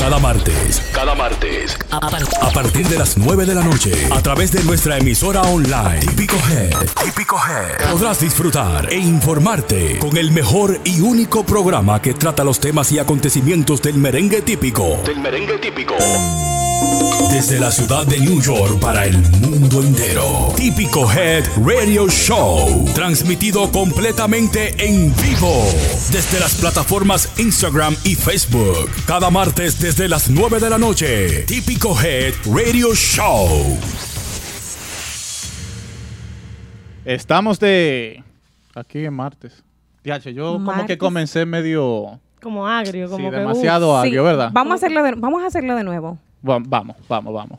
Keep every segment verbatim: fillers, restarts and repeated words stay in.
Cada martes, cada martes, a, par a partir de las nueve de la noche, a través de nuestra emisora online, Típico Head, Típico Head, podrás disfrutar e informarte con el mejor y único programa que trata los temas y acontecimientos del merengue típico. Del merengue típico. Desde la ciudad de New York para el mundo entero. Típico Head Radio Show. Transmitido completamente en vivo. Desde las plataformas Instagram y Facebook. Cada martes desde las nueve de la noche. Típico Head Radio Show. Estamos de... Aquí en martes. Diache, yo ¿Martes? Como que comencé medio... Como agrio, como sí, que... demasiado uh, agrio, sí. ¿verdad? Vamos a hacerlo de, vamos a hacerlo de nuevo. Vamos, vamos, vamos.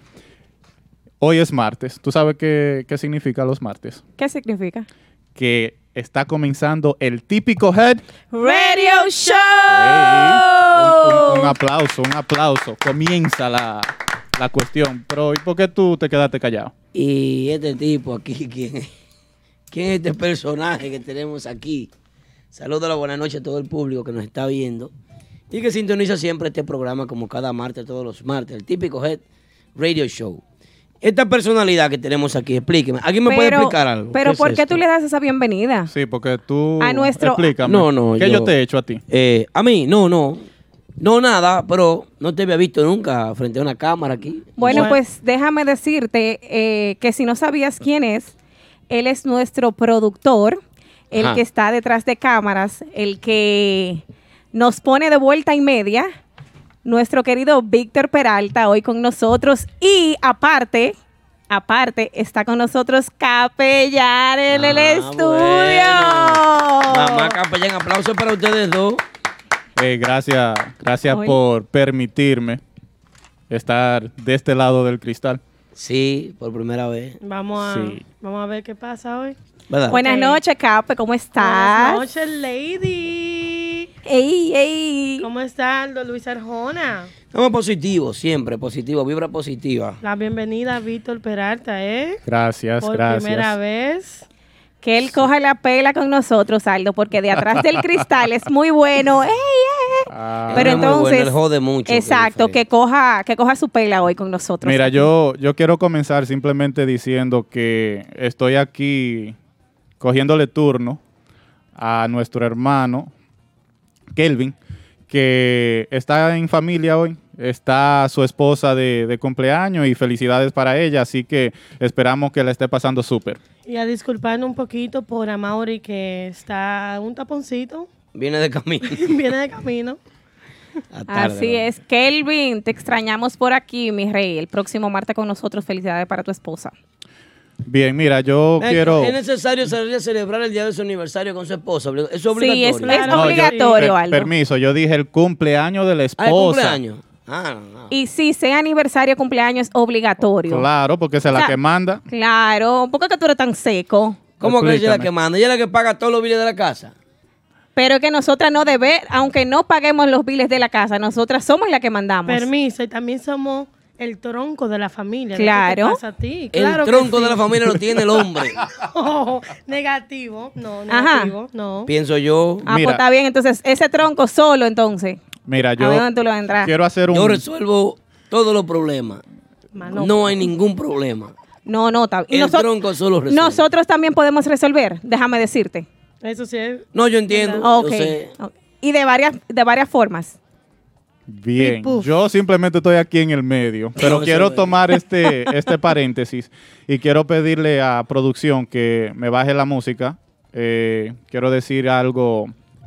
Hoy es martes. ¿Tú sabes qué, qué significa los martes? ¿Qué significa? Que está comenzando el Típico Head Radio Show. Hey, un, un, un aplauso, un aplauso. Comienza la, la cuestión. Pero ¿y por qué tú te quedaste callado? Y este tipo aquí, ¿quién, quién es este personaje que tenemos aquí? Saludos a la buena noche a todo el público que nos está viendo y que sintoniza siempre este programa como cada martes, todos los martes, el Típico Head Radio Show. Esta personalidad que tenemos aquí, explíqueme. ¿Alguien me pero, puede explicar algo? Pero ¿Qué ¿por es qué esto? tú le das esa bienvenida? Sí, porque tú... A nuestro... Explícame. No, no, ¿Qué yo, yo- te he hecho a ti? Eh, a mí, no, no. No nada, pero no te había visto nunca frente a una cámara aquí. Bueno, Bueno. pues déjame decirte eh, que si no sabías quién es, él es nuestro productor, el Ajá. que está detrás de cámaras, el que nos pone de vuelta y media, nuestro querido Víctor Peralta hoy con nosotros y aparte, aparte está con nosotros Capellán en el Ah, estudio. bueno. Mamá Capellán, aplausos para ustedes dos. Eh, gracias, gracias Oye. por permitirme estar de este lado del cristal. Sí, por primera vez. Vamos a, Sí. vamos a ver qué pasa hoy. ¿Verdad? Buenas Ok. noches, Cape, ¿cómo estás? Buenas noches, lady. Ey, ey. ¿Cómo está Aldo Luis Arjona? Estamos positivos, siempre positivo, vibra positiva. La bienvenida a Víctor Peralta, ¿eh? Gracias, Por gracias. primera vez. Que él coja la pela con nosotros, Aldo, porque de atrás del cristal es muy bueno. ¡Ey, ey! Ah, Pero es muy bueno, entonces, él jode mucho, que es exacto, diferente. que coja, que coja su pela hoy con nosotros. Mira, aquí. yo, yo quiero comenzar simplemente diciendo que estoy aquí cogiéndole turno a nuestro hermano Kelvin, que está en familia hoy. Está su esposa de, de cumpleaños y felicidades para ella, así que esperamos que la esté pasando súper. Y a disculparnos un poquito por Amaury que está un taponcito. Viene de camino. Viene de camino. A tarde, Así ¿no? es. Kelvin, te extrañamos por aquí, mi rey. El próximo martes con nosotros. Felicidades para tu esposa. Bien, mira, yo Eh, quiero... ¿Es necesario salir a celebrar el día de su aniversario con su esposa? ¿Eso es Sí, obligatorio? es, es Claro, No, yo- obligatorio, per- Aldo. Permiso, yo dije el cumpleaños de la Ah, esposa. ¿el cumpleaños? Ah, no, no. Y si sea aniversario, cumpleaños, es obligatorio. Claro, porque esa es O la sea, que manda. Claro. ¿Por qué que tú eres tan seco? ¿Cómo que ella es la Explícame. que manda? ¿Ella es la que paga todos los biles de la casa? Pero que nosotras no debe, aunque no paguemos los biles de la casa, nosotras somos las que mandamos. Permiso, y también somos el tronco de la familia. ¿no? Claro. ¿Qué te pasa a ti? El Claro que tronco sí. de la familia lo tiene el hombre. Oh, negativo, no, Ajá. negativo, no. Pienso yo. Ah, Mira. pues está bien. Entonces, ese tronco solo, entonces. Mira, A yo ver dónde tú lo vendrás. quiero hacer un... Yo resuelvo todos los problemas. Mano, No hay ningún problema. No, no, está bien. El tronco solo resuelve. Nosotros también podemos resolver, déjame decirte. Eso sí es. No, yo entiendo. Ok. Yo sé. Ok. Y de varias, de varias formas. Bien, Puf. yo simplemente estoy aquí en el medio, pero eso quiero es. tomar este, este paréntesis y quiero pedirle a producción que me baje la música. Eh, quiero decir algo.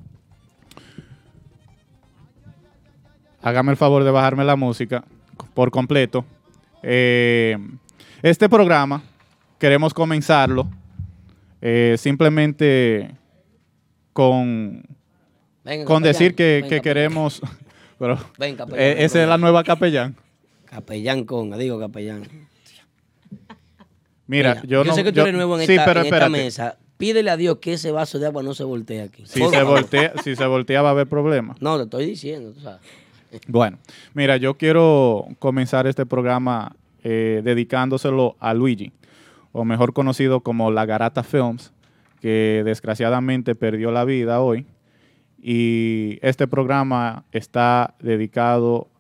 Hágame el favor de bajarme la música por completo. Eh, este programa queremos comenzarlo eh, simplemente con, Venga, con capellán, decir que, ven, que capellán. queremos... Pero, Ven, capellán, eh, esa es la nueva capellán. Capellán Conga, digo capellán. Mira, Mira, yo, no... sé que tú yo- eres nuevo en, sí, esta, pero en esta espérate. mesa. Pídele a Dios que ese vaso de agua no se voltee aquí. Si Por se, favor. voltea, si se voltea va a haber problemas. No, te estoy diciendo, tú sabes. Bueno, mira, yo quiero comenzar este programa eh, dedicándoselo a Luigi, o mejor conocido como La Garata Films, que desgraciadamente perdió la vida hoy. Y este programa está dedicado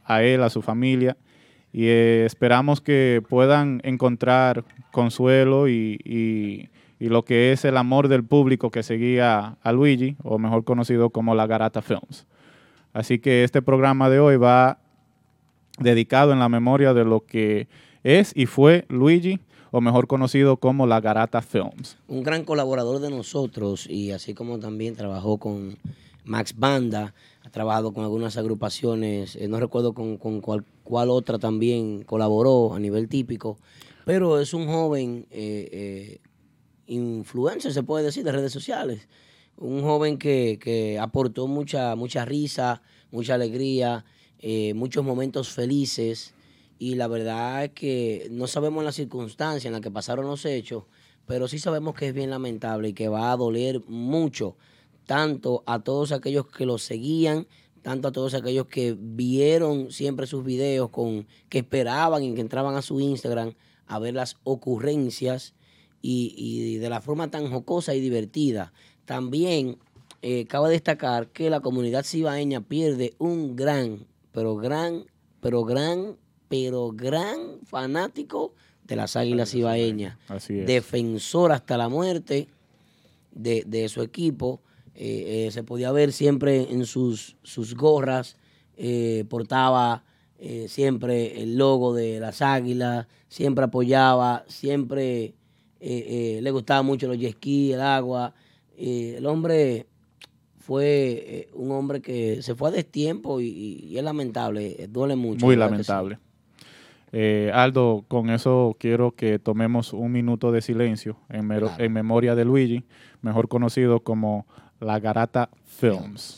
a él, a su familia, y eh, esperamos que puedan encontrar consuelo y, y, y lo que es el amor del público que seguía a Luigi, o mejor conocido como La Garata Films. Así que este programa de hoy va dedicado en la memoria de lo que es y fue Luigi, o mejor conocido como La Garata Films. Un gran colaborador de nosotros, y así como también trabajó con Max Banda, ha trabajado con algunas agrupaciones, eh, no recuerdo con, con cuál, cuál otra también colaboró a nivel típico, pero es un joven eh, eh, influencer, se puede decir, de redes sociales. Un joven que, que aportó mucha, mucha risa, mucha alegría, eh, muchos momentos felices. Y la verdad es que no sabemos la circunstancia en la que pasaron los hechos, pero sí sabemos que es bien lamentable y que va a doler mucho, tanto a todos aquellos que lo seguían, tanto a todos aquellos que vieron siempre sus videos, con, que esperaban y que entraban a su Instagram a ver las ocurrencias y, y de la forma tan jocosa y divertida. También eh, cabe destacar que la comunidad cibaeña pierde un gran, pero gran, pero gran... pero gran fanático de las Águilas Cibaeñas. Así es. Defensor hasta la muerte de, de su equipo. Eh, eh, se podía ver siempre en sus, sus gorras, eh, portaba eh, siempre el logo de las Águilas, siempre apoyaba, siempre eh, eh, le gustaba mucho los jet ski, el agua. Eh, el hombre fue eh, un hombre que se fue a destiempo y, y, y es lamentable, eh, duele mucho. Muy lamentable. Eh, Aldo, con eso quiero que tomemos un minuto de silencio en, mero, claro. en memoria de Luigi, mejor conocido como La Garata Films.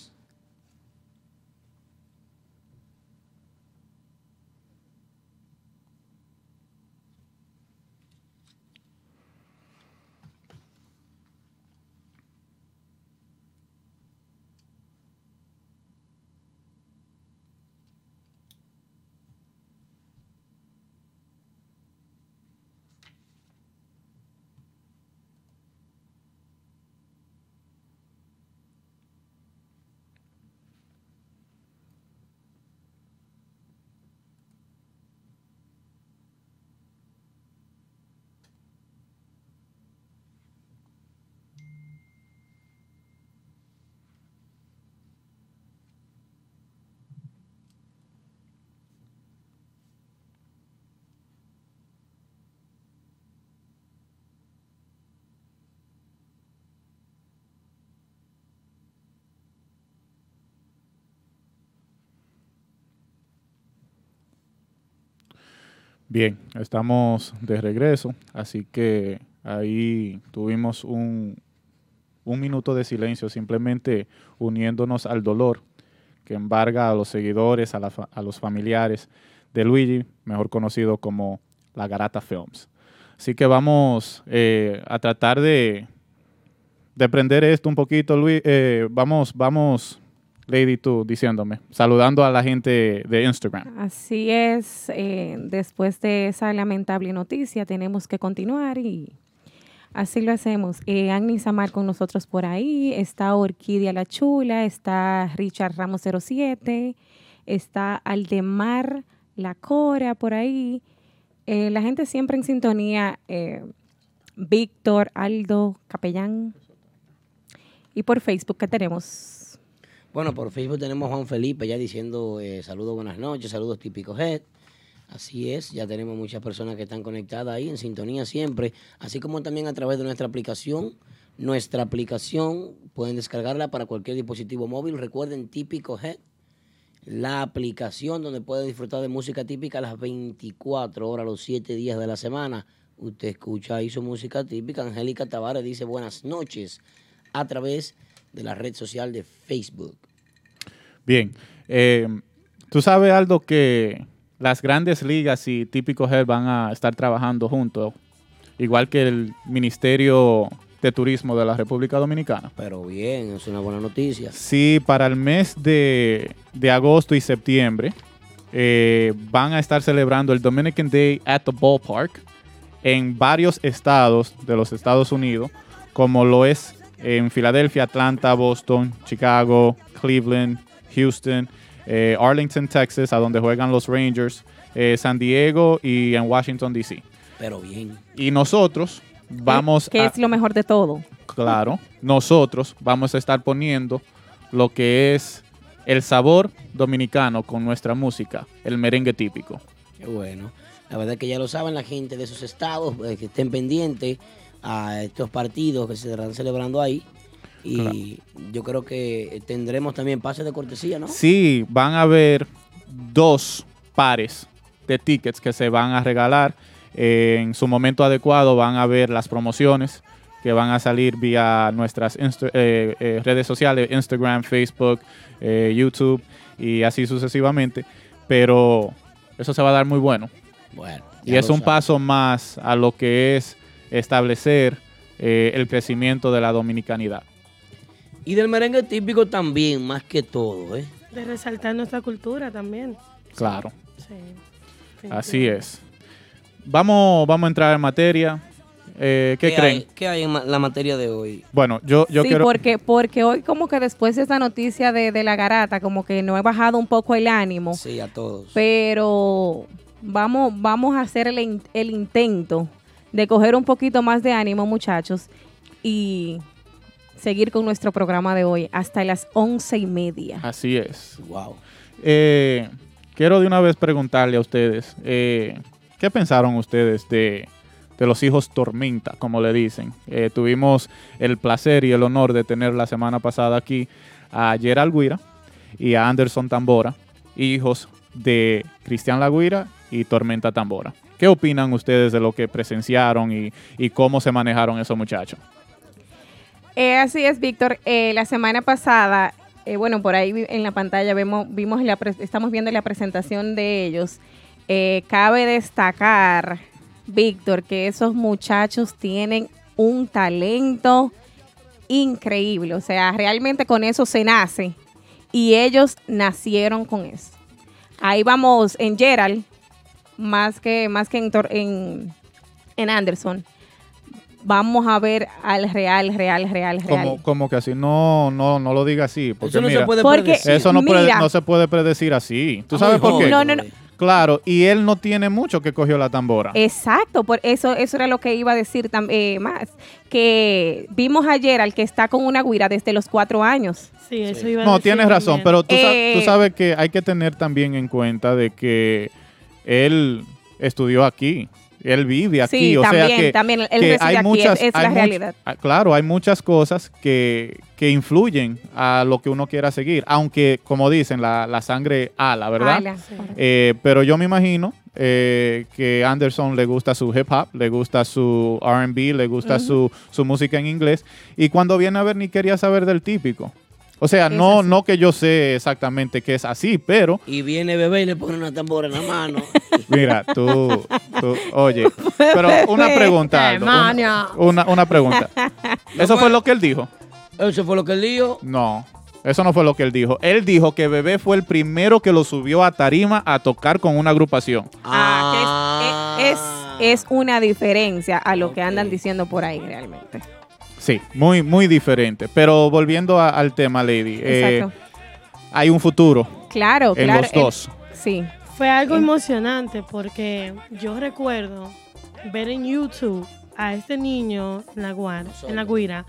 Bien, estamos de regreso, así que ahí tuvimos un, un minuto de silencio, simplemente uniéndonos al dolor que embarga a los seguidores, a, la, a los familiares de Luigi, mejor conocido como La Garata Films. Así que vamos eh, a tratar de, de prender esto un poquito, Luis. Eh, vamos, vamos... Lady, tú diciéndome, saludando a la gente de Instagram. Así es, eh, después de esa lamentable noticia tenemos que continuar y así lo hacemos. Eh, Agni Samar con nosotros por ahí, está Orquídea La Chula, está Richard Ramos cero siete, está Aldemar La Cora por ahí. Eh, la gente siempre en sintonía, eh, Víctor, Aldo, Capellán. Y por Facebook, ¿qué tenemos? Bueno, por Facebook tenemos a Juan Felipe ya diciendo eh, saludos, buenas noches, saludos típicos Head. Así es, ya tenemos muchas personas que están conectadas ahí en sintonía siempre, así como también a través de nuestra aplicación. Nuestra aplicación pueden descargarla para cualquier dispositivo móvil. Recuerden, Típico Head, la aplicación donde pueden disfrutar de música típica las veinticuatro horas, los siete días de la semana. Usted escucha ahí su música típica. Angélica Tavares dice buenas noches a través de la red social de Facebook. Bien, eh, tú sabes, Aldo, que las grandes ligas y Típico Head van a estar trabajando juntos, igual que el Ministerio de Turismo de la República Dominicana. Pero bien, es una buena noticia. Sí, para el mes de, de agosto y septiembre eh, van a estar celebrando el Dominican Day at the Ballpark en varios estados de los Estados Unidos, como lo es en Filadelfia, Atlanta, Boston, Chicago, Cleveland, Houston, eh, Arlington, Texas, a donde juegan los Rangers, eh, San Diego y en Washington, D C. Pero bien. Y nosotros vamos que a... es lo mejor de todo. Claro, nosotros vamos a estar poniendo lo que es el sabor dominicano con nuestra música, el merengue típico. Qué bueno. La verdad es que ya lo saben la gente de esos estados, eh, que estén pendientes a estos partidos que se estarán celebrando ahí. Y Claro. yo creo que tendremos también pases de cortesía, ¿no? Sí, van a haber dos pares de tickets que se van a regalar. Eh, en su momento adecuado van a ver las promociones que van a salir vía nuestras insta- eh, eh, redes sociales, Instagram, Facebook, eh, YouTube y así sucesivamente. Pero eso se va a dar muy bueno. Bueno. Y ya es lo un saben. paso más a lo que es establecer eh, el crecimiento de la dominicanidad. Y del merengue típico también, más que todo, ¿eh? De resaltar nuestra cultura también. Claro, Sí. así es. Vamos, vamos a entrar en materia. Eh, ¿Qué, creen? Hay, ¿Qué hay en ma- la materia de hoy? Bueno, yo, yo sí, quiero... porque, porque hoy como que después de esta noticia de, de la garata, como que no he bajado un poco el ánimo, Sí, a todos. pero vamos, vamos a hacer el, in- el intento de coger un poquito más de ánimo, muchachos, y seguir con nuestro programa de hoy hasta las once y media. Así es. Wow. Eh, quiero de una vez preguntarle a ustedes, eh, ¿qué pensaron ustedes de, de los hijos Tormenta, como le dicen? Eh, tuvimos el placer y el honor de tener la semana pasada aquí a Gerald Guira y a Anderson Tambora, hijos de Cristian La Guira y Tormenta Tambora. ¿Qué opinan ustedes de lo que presenciaron y, y cómo se manejaron esos muchachos? Eh, así es, Víctor. Eh, la semana pasada, eh, bueno, por ahí vi- en la pantalla vemos, vimos la pre- estamos viendo la presentación de ellos. Eh, cabe destacar, Víctor, que esos muchachos tienen un talento increíble. O sea, realmente con eso se nace y ellos nacieron con eso. Ahí vamos en Gerald, más que, más que en, Tor- en, en Anderson. Vamos a ver al real, real, real, real. Como, como que así, no, no, no lo diga así, porque Eso no mira, se puede Porque- predecir. eso no, puede- Mira. no se puede predecir así. ¿Tú Está sabes muy por qué? joven No, no, no. todavía. Claro, y él no tiene mucho que cogió la tambora. Exacto, por eso, eso era lo que iba a decir tam- eh, más. Que vimos ayer al que está con una guira desde los cuatro años. Sí, eso Sí. iba a No, decir tienes razón, también. pero tú, sa- Eh, tú sabes que hay que tener también en cuenta de que él estudió aquí, él vive aquí, Sí, o también, sea que, también, él que reside hay aquí, muchas, es- es hay la much- realidad. ah, claro, hay muchas cosas que, que influyen a lo que uno quiera seguir, aunque como dicen, la, la sangre ala, ¿verdad? Ala. Sí. Eh, pero yo me imagino eh, que Anderson le gusta su hip hop, le gusta su R and B, le gusta su, su música en inglés. Y cuando viene a ver ni quería saber del típico. O sea, Es no, así. no que yo sé exactamente que es así, pero Y viene bebé y le pone una tambora en la mano. mira, tú, tú oye, pero una pregunta, Aldo, una, Demonio. una, una pregunta. ¿Eso fue lo que él dijo? Eso fue lo que él dijo. No. Eso no fue lo que él dijo. Él dijo que Bebé fue el primero que lo subió a tarima a tocar con una agrupación. Ah, que es, es, es una diferencia a lo que Ok. andan diciendo por ahí realmente. Sí, muy, muy diferente. Pero volviendo a- al tema, Lady, eh, Exacto. hay un futuro Claro, en claro. los el- dos. sí. Fue algo Eh. emocionante porque yo recuerdo ver en YouTube a este niño en la, guara, en la guira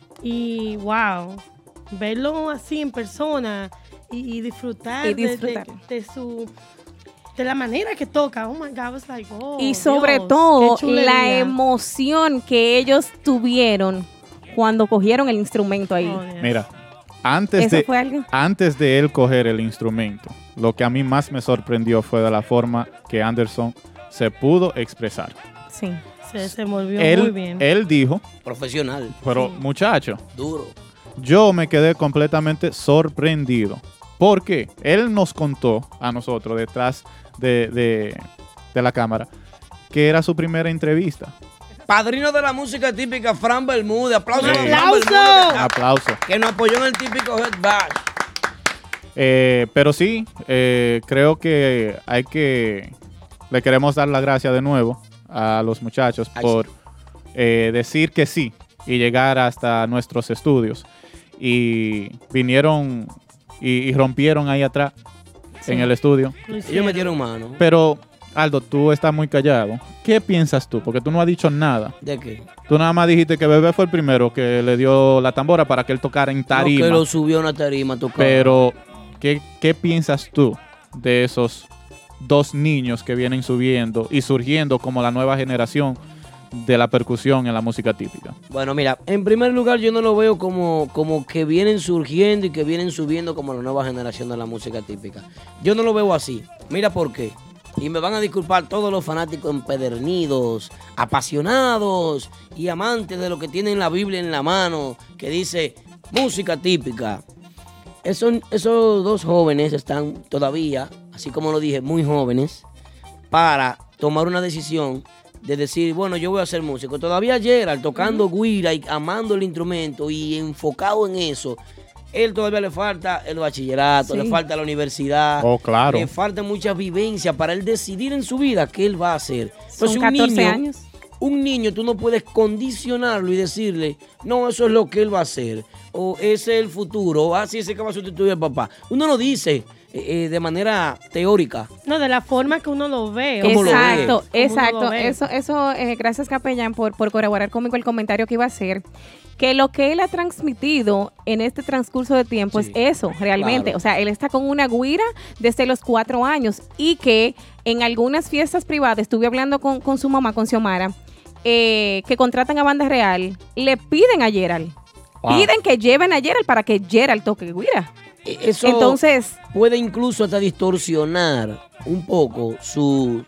y wow, verlo así en persona y, y disfrutar, Y de- de- disfrutar. De, su de la manera que toca. Oh my God, I was like, oh, Y sobre Dios, todo qué chulería. la emoción que ellos tuvieron cuando cogieron el instrumento ahí. Oh, Dios. Mira, antes Eso de, fue algo. antes de él coger el instrumento, lo que a mí más me sorprendió fue de la forma que Anderson se pudo expresar. Sí. Se desenvolvió muy Él, bien. él dijo, Profesional. pero Sí. muchacho, Duro. yo me quedé completamente sorprendido. Porque él nos contó a nosotros detrás de, de- de la cámara que era su primera entrevista. Padrino de la música típica, Fran Bermúdez. Aplausos Sí. a Fran ¡Aplauso! Bermúdez, Aplauso. que nos apoyó en el típico Head Bash. Eh, pero sí, eh, creo que hay que... Le queremos dar la gracia de nuevo a los muchachos Ay, por eh, decir que sí y llegar hasta nuestros estudios. Y vinieron y, y rompieron ahí atrás en el estudio. Lo Ellos hicieron. metieron mano. Pero, Aldo, tú estás muy callado. ¿Qué piensas tú? Porque tú no has dicho nada. ¿De qué? Tú nada más dijiste que Bebé fue el primero que le dio la tambora para que él tocara en tarima. No, que lo subió a una tarima a tocar. Pero, ¿qué, ¿qué piensas tú de esos dos niños que vienen subiendo y surgiendo como la nueva generación de la percusión en la música típica? Bueno, mira, en primer lugar yo no lo veo como, como que vienen surgiendo y que vienen subiendo como la nueva generación de la música típica. Yo no lo veo así. Mira por qué. Y me van a disculpar todos los fanáticos empedernidos, apasionados y amantes de lo que tienen la Biblia en la mano, que dice música típica. Esos, esos dos jóvenes están todavía, así como lo dije, muy jóvenes, para tomar una decisión de decir, bueno, yo voy a ser músico. Todavía Gerald tocando guira y amando el instrumento y enfocado en eso. Él todavía le falta el bachillerato, Sí. le falta la universidad. Oh, claro. Le falta mucha vivencia para él decidir en su vida qué él va a hacer. Son Entonces, un catorce niño, años. Un niño tú no puedes condicionarlo y decirle, no, eso es lo que él va a hacer. O ese es el futuro. O así es que va a sustituir al papá. Uno lo dice eh, eh, de manera teórica. No, de la forma que uno lo ve. ¿Cómo o lo sea, ve? Exacto, cómo uno exacto. lo ve. Eso, eso eh, gracias Capellán por, por corroborar conmigo el comentario que iba a hacer. Que lo que él ha transmitido en este transcurso de tiempo Sí, es eso, realmente. claro. O sea, él está con una guira desde los cuatro años y que en algunas fiestas privadas, estuve hablando con, con su mamá, con Xiomara, eh, que contratan a Banda Real, le piden a Gerald. Wow. Piden que lleven a Gerald para que Gerald toque guira. Eh, Eso Entonces, puede incluso hasta distorsionar un poco su,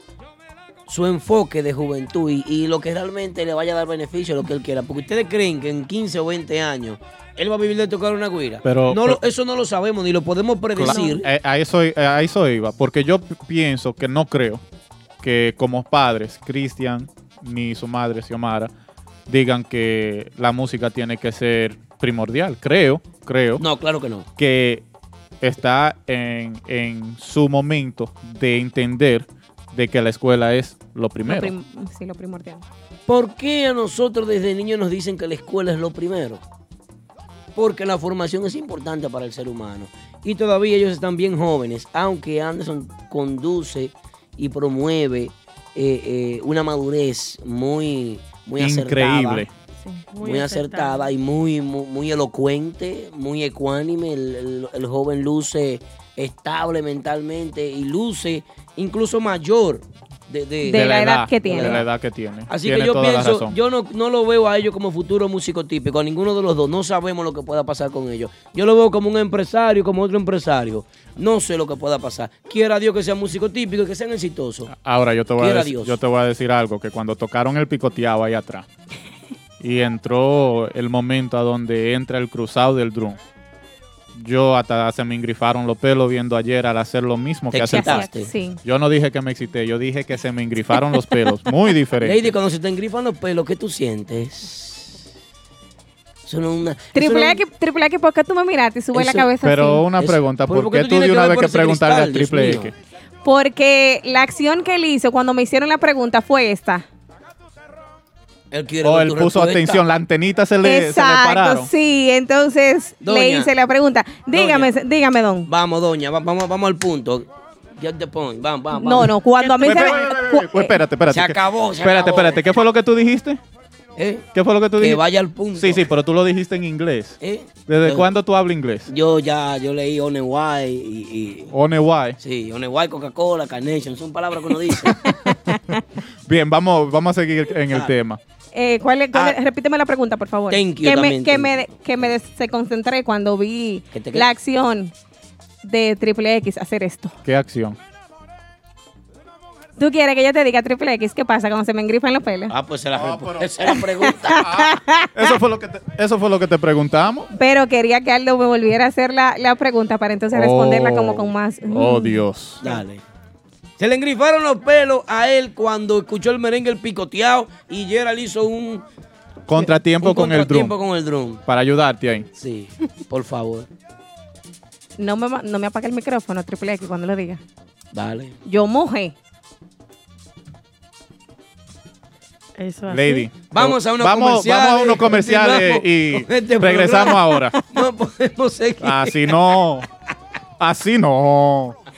su enfoque de juventud y, y lo que realmente le vaya a dar beneficio a lo que él quiera. Porque ustedes creen que en quince o veinte años él va a vivir de tocar una guira. Pero- no lo- pero- eso no lo sabemos ni lo podemos predecir. Eh, a, eso, eh, a eso iba, porque yo p- pienso que no creo que como padres, Cristian ni su madre, Xiomara, digan que la música tiene que ser primordial. Creo, creo No, claro que no. que está en, en su momento de entender de que la escuela es lo lo primero. prim- sí, lo primordial. ¿Por qué a nosotros desde niños nos dicen que la escuela es lo primero? Porque la formación es importante para el ser humano. Y todavía ellos están bien jóvenes, aunque Anderson conduce y promueve eh, eh, una madurez muy, muy acertada. Increíble. Sí. Muy, acertada y muy, muy, muy elocuente, muy ecuánime. El, el- el joven luce estable mentalmente y luce incluso mayor de, de- De la edad que De tiene. la edad que tiene. Así Tiene que yo toda la pienso, razón. yo no, no lo veo a ellos como futuro músico típico, a ninguno de los dos. No sabemos lo que pueda pasar con ellos. Yo lo veo como un empresario, como otro empresario. No sé lo que pueda pasar. Quiera Dios que sea músico típico y que sean exitosos. Ahora yo te, voy a Quiera dec- Dios. yo te voy a decir algo, que cuando tocaron el picoteado ahí atrás y entró el momento a donde entra el cruzado del drum, yo hasta se me engrifaron los pelos viendo ayer al hacer lo mismo Te que hace el excitaste. Pasto. Sí. Yo no dije que me excité, yo dije que se me engrifaron los pelos, muy diferente. Lady, cuando se te engrifan los pelos, ¿qué tú sientes? Eso no es una... eso Triple no- X, Triple X, ¿por qué tú me miraste y sube la Eso- cabeza Pero así? una Es- pregunta, pero ¿por ¿por qué qué tú tú tienes de que una ver vez por que ese preguntarle cristal, al Dios Triple mío? X? Porque la acción que él hizo cuando me hicieron la pregunta fue esta. Él quiere O ver él tu puso respuesta. atención, la antenita se le, se le Exacto, pararon. sí. Entonces Doña. le hice la pregunta. Dígame, Doña. dígame, don. Vamos, doña, va- vamos, vamos al punto. Get the point. Vamos, vamos. No, vamos. no, cuando a mí Pues, se pues, me... pues, pues, pues, pues, espérate, espérate. Se que- acabó, se Espérate, acabó. espérate, ¿qué fue lo que tú dijiste? ¿Eh? ¿Qué fue lo que tú Que dijiste? vaya al punto. Sí, sí, pero tú lo dijiste en inglés. ¿Eh? ¿Desde Yo- cuándo tú hablas inglés? Yo ya, yo leí Oneway y, y... One why. Sí, Oneway, Coca-Cola, Carnation, son palabras que uno dice. Bien, vamos, vamos a seguir en el Ah. tema. Eh, ¿cuál es- cuál es? Ah. Repíteme la pregunta, por favor. Thank you que me, también, que thank me, que me des- se concentré cuando vi ¿Que te qué? la acción de Triple X hacer esto. ¿Qué acción? ¿Tú quieres que yo te diga Triple X qué pasa cuando se me engrifan los pelos? Ah, pues se la, Ah, resp- pero- esa es la pregunta. Eso fue lo que te, eso fue lo que te preguntamos. Pero quería que Aldo me volviera a hacer la, la pregunta para entonces responderla como con más... Oh, Mm. Dios. Dale. Se le engrifaron los pelos a él cuando escuchó el merengue el picoteado y Gerald hizo un Contratiempo un con el drum. contratiempo con el drum. Para ayudarte ahí. Sí, por favor. No me, ma- no me apague el micrófono, Triple X, cuando lo diga. Dale. Yo mojé. Eso así. Lady. Vamos a unos vamos, comerciales. Vamos a unos comerciales Continuamos y con este regresamos programa. ahora. No podemos seguir. Así no. Así no.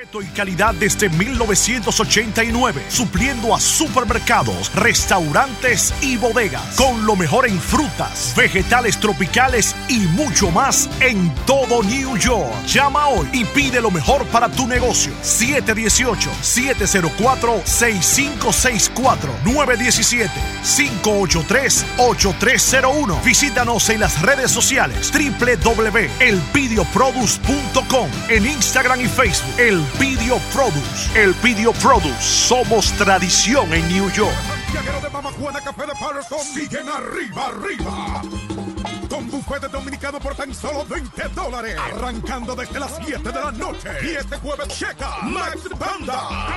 Y calidad desde mil novecientos ochenta y nueve, supliendo a supermercados, restaurantes y bodegas, con lo mejor en frutas, vegetales tropicales y mucho más en todo New York. Llama hoy y pide lo mejor para tu negocio. siete uno ocho, siete cero cuatro, seis cinco seis cuatro, nueve uno siete, cinco ocho tres, ocho tres cero uno. Visítanos en las redes sociales doble u doble u doble u punto elpidio produce punto com, en Instagram y Facebook. Elpidio Produce. Elpidio Produce. Somos tradición en New York. Santiaguero de Mama Juana Café de Patterson siguen arriba, arriba. Con buffet dominicano por tan solo veinte dólares. Arrancando desde las siete de la noche. Y este jueves checa Max Banda.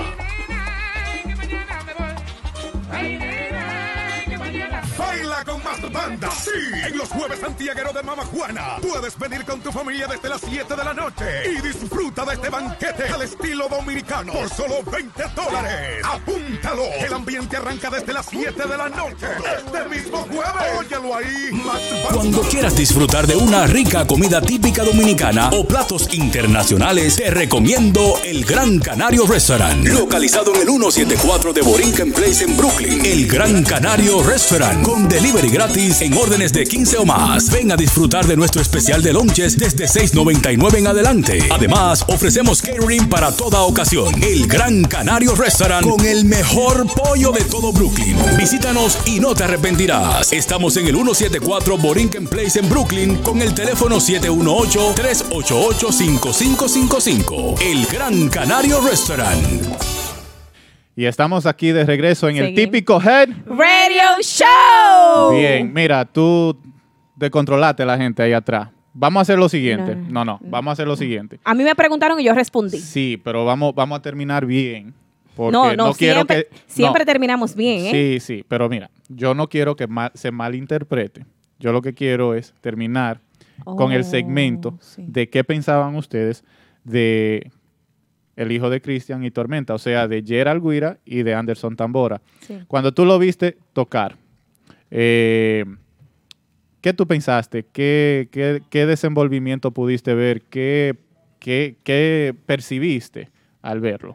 Baila con más banda. Sí, en los jueves santiagueros de Mama Juana puedes venir con tu familia desde las siete de la noche y disfruta de este banquete al estilo dominicano por solo veinte dólares. Apúntalo. El ambiente arranca desde las siete de la noche. Este mismo jueves. Óyelo ahí. Max Banda. Cuando quieras disfrutar de una rica comida típica dominicana o platos internacionales, te recomiendo el Gran Canario Restaurant. Localizado en el ciento setenta y cuatro de Borinquen Place en Brooklyn. El Gran Canario Restaurant, con delivery gratis en órdenes de quince o más. Ven a disfrutar de nuestro especial de lunches desde seis noventa y nueve en adelante. Además, ofrecemos catering para toda ocasión. El Gran Canario Restaurant, con el mejor pollo de todo Brooklyn. Visítanos y no te arrepentirás. Estamos en el ciento setenta y cuatro Borinquen Place en Brooklyn con el teléfono siete uno ocho, tres ocho ocho, cinco cinco cinco cinco. El Gran Canario Restaurant. Y estamos aquí de regreso en el Seguimos. típico Head Radio Show. Bien, mira, tú descontrolaste a la gente ahí atrás. Vamos a hacer lo siguiente. No, No, no, vamos a hacer lo siguiente. A mí me preguntaron y yo respondí. Sí, pero vamos, vamos a terminar bien. Porque No, no, no, quiero siempre, que... siempre no. terminamos bien, ¿eh? Sí, sí, pero mira, yo no quiero que mal- se malinterprete. Yo lo que quiero es terminar con el Oh, segmento sí. de qué pensaban ustedes de el hijo de Cristian y Tormenta, o sea, de Gerald Guira y de Anderson Tambora. Sí. Cuando tú lo viste tocar, eh, ¿qué tú pensaste? ¿Qué, qué, qué desenvolvimiento pudiste ver? ¿Qué, qué, qué percibiste al verlo?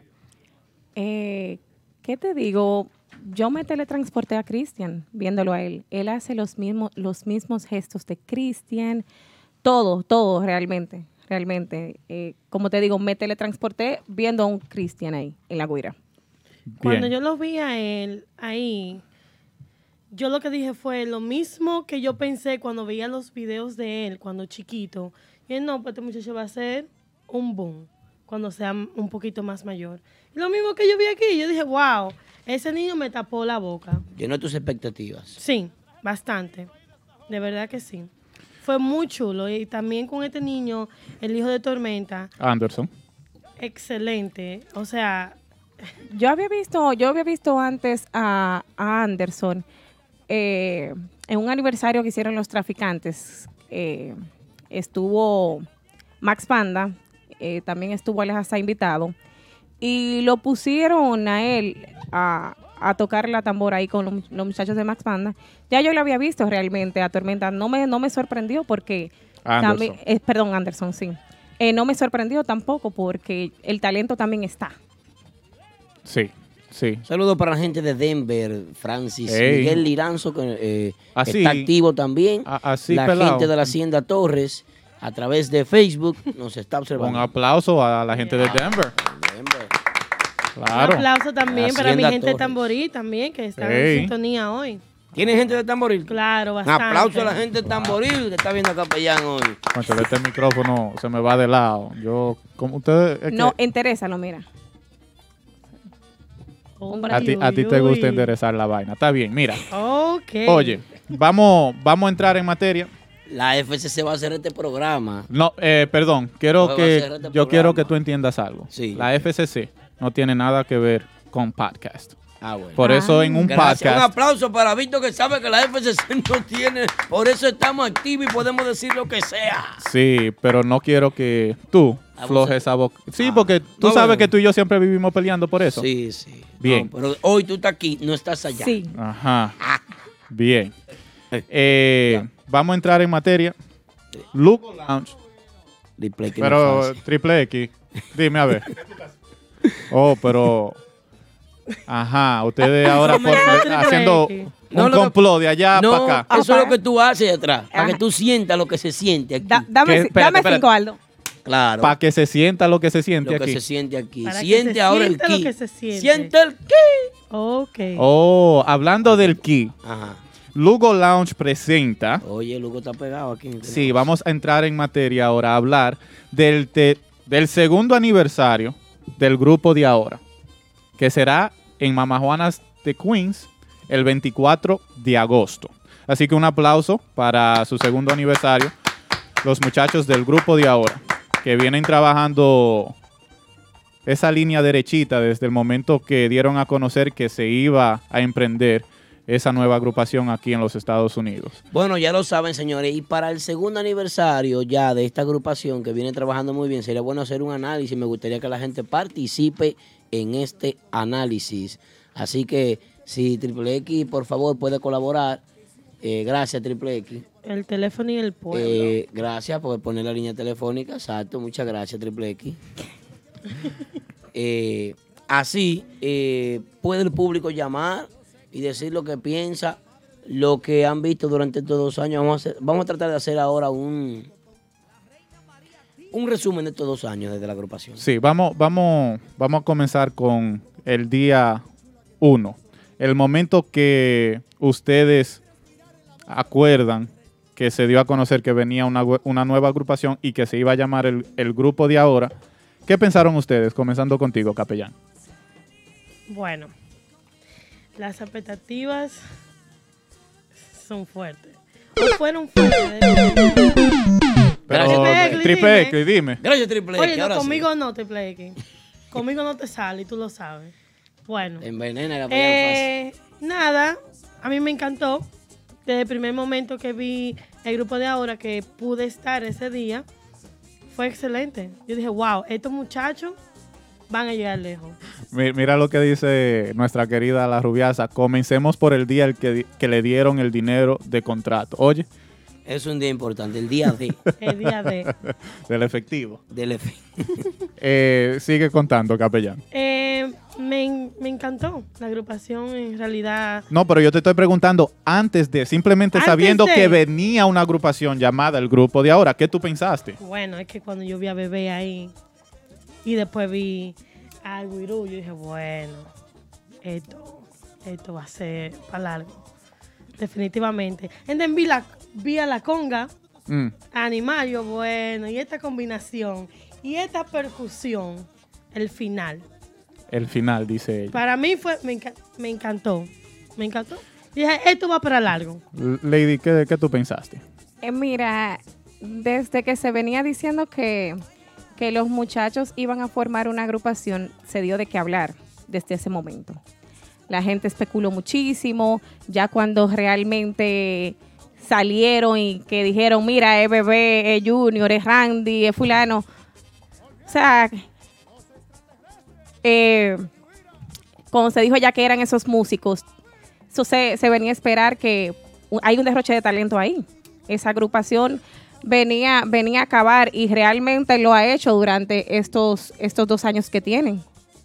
Eh, ¿Qué te digo? Yo me teletransporté a Cristian viéndolo a él. Él hace los mismos, los mismos gestos de Cristian. Todo, todo realmente, realmente. Eh, como te digo, me teletransporté viendo a un Cristian ahí, en la Guira. Cuando Bien. yo lo vi a él ahí, yo lo que dije fue lo mismo que yo pensé cuando veía los videos de él cuando chiquito. Y él, no, pues este muchacho va a ser un boom cuando sea un poquito más mayor. Y lo mismo que yo vi aquí, yo dije, wow, ese niño me tapó la boca. Llenó tus expectativas. Sí, bastante. De verdad que sí. Fue muy chulo. Y también con este niño, el hijo de Tormenta, Anderson. excelente. O sea, Yo había visto, yo había visto antes a, a Anderson eh, en un aniversario que hicieron los Traficantes. Eh, estuvo Max Panda, eh, también estuvo Alexa invitado. Y lo pusieron a él a, a tocar la tambora ahí con los, los muchachos de Max Panda. Ya yo lo había visto realmente a Tormenta. No me, no me sorprendió porque... Anderson. También, eh, perdón, Anderson, sí. Eh, no me sorprendió tampoco porque el talento también está. Sí, sí. Saludos para la gente de Denver, Francis, Ey. Miguel Liranzo, que eh, Así, está activo también. a- así, la pelao. gente de la Hacienda Torres, a través de Facebook, nos está Un observando. aplauso a la gente de Denver. Denver. Claro. un aplauso también para mi Hacienda gente de Torres. Tamborí también, que está Ey. en sintonía hoy. ¿Tiene gente de Tamboril? Claro, Un bastante. aplauso a la gente de Tamboril que está viendo a Capellán hoy. Cuando este micrófono se me va de lado. Yo, como ustedes... es No, que interésalo, mira. a ti, a ti te gusta Uy. enderezar la vaina. Está bien, mira. Ok. Oye, vamos, vamos a entrar en materia. La F C C va a hacer este programa. No, eh, perdón, quiero No, va a que ser este yo programa. quiero que tú entiendas algo. Sí. La F C C no tiene nada que ver con podcast. Ah, bueno. Por eso en un Gracias. Un podcast, aplauso para Víctor que sabe que la F C C no tiene. Por eso estamos activos y podemos decir lo que sea. sí, pero no quiero que tú Ah, vos flojes sabés. esa boca. Sí, Ah, porque tú no, sabes bueno. que tú y yo siempre vivimos peleando por eso. Sí, sí. Bien. No, pero hoy tú estás aquí, no estás allá. Sí. Ajá. Bien. Eh, vamos a entrar en materia. Lugo Lounge. Replay que no Pero es fácil. triple X, dime a ver. Oh, pero... Ajá, ustedes ahora No me por- hagas haciendo triple X. un No, lo que- complot de allá No, para acá. eso es lo que tú haces atrás, para Ajá. que tú sientas lo que se siente aquí. Da- dame ¿Qué? ci- Espérate, dame espérate. cinco, Aldo. Claro. Para que se sienta lo que se siente Lo que aquí. se siente aquí. Para que Siente se ahora el sienta lo ki. que se siente. Siente el ki. Ok. Oh, hablando del ki, Ajá. Lugo Lounge presenta... Oye, Lugo está pegado aquí. Sí, vamos a entrar en materia ahora, a hablar del, te- del segundo aniversario del grupo de ahora, que será en Mama Juana's de Queens el veinticuatro de agosto. Así que un aplauso para su segundo aniversario, los muchachos del grupo de ahora, que vienen trabajando esa línea derechita desde el momento que dieron a conocer que se iba a emprender esa nueva agrupación aquí en los Estados Unidos. Bueno, ya lo saben, señores. Y para el segundo aniversario ya de esta agrupación que viene trabajando muy bien, sería bueno hacer un análisis. Me gustaría que la gente participe en este análisis. Así que si Triple X, por favor, puede colaborar. Eh, gracias, Triple X. El teléfono y el pueblo. Eh, gracias por poner la línea telefónica. Exacto, muchas gracias, Triple X. Eh, así eh, puede el público llamar y decir lo que piensa, lo que han visto durante estos dos años. Vamos a, hacer- vamos a tratar de hacer ahora un, un resumen de estos dos años desde la agrupación. Sí, vamos, vamos, vamos a comenzar con el día uno. El momento que ustedes acuerdan que se dio a conocer que venía una, gue- una nueva agrupación y que se iba a llamar el, el grupo de ahora. ¿Qué pensaron ustedes? Comenzando contigo, capellán. Bueno, las expectativas son fuertes. O fueron fuertes. de- Pero, Gracias, Triple X, Triple dime. X, dime. Gracias, Triple X. Oye, no, ahora sí. conmigo no, Triple X. Conmigo no te sale y tú lo sabes. Bueno. Envenena el capellán Eh, nada, a mí me encantó. Desde el primer momento que vi el grupo de ahora, que pude estar ese día, fue excelente. Yo dije, wow, estos muchachos van a llegar lejos. Mi- Mira lo que dice nuestra querida La Rubiasa. Comencemos por el día el que, di- que le dieron el dinero de contrato. Oye, fácil. Es un día importante, el día de, El día de... del efectivo. del F. Eh, sigue contando, capellán. Eh, me, en- me encantó la agrupación, en realidad. No, pero yo te estoy preguntando antes de, simplemente Antes sabiendo de. que venía una agrupación llamada el grupo de ahora. ¿Qué tú pensaste? Bueno, es que cuando yo vi a Bebé ahí y después vi al Wirú, yo dije, bueno, esto, esto va a ser para largo. Definitivamente. Entonces vi, la, vi a la conga, Mm, a Animario, bueno, y esta combinación, y esta percusión, el final. el final, dice ella. Para mí fue, me, enca- me encantó, me encantó. Dije, esto va para largo. L- Lady, ¿qué, qué tú pensaste? Eh, mira, desde que se venía diciendo que, que los muchachos iban a formar una agrupación, se dio de qué hablar desde ese momento. La gente especuló muchísimo, ya cuando realmente salieron y que dijeron, mira, es Bebé, es Junior, es Randy, es fulano. O sea, eh, como se dijo ya que eran esos músicos, eso se, se venía a esperar que u- hay un derroche de talento ahí. Esa agrupación venía, venía a acabar y realmente lo ha hecho durante estos, estos dos años que tienen.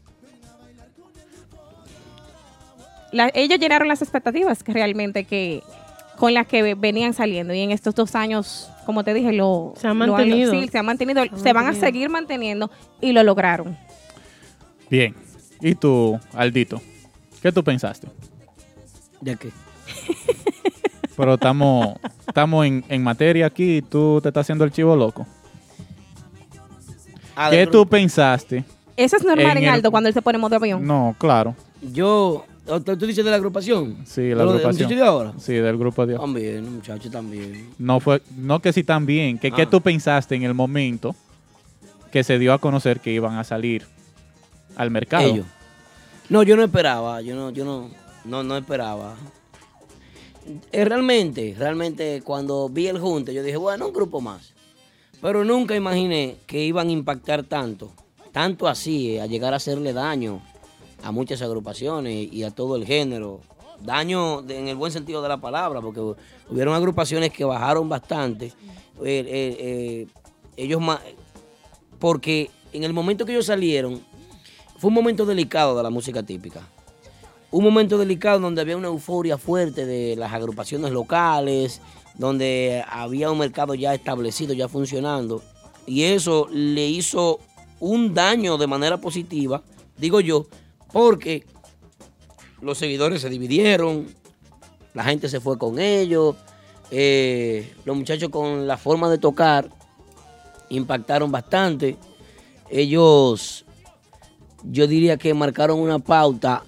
La- ellos llenaron las expectativas que realmente que con las que ve- venían saliendo y en estos dos años, como te dije, lo Se han lo mantenido. sí, se han mantenido, se, han van a mantenido. seguir manteniendo y lo lograron. Bien. ¿Y tú, Aldito? ¿Qué tú pensaste? ¿De qué? Pero estamos estamos en, en materia aquí y tú te estás haciendo el chivo loco. Ah, ¿Qué del tú grupo. pensaste? Eso es normal En en, el- Aldo cuando él se pone en modo avión. No, claro. Yo, ¿tú tú dices de la agrupación? Sí, ¿De la lo de- agrupación. muchachos de ahora? Sí, del grupo de ahora. También, muchachos, también. No fue, no que sí también, que qué Ah. tú pensaste en el momento que se dio a conocer que iban a salir al mercado. Ellos. No, yo no esperaba, yo no, yo no, no, no esperaba. Eh, realmente, realmente cuando vi el junte, yo dije, bueno, un grupo más. Pero nunca imaginé que iban a impactar tanto, tanto así, eh, a llegar a hacerle daño a muchas agrupaciones y a todo el género. Daño de- en el buen sentido de la palabra, porque hu- hubieron agrupaciones que bajaron bastante. Eh, eh, eh, ellos ma- porque en el momento que ellos salieron, fue un momento delicado de la música típica. Un momento delicado donde había una euforia fuerte de las agrupaciones locales, donde había un mercado ya establecido, ya funcionando. Y eso le hizo un daño de manera positiva, digo yo, porque los seguidores se dividieron, la gente se fue con ellos, eh, los muchachos con la forma de tocar impactaron bastante. Ellos, yo diría que marcaron una pauta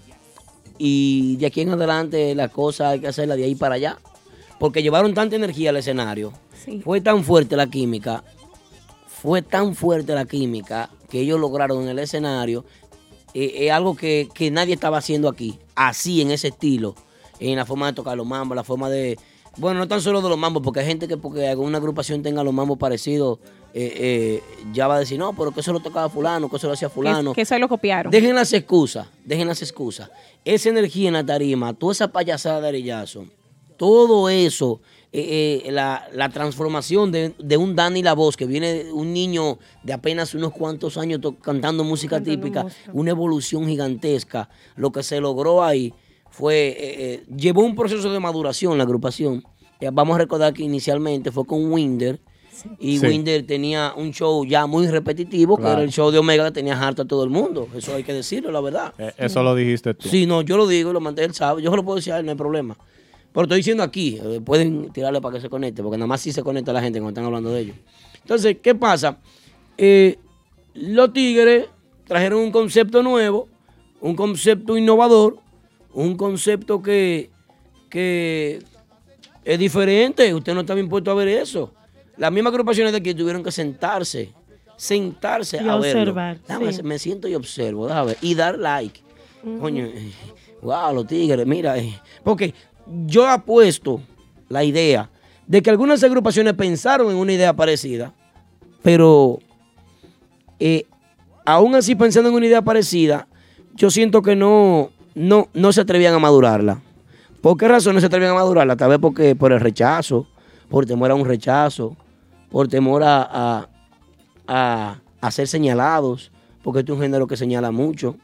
y de aquí en adelante la cosa hay que hacerla de ahí para allá, porque llevaron tanta energía al escenario. Sí. Fue tan fuerte la química, fue tan fuerte la química que ellos lograron en el escenario. Es eh, eh, algo que, que nadie estaba haciendo aquí, así en ese estilo, en la forma de tocar los mambos, la forma de... Bueno, no tan solo de los mambos, porque hay gente que porque alguna agrupación tenga los mambos parecidos, eh, eh, ya va a decir, no, pero que eso lo tocaba fulano, que eso lo hacía fulano. Que, que eso lo copiaron. Dejen las excusas, dejen las excusas. Esa energía en la tarima, toda esa payasada de Arillazo, todo eso, eh, eh, la, la transformación de, de un Dani La Voz, que viene de un niño de apenas unos cuantos años cantando música cantando típica, música. Una evolución gigantesca. Lo que se logró ahí fue, eh, eh, llevó un proceso de maduración la agrupación. Eh, vamos a recordar que inicialmente fue con Winder, sí. y sí. Winder tenía un show ya muy repetitivo, claro. que era el show de Omega, que tenía harto a todo el mundo. Eso hay que decirlo, la verdad. Eh, eso sí. lo dijiste tú. Sí, no, yo lo digo, lo mandé él sabe. Yo se lo puedo decir a él, no hay problema. Pero estoy diciendo aquí, eh, pueden tirarle para que se conecte, porque nada más sí se conecta la gente cuando están hablando de ellos. Entonces, ¿qué pasa? Eh, los Tigres trajeron un concepto nuevo, un concepto innovador, un concepto que, que es diferente. Usted no estaba impuesto a ver eso. Las mismas agrupaciones de aquí tuvieron que sentarse, sentarse y a observar, verlo. Déjame, sí. Me siento y observo, déjame ver, y dar like. Uh-huh. Coño, wow, los Tigres, mira. Porque yo apuesto la idea de que algunas agrupaciones pensaron en una idea parecida, pero eh, aún así pensando en una idea parecida, yo siento que no, no, no se atrevían a madurarla. ¿Por qué razón no se atrevían a madurarla? Tal vez porque por el rechazo, por temor a un rechazo, por temor a, a, a, a ser señalados, porque este es un género que señala mucho.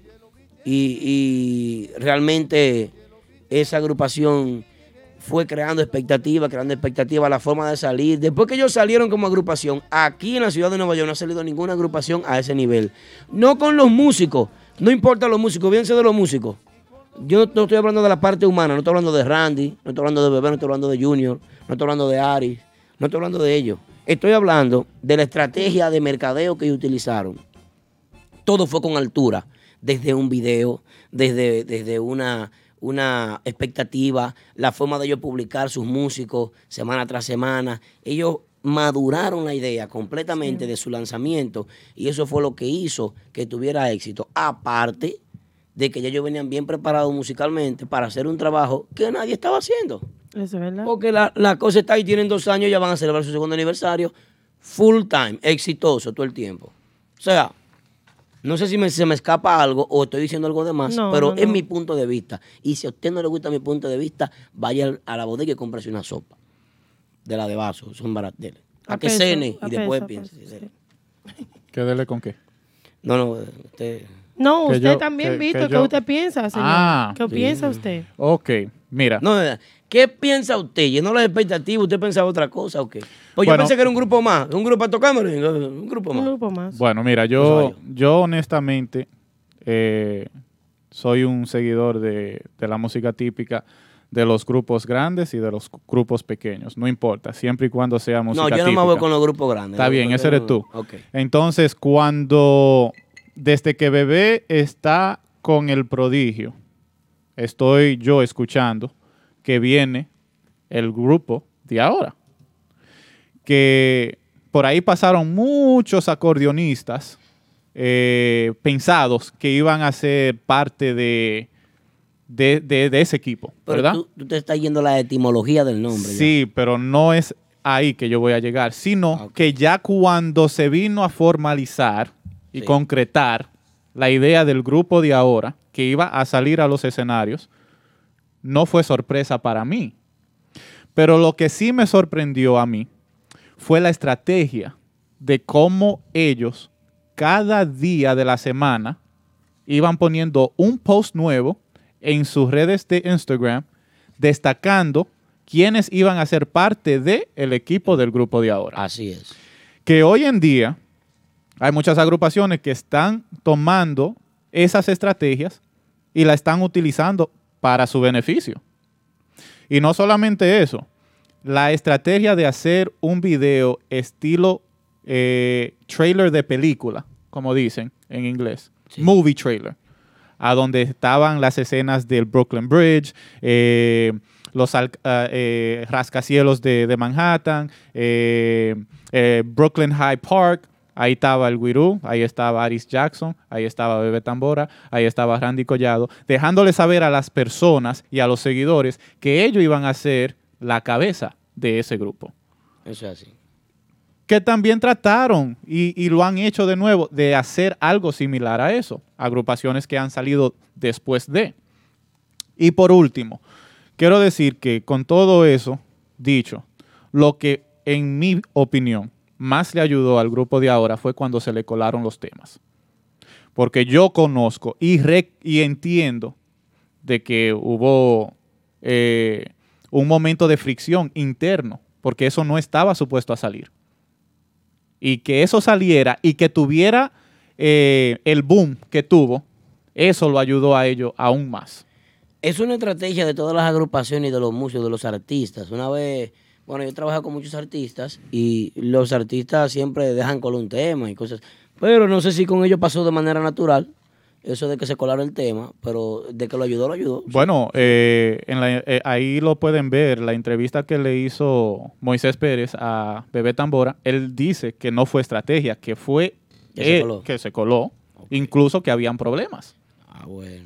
Y, y realmente esa agrupación fue creando expectativas, creando expectativas, la forma de salir. Después que ellos salieron como agrupación, aquí en la ciudad de Nueva York no ha salido ninguna agrupación a ese nivel. No con los músicos, no importa los músicos, fíjense de los músicos. Yo no estoy hablando de la parte humana, no estoy hablando de Randy, no estoy hablando de Bebé, no estoy hablando de Junior, no estoy hablando de Aris, no estoy hablando de ellos. Estoy hablando de la estrategia de mercadeo que ellos utilizaron. Todo fue con altura, desde un video, desde, desde una... una expectativa, la forma de ellos publicar sus músicos semana tras semana. Ellos maduraron la idea completamente sí. de su lanzamiento y eso fue lo que hizo que tuviera éxito. Aparte de que ya ellos venían bien preparados musicalmente para hacer un trabajo que nadie estaba haciendo. Eso es verdad. Porque la, la cosa está ahí, tienen dos años, ya van a celebrar su segundo aniversario, full time, exitoso todo el tiempo. O sea, no sé si me, se me escapa algo o estoy diciendo algo de más, no, pero no, no. es mi punto de vista. Y si a usted no le gusta mi punto de vista, vaya a la bodega y cómprese una sopa de la de vaso, son barateles. A, a que peso, cene y después piense. Sí. ¿Qué dele con qué? No, no, usted... No, usted yo, también, que, Víctor, que ¿qué yo... usted piensa, señor? Ah, ¿Qué sí. piensa usted? Ok, mira. No, ¿qué piensa usted? ¿Llenó las expectativas? ¿Usted pensaba otra cosa o qué? Pues bueno, yo pensé que era un grupo más, un grupo a tocar, un grupo más. Un grupo más. Bueno, mira, yo, yo honestamente eh, soy un seguidor de, de la música típica, de los grupos grandes y de los grupos pequeños. No importa, siempre y cuando sea música típica. No, yo no me voy con los grupos grandes. Está bien, ese eres tú. Okay. Entonces, cuando... Desde que Bebé está con El Prodigio, estoy yo escuchando que viene el grupo de ahora. Que por ahí pasaron muchos acordeonistas eh, pensados que iban a ser parte de, de, de, de ese equipo, pero ¿verdad? Tú, tú te estás yendo la etimología del nombre. Sí, ya. Pero no es ahí que yo voy a llegar, sino okay. que ya cuando se vino a formalizar y sí. concretar la idea del grupo de ahora que iba a salir a los escenarios, no fue sorpresa para mí. Pero lo que sí me sorprendió a mí fue la estrategia de cómo ellos cada día de la semana iban poniendo un post nuevo en sus redes de Instagram destacando quiénes iban a ser parte del equipo del grupo de ahora. Así es. Que hoy en día hay muchas agrupaciones que están tomando esas estrategias y la están utilizando para su beneficio. Y no solamente eso, la estrategia de hacer un video estilo eh, trailer de película, como dicen en inglés, sí. Movie trailer, a donde estaban las escenas del Brooklyn Bridge, eh, los uh, eh, rascacielos de, de Manhattan, eh, eh, Brooklyn High Park. Ahí estaba el Guirú, ahí estaba Aris Jackson, ahí estaba Bebé Tambora, ahí estaba Randy Collado, dejándole saber a las personas y a los seguidores que ellos iban a ser la cabeza de ese grupo. Eso es así. Que también trataron, y, y lo han hecho de nuevo, de hacer algo similar a eso. Agrupaciones que han salido después de. Y por último, quiero decir que con todo eso dicho, lo que en mi opinión más le ayudó al grupo de ahora fue cuando se le colaron los temas. Porque yo conozco y, re, y entiendo de que hubo eh, un momento de fricción interno, porque eso no estaba supuesto a salir. Y que eso saliera y que tuviera eh, el boom que tuvo, eso lo ayudó a ellos aún más. Es una estrategia de todas las agrupaciones y de los músicos, de los artistas. Una vez... Bueno, yo trabajo con muchos artistas y los artistas siempre dejan colar un tema y cosas. Pero no sé si con ellos pasó de manera natural, eso de que se colara el tema, pero de que lo ayudó, lo ayudó. Bueno, eh, en la, eh, ahí lo pueden ver, la entrevista que le hizo Moisés Pérez a Bebé Tambora, él dice que no fue estrategia, que fue que se eh, coló, que se coló okay. Incluso que habían problemas. Ah, bueno.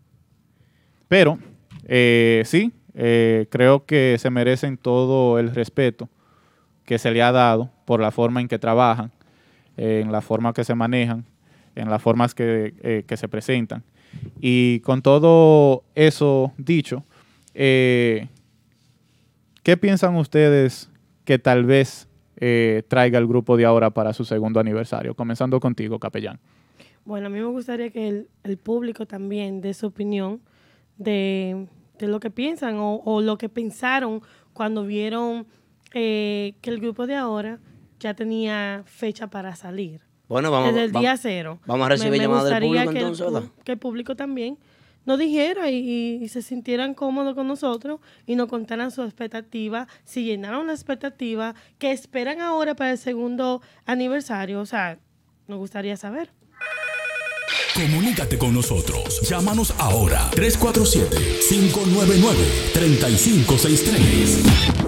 Pero, eh, sí. Eh, creo que se merecen todo el respeto que se le ha dado por la forma en que trabajan, eh, en la forma que se manejan, en las formas que, eh, que se presentan. Y con todo eso dicho, eh, ¿qué piensan ustedes que tal vez eh, traiga el grupo de ahora para su segundo aniversario? Comenzando contigo, capellán. Bueno, a mí me gustaría que el, el público también dé su opinión de... de lo que piensan o, o lo que pensaron cuando vieron eh, que el grupo de ahora ya tenía fecha para salir. Bueno, vamos, desde el vamos, día cero. Vamos a recibir me, llamadas me del público que entonces, el, ¿verdad? Que el público también nos dijera y, y se sintieran cómodos con nosotros y nos contaran su expectativa, si llenaron la expectativa, que esperan ahora para el segundo aniversario. O sea, nos gustaría saber. Comunícate con nosotros. Llámanos ahora. tres cuatro siete, cinco nueve nueve, tres cinco seis tres.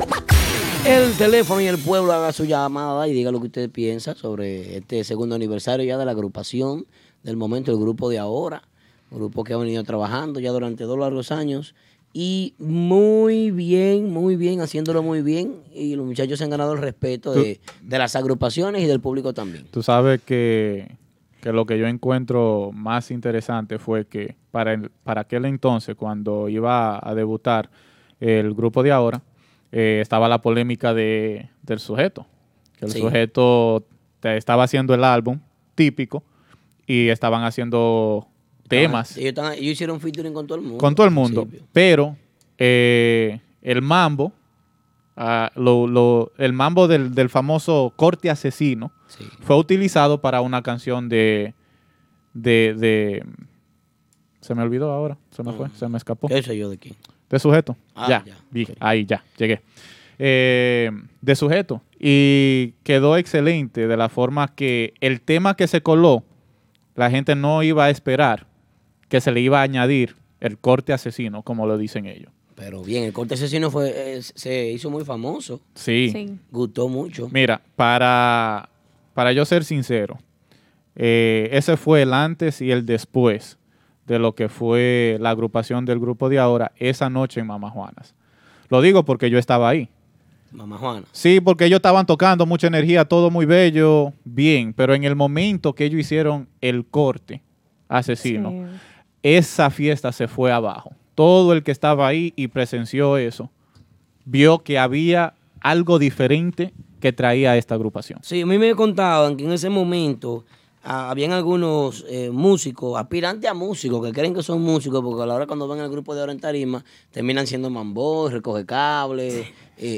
El teléfono y el pueblo haga su llamada y diga lo que usted piensa sobre este segundo aniversario ya de la agrupación, del momento del grupo de ahora. Un grupo que ha venido trabajando ya durante dos largos años y muy bien, muy bien, haciéndolo muy bien. Y los muchachos se han ganado el respeto de, de las agrupaciones y del público también. Tú sabes que... que lo que yo encuentro más interesante fue que para, el, para aquel entonces, cuando iba a debutar el grupo de ahora, eh, estaba la polémica de, del sujeto. Que el sí. sujeto te estaba haciendo el álbum típico y estaban haciendo temas. Ellos, estaban, ellos hicieron featuring con todo el mundo. Con todo el mundo. Pero eh, el mambo, uh, lo, lo, el mambo del, del famoso corte asesino, sí. fue utilizado para una canción de, de, de... Se me olvidó ahora. Se me uh-huh. fue. Se me escapó. ¿Qué sé yo de quién? De sujeto. Ah, ya. ya. Vi, okay. Ahí ya. Llegué. Eh, de sujeto. Y quedó excelente de la forma que el tema que se coló, la gente no iba a esperar que se le iba a añadir el corte asesino, como lo dicen ellos. Pero bien, el corte asesino fue, eh, se hizo muy famoso. Sí. sí. Gustó mucho. Mira, para, para yo ser sincero, eh, ese fue el antes y el después de lo que fue la agrupación del grupo de ahora esa noche en Mama Juanas. Lo digo porque yo estaba ahí. Mama Juana. Sí, porque ellos estaban tocando mucha energía, todo muy bello, bien, pero en el momento que ellos hicieron el corte asesino, sí. esa fiesta se fue abajo. Todo el que estaba ahí y presenció eso, vio que había algo diferente que traía esta agrupación. Sí, a mí me contaban que en ese momento a- habían algunos eh, músicos, aspirantes a músicos, que creen que son músicos, porque a la hora cuando van al grupo de ahora en tarima, terminan siendo mamboy, recoge cables, eh,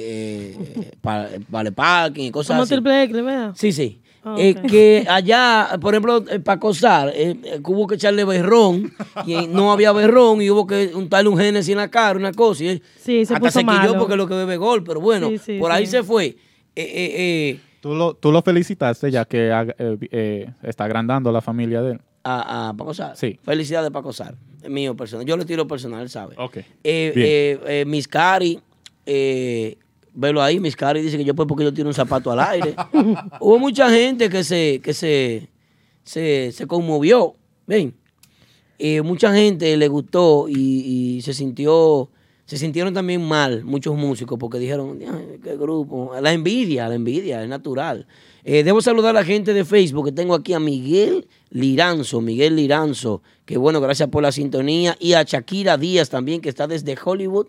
eh, pa- vale parking y cosas Como así. triple X, ¿verdad? Sí, sí. Ah, Eh, ok. que allá, por ejemplo, eh, para acosar, eh, eh, hubo que echarle berrón y eh, no había berrón y hubo que untarle un Genesis en la cara, una cosa. Y, eh, Sí, se hasta puso se quilló malo. porque lo que bebe gol, pero bueno, Sí, sí, por ahí sí. se fue. Eh, eh, eh, Tú lo, tú lo felicitaste ya que haga- eh, eh, está agrandando la familia de él. a, a Paco Sar. Sí. Felicidades, Paco Sar. Es mío personal. Yo le tiro personal, él sabe. Ok. Eh, Bien. eh, eh, Miss Cari, eh, velo ahí, Miss Cari dice que yo pues porque yo tiro un zapato al aire. Hubo mucha gente que se, que se, se, se conmovió. Ven. Eh, mucha gente le gustó y, y se sintió, se sintieron también mal, muchos músicos, porque dijeron, "Ay, qué grupo. La envidia, la envidia, es natural. Eh, debo saludar a la gente de Facebook, que tengo aquí a Miguel Liranzo, Miguel Liranzo, que bueno, gracias por la sintonía, y a Shakira Díaz también, que está desde Hollywood.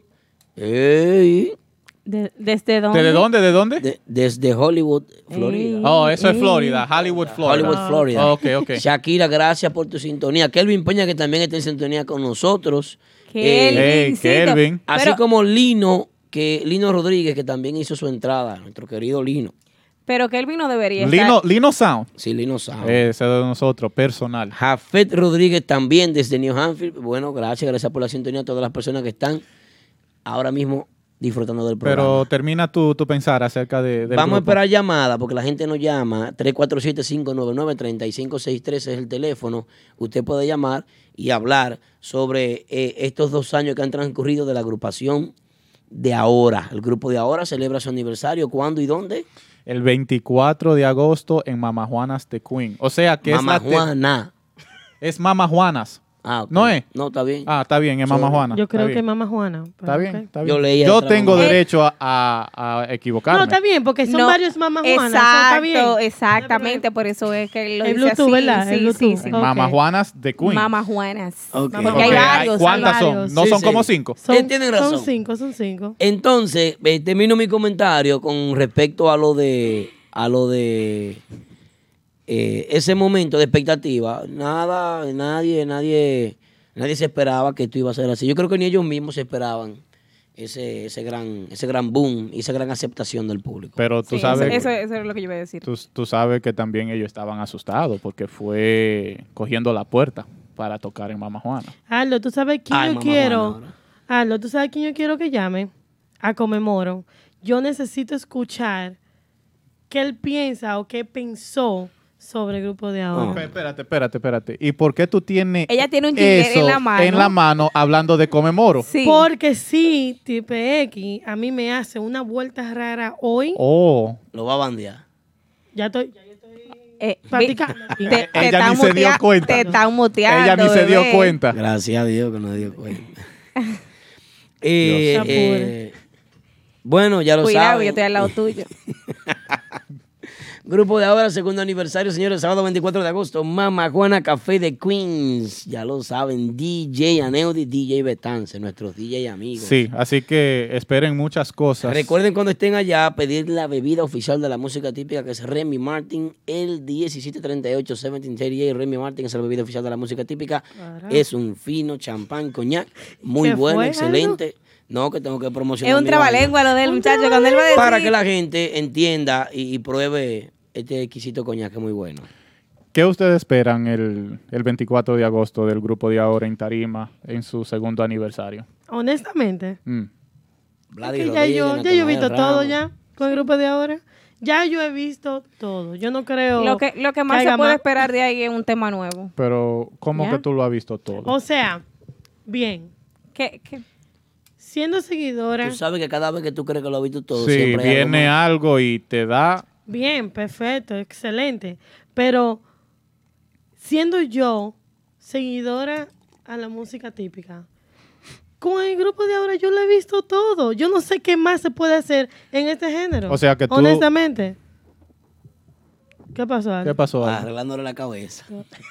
Ey, De- ¿Desde dónde? ¿De dónde? ¿De dónde? de- desde Hollywood, Florida. Ey. Oh, eso es Florida, Hollywood, Florida. Hollywood, Florida. Oh, ok, ok. Shakira, gracias por tu sintonía. Kelvin Peña, que también está en sintonía con nosotros. Kelvin, Hey, sí, Kelvin. Así Pero- como Lino, que Lino Rodríguez, que también hizo su entrada, nuestro querido Lino. Pero Kelvin no debería Lino, estar. Lino Sound. Sí, Lino sabe. Eh, Ese de nosotros, personal. Jafet Rodríguez también desde New Hampshire. Bueno, gracias, gracias por la sintonía a todas las personas que están ahora mismo disfrutando del programa. Pero termina tu, tu pensar acerca de, del Vamos a grupo. esperar llamada porque la gente nos llama. tres cuatro siete, cinco nueve nueve, tres cinco seis tres es el teléfono. Usted puede llamar y hablar sobre eh, estos dos años que han transcurrido de la agrupación de ahora. El grupo de ahora celebra su aniversario. ¿Cuándo y dónde? El veinticuatro de agosto en Mama Juanas de Queen. O sea que Mamá es la te- Juana. es Mama Juanas. Ah, ok. ¿No es? No, está bien. Ah, está bien, es Mama Sorry. Juana. Yo creo está que bien. Mamá Juana. pero Está bien, ok. está bien. Yo leí Yo otra tengo mamá. derecho a, a- a equivocarme. No, está bien, porque son No, varios Mamá Juanas. eso está bien. Exacto, exactamente. Por eso es que lo El dice Bluetooth, así. ¿verdad? Sí, El sí, Bluetooth. sí. Ok. Mama Juanas de Queen. Mama Juanas. Ok. Porque Porque hay varios. ¿Cuántas hay son? varios. ¿No Sí, son sí. como cinco? Son, Eh, tienen razón. Son cinco, son cinco. Entonces, eh, termino mi comentario con respecto a lo de a lo de eh, ese momento de expectativa. Nada, nadie, nadie, nadie se esperaba que esto iba a ser así. Yo creo que ni ellos mismos se esperaban ese, ese gran, ese gran boom y esa gran aceptación del público. Pero tú Sí, sabes, eso, eso, eso es lo que yo iba a decir. tú, tú sabes que también ellos estaban asustados porque fue cogiendo la puerta para tocar en Mama Juana. Aldo, ¿tú sabes quién Ay, yo Mamá quiero? Juana, ahora. Aldo, ¿tú sabes quién yo quiero que llame? A Conmemoro. Yo necesito escuchar qué él piensa o qué pensó sobre el grupo de ahora. Ah. Espérate, espérate, espérate. ¿Y por qué tú tienes Ella tiene un jingle eso en la mano. en la mano hablando de Conmemoro? Sí. Porque sí, Triple X a mí me hace una vuelta rara hoy. Oh, Lo va a bandear. Ya estoy, ya yo estoy Eh, practicando. vi- te, te Ella están ni se dio mutea- cuenta. Te están muteando. ella ni se dio bebé. cuenta. Gracias a Dios que no se dio cuenta. Eh, Dios. eh, bueno, ya lo Cuidado, saben. yo estoy al lado tuyo. Grupo de ahora, segundo aniversario, señores, sábado veinticuatro de agosto, Mama Juana Café de Queens. Ya lo saben, D J Aneudi, D J Betance, nuestros D J amigos. Sí, así que esperen muchas cosas. Recuerden cuando estén allá pedir la bebida oficial de la música típica, que es Remy Martin, el diecisiete treinta y ocho, diecisiete treinta y ocho. Remy Martin es la bebida oficial de la música típica. Claro. Es un fino champán, coñac, muy ¿Qué bueno, fue, excelente. No, que tengo que promocionar. Es un mi vaina. trabalengua lo del Un muchacho cuando él va a decir. Para que la gente entienda y, y pruebe este exquisito coñac que es muy bueno. ¿Qué ustedes esperan el, el veinticuatro de agosto del grupo de ahora en Tarima en su segundo aniversario? Honestamente. Mm. Vladi que ya Rodríguez, yo, ya Natanael yo he visto todo Ramos. ya con el grupo de ahora. Ya yo he visto todo. Yo no creo Lo que, lo que más haya se puede más. esperar de ahí es un tema nuevo. Pero, ¿cómo ¿Ya? que tú lo has visto todo? O sea, bien, ¿Qué, qué? siendo seguidora, Tú sabes que cada vez que tú crees que lo has visto todo, sí, siempre hay algo viene más. algo y te da... bien, perfecto, excelente. Pero siendo yo seguidora a la música típica, con el grupo de ahora yo lo he visto todo. Yo no sé qué más se puede hacer en este género. O sea que tú- honestamente. ¿Qué pasó, Ale? ¿Qué pasó? Ah, Ale? arreglándole la cabeza.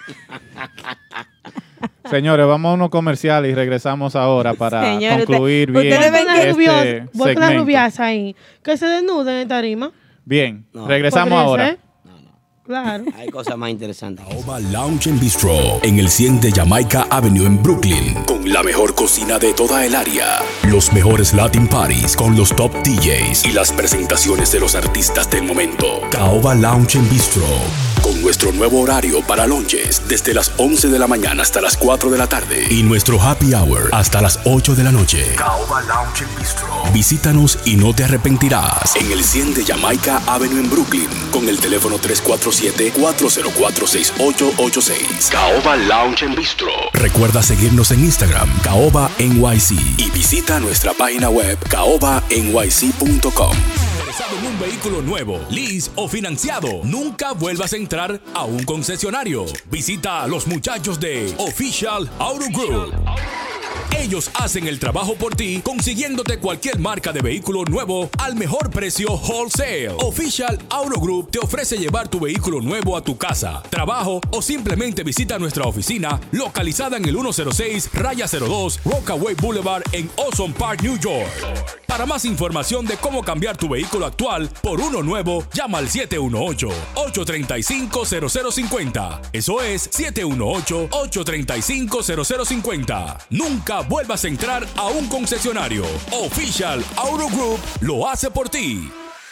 Señores, vamos a unos comerciales y regresamos ahora para Señores, concluir usted- bien ustedes ven Voy que- con las rubias- este voy con las segmento. rubias ahí. Que se desnuden en tarima. Bien, No. regresamos ¿Podría ahora. ser? No, no. Claro. Hay cosas más interesantes. Caoba Lounge and Bistro en el cien de Jamaica Avenue en Brooklyn, con la mejor cocina de toda el área, los mejores Latin Parties con los top D Js y las presentaciones de los artistas del momento. Caoba Lounge and Bistro, con nuestro nuevo horario para lunches desde las once de la mañana hasta las cuatro de la tarde y nuestro happy hour hasta las ocho de la noche. Caoba Lounge and Bistro. Visítanos y no te arrepentirás en el cien de Jamaica Avenue en Brooklyn, con el teléfono tres cuatro siete, cuatro cero cuatro, seis ocho ocho seis. Caoba Lounge and Bistro. Recuerda seguirnos en Instagram, Caoba N Y C, y visita nuestra página web caoba n y c punto com. Interesado en un vehículo nuevo, lease o financiado, nunca vuelvas a entrar a un concesionario. Visita a los muchachos de Official Auto Group. Ellos hacen el trabajo por ti, consiguiéndote cualquier marca de vehículo nuevo al mejor precio wholesale. Official Auto Group te ofrece llevar tu vehículo nuevo a tu casa, trabajo o simplemente visita nuestra oficina localizada en el ciento seis, raya cero dos, Rockaway Boulevard en Ozone Park, New York. Para más información de cómo cambiar tu vehículo actual por uno nuevo, llama al siete uno ocho, ocho tres cinco, cero cero cinco cero. Eso es siete uno ocho, ocho tres cinco, cero cero cinco cero. Nunca vuelvas a entrar a un concesionario. Official Auto Group lo hace por ti.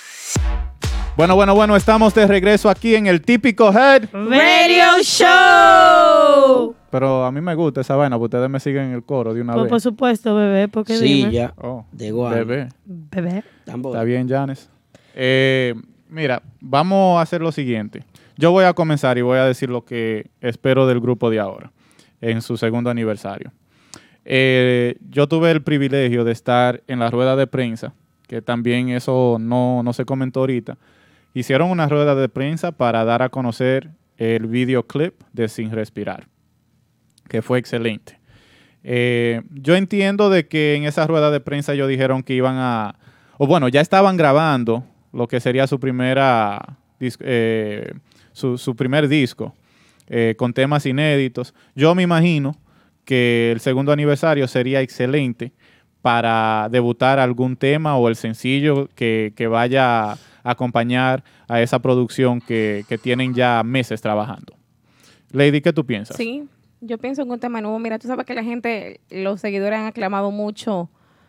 Bueno, bueno, bueno, estamos de regreso aquí en el Típico Head Radio Show. Pero a mí me gusta esa vaina, porque ustedes me siguen en el coro de una Pues vez. por supuesto, bebé, porque Sí, dime. ya. Oh, De guay. bebé. Bebé. Tambor. Está bien, Janes. Eh, mira, vamos a hacer lo siguiente. Yo voy a comenzar y voy a decir lo que espero del grupo de ahora, en su segundo aniversario. Eh, yo tuve el privilegio de estar en la rueda de prensa, que también eso no, no se comentó ahorita. Hicieron una rueda de prensa para dar a conocer el videoclip de Sin Respirar, que fue excelente. Eh, yo entiendo de que en esa rueda de prensa ellos dijeron que iban a, o bueno, ya estaban grabando lo que sería su primera, dis- eh, su, su primer disco eh, con temas inéditos. Yo me imagino que el segundo aniversario sería excelente para debutar algún tema o el sencillo que, que vaya a acompañar a esa producción que, que tienen ya meses trabajando. Lady, ¿qué tú piensas? Sí, yo pienso en un tema nuevo. Mira, tú sabes que la gente, los seguidores han aclamado mucho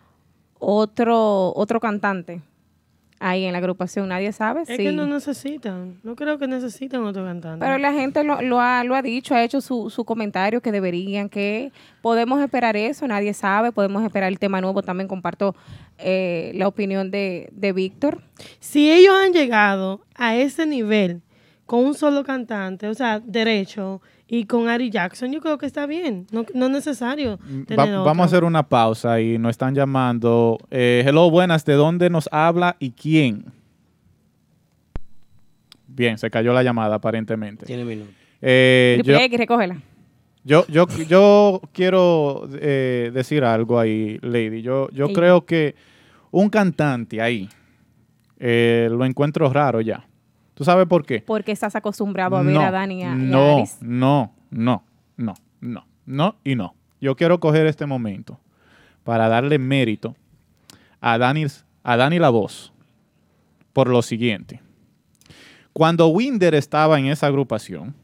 otro, otro cantante ahí en la agrupación. Nadie sabe Es si... que no necesitan. No creo que necesitan otro cantante. Pero la gente lo, lo, ha, lo ha dicho, ha hecho su, su comentario que deberían, que podemos esperar eso, nadie sabe, podemos esperar el tema nuevo. También comparto eh, la opinión de, de Víctor. Si ellos han llegado a ese nivel con un solo cantante, o sea, derecho, y con Ari Jackson, yo creo que está bien. No, no es necesario tener Va- otro. vamos a hacer una pausa y nos están llamando. Eh, hello, buenas, ¿de dónde nos habla y quién? Bien, se cayó la llamada aparentemente. Tiene minutos. Eh, yo, Triple X, recógela. yo, yo, yo quiero eh, decir algo ahí, Lady. Yo, yo Sí. creo que un cantante ahí eh, lo encuentro raro ya. ¿Tú sabes por qué? Porque estás acostumbrado a ver a Dani y a, y a no, Aris. no, no, no, no, no y no. Yo quiero coger este momento para darle mérito a Dani, a Dani La Voz por lo siguiente. Cuando Winder estaba en esa agrupación,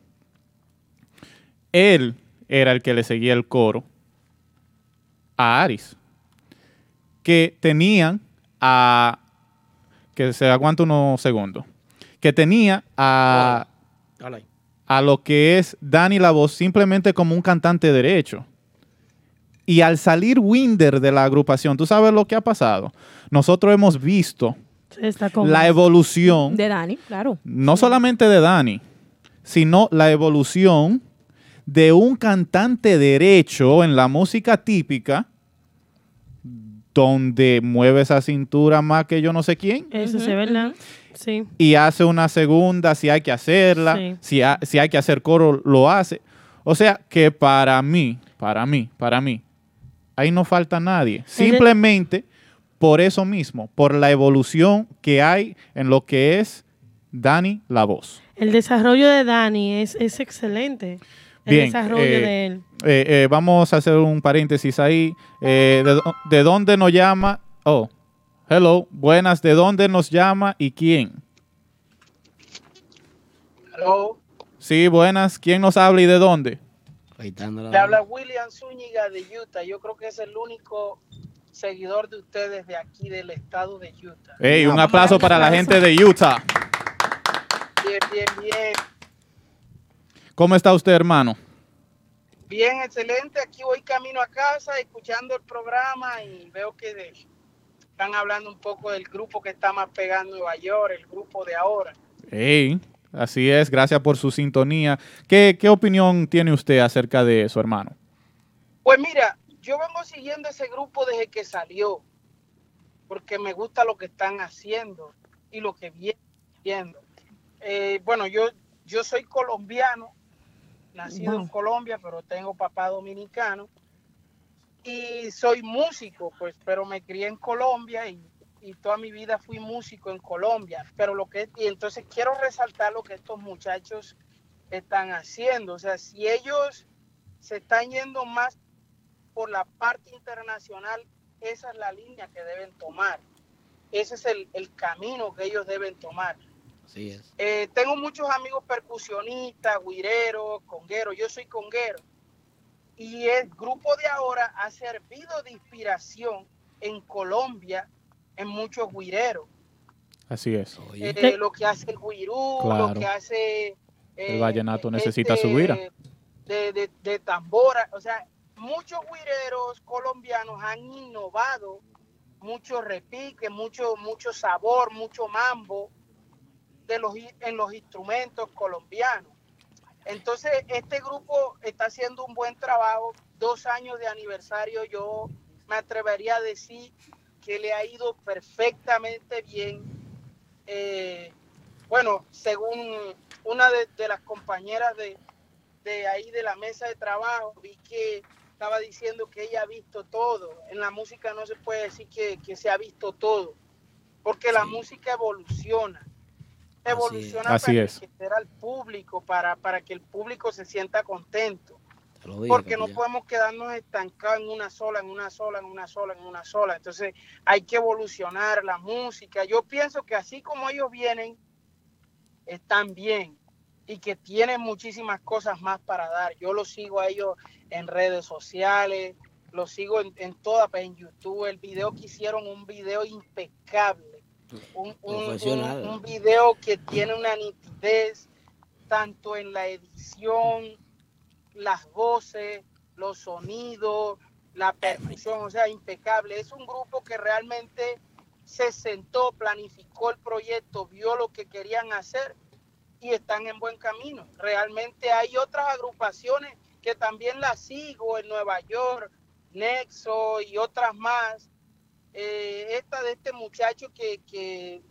él era el que le seguía el coro a Aris, que tenían a... que se aguanta unos segundos. Que tenía a, Dale ahí. a lo que es Dani La Voz simplemente como un cantante derecho. Y al salir Winder de la agrupación, ¿tú sabes lo que ha pasado? Nosotros hemos visto Está con la evolución, De Dani, claro. no solamente de Dani, sino la evolución de un cantante derecho en la música típica, donde mueve esa cintura más que yo no sé quién. Eso sí, ¿verdad? Sí. Y hace una segunda si hay que hacerla, Sí. si, ha- si hay que hacer coro, lo hace. O sea que para mí, para mí, para mí, ahí no falta nadie. Simplemente por eso mismo, por la evolución que hay en lo que es Dani La Voz. El desarrollo de Dani es, es excelente. El Bien, desarrollo eh, de él. Eh, eh, vamos a hacer un paréntesis ahí. Eh, de, dó- ¿De dónde nos llama? Oh, hello, buenas. ¿De dónde nos llama y quién? Hello. Sí, buenas. ¿Quién nos habla y de dónde? Le habla William Zúñiga de Utah. Yo creo que es el único seguidor de ustedes de aquí del estado de Utah. Hey, un aplauso para la gente de Utah. Bien, bien, bien. ¿Cómo está usted, hermano? Bien, excelente. Aquí voy camino a casa escuchando el programa y veo que de, están hablando un poco del grupo que está más pegando en Nueva York, el grupo de ahora. Hey, así es. Gracias por su sintonía. ¿Qué, qué opinión tiene usted acerca de eso, hermano? Pues mira, yo vengo siguiendo ese grupo desde que salió, porque me gusta lo que están haciendo y lo que vienen haciendo. Eh, bueno, yo, yo soy colombiano, nacido wow. en Colombia, pero tengo papá dominicano y soy músico, pues, pero me crié en Colombia y, y toda mi vida fui músico en Colombia. Pero lo que y entonces quiero resaltar lo que estos muchachos están haciendo. O sea, si ellos se están yendo más por la parte internacional, esa es la línea que deben tomar. Ese es el, el camino que ellos deben tomar. Así es. Eh, tengo muchos amigos percusionistas, guireros, congueros. Yo soy conguero. Y el grupo de ahora ha servido de inspiración en Colombia en muchos guireros. Así es. Eh, lo que hace el guirú, claro. Lo que hace... Eh, el vallenato necesita este, su guira. De, de, de tambora. O sea, muchos guireros colombianos han innovado mucho repique, mucho, mucho sabor, mucho mambo de los, en los instrumentos colombianos. Entonces, este grupo está haciendo un buen trabajo. Dos años de aniversario, yo me atrevería a decir que le ha ido perfectamente bien. Eh, bueno, según una de, de las compañeras de, de ahí de la mesa de trabajo, vi que estaba diciendo que ella ha visto todo. En la música no se puede decir que, que se ha visto todo, porque sí. La música evoluciona. Evoluciona Así para es. enriquecer al público, para, para que el público se sienta contento. Digo, porque no ya. podemos quedarnos estancados en una sola, en una sola, en una sola, en una sola. Entonces hay que evolucionar la música. Yo pienso que así como ellos vienen, están bien y que tienen muchísimas cosas más para dar. Yo los sigo a ellos en redes sociales, los sigo en, en todas, en YouTube. El video que hicieron, un video impecable. Un, un, un, un video que tiene una nitidez tanto en la edición, las voces, los sonidos, la percusión, o sea, impecable. Es un grupo que realmente se sentó, planificó el proyecto, vio lo que querían hacer y están en buen camino. Realmente hay otras agrupaciones que también las sigo en Nueva York, Nexo y otras más. Eh, esta de este muchacho que, que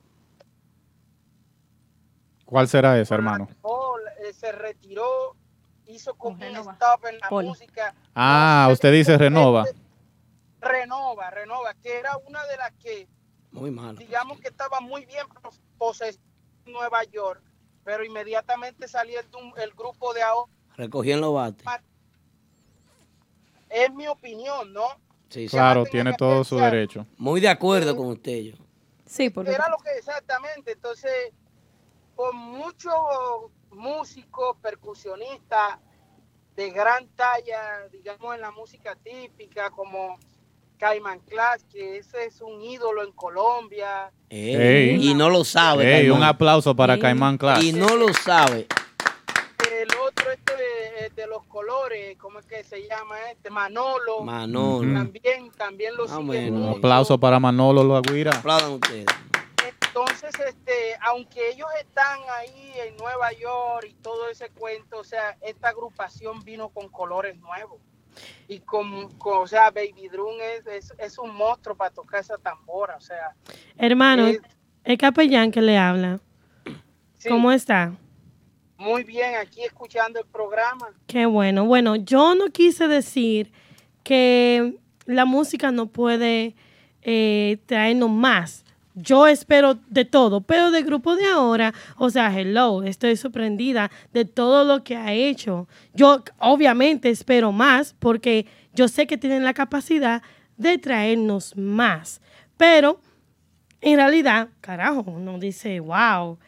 ¿cuál será ese, hermano? Eh, se retiró, hizo como un stop en la Polo. música. Ah, no, usted dice Renova. Renova, Renova, que era una de las que, muy malo, digamos que estaba muy bien posesión en Nueva York, pero inmediatamente salió el, el grupo de ahora. Recogían los bates. Es mi opinión, ¿no? Sí, sí. Claro, tiene todo su derecho. Muy de acuerdo con usted, yo. Sí, porque era lo que exactamente. Entonces, con muchos músicos, percusionistas de gran talla, digamos en la música típica, como Caimán Clash, que ese es un ídolo en Colombia. Ey, Ey. Y no lo sabe. Ey, un aplauso para Ey. Caimán Clash. Y no lo sabe. El otro este de, de los colores, ¿cómo es que se llama este? Manolo. Manolo. También, también lo ah, sigue Un mucho. aplauso para Manolo La Guira. Aplaudan ustedes. Entonces, este, aunque ellos están ahí en Nueva York y todo ese cuento, o sea, esta agrupación vino con colores nuevos. Y con, con o sea, Baby Drum es, es, es un monstruo para tocar esa tambora, o sea. Hermano, es, el capellán que le habla. Sí. ¿Cómo está? Muy bien, aquí escuchando el programa. Qué bueno. Bueno, yo no quise decir que la música no puede eh, traernos más. Yo espero de todo, pero del grupo de ahora, o sea, hello, estoy sorprendida de todo lo que ha hecho. Yo obviamente espero más porque yo sé que tienen la capacidad de traernos más. Pero en realidad, carajo, uno dice, wow.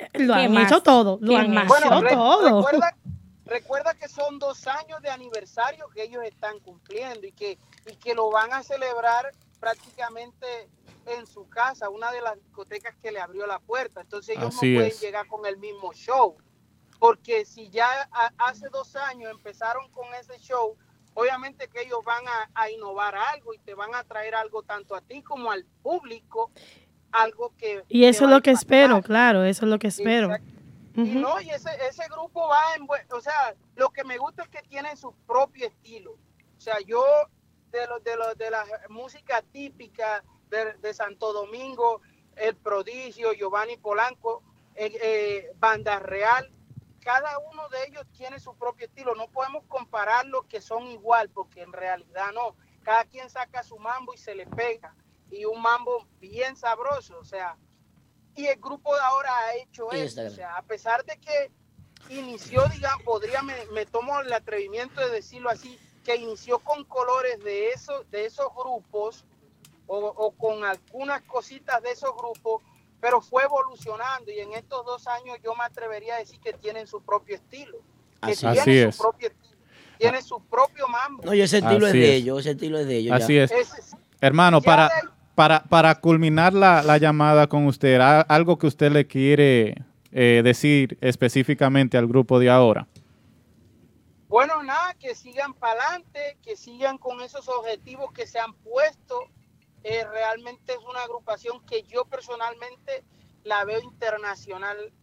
Lo han más? hecho todo, lo ¿Qué han más? hecho Bueno, re- todo. recuerda, recuerda que son dos años de aniversario que ellos están cumpliendo y que, y que lo van a celebrar prácticamente en su casa, una de las discotecas que le abrió la puerta. Entonces ellos Así no pueden es. llegar con el mismo show, porque si ya a- hace dos años empezaron con ese show, obviamente que ellos van a, a innovar algo y te van a traer algo tanto a ti como al público, algo que... Y eso que es va a lo que impactar. espero, claro, eso es lo que espero. Exacto. Ujú. Y no, y ese, ese grupo va en buen, o sea, lo que me gusta es que tienen su propio estilo. O sea, yo de los de los de la música típica de, de Santo Domingo, El Prodigio, Giovanni Polanco, eh, eh, Banda Real, cada uno de ellos tiene su propio estilo. No podemos compararlos que son igual, porque en realidad no. Cada quien saca su mambo y se le pega. Y un mambo bien sabroso, o sea. Y el grupo de ahora ha hecho eso, o sea, a pesar de que inició, digamos, podría, me, me tomo el atrevimiento de decirlo así, que inició con colores de esos, de esos grupos o, o con algunas cositas de esos grupos, pero fue evolucionando y en estos dos años yo me atrevería a decir que tienen su propio estilo, que Así, tienen así su es. propio estilo, tienen su propio mambo. No, y ese estilo Así es de es. ellos, ese estilo es de ellos. Así ya. es. Ese- Hermano, ya para, de ahí- para, para culminar la, la llamada con usted, ¿a- algo que usted le quiere eh, decir específicamente al grupo de ahora? Bueno, nada, que sigan para adelante, que sigan con esos objetivos que se han puesto. Eh, realmente es una agrupación que yo personalmente la veo internacionalmente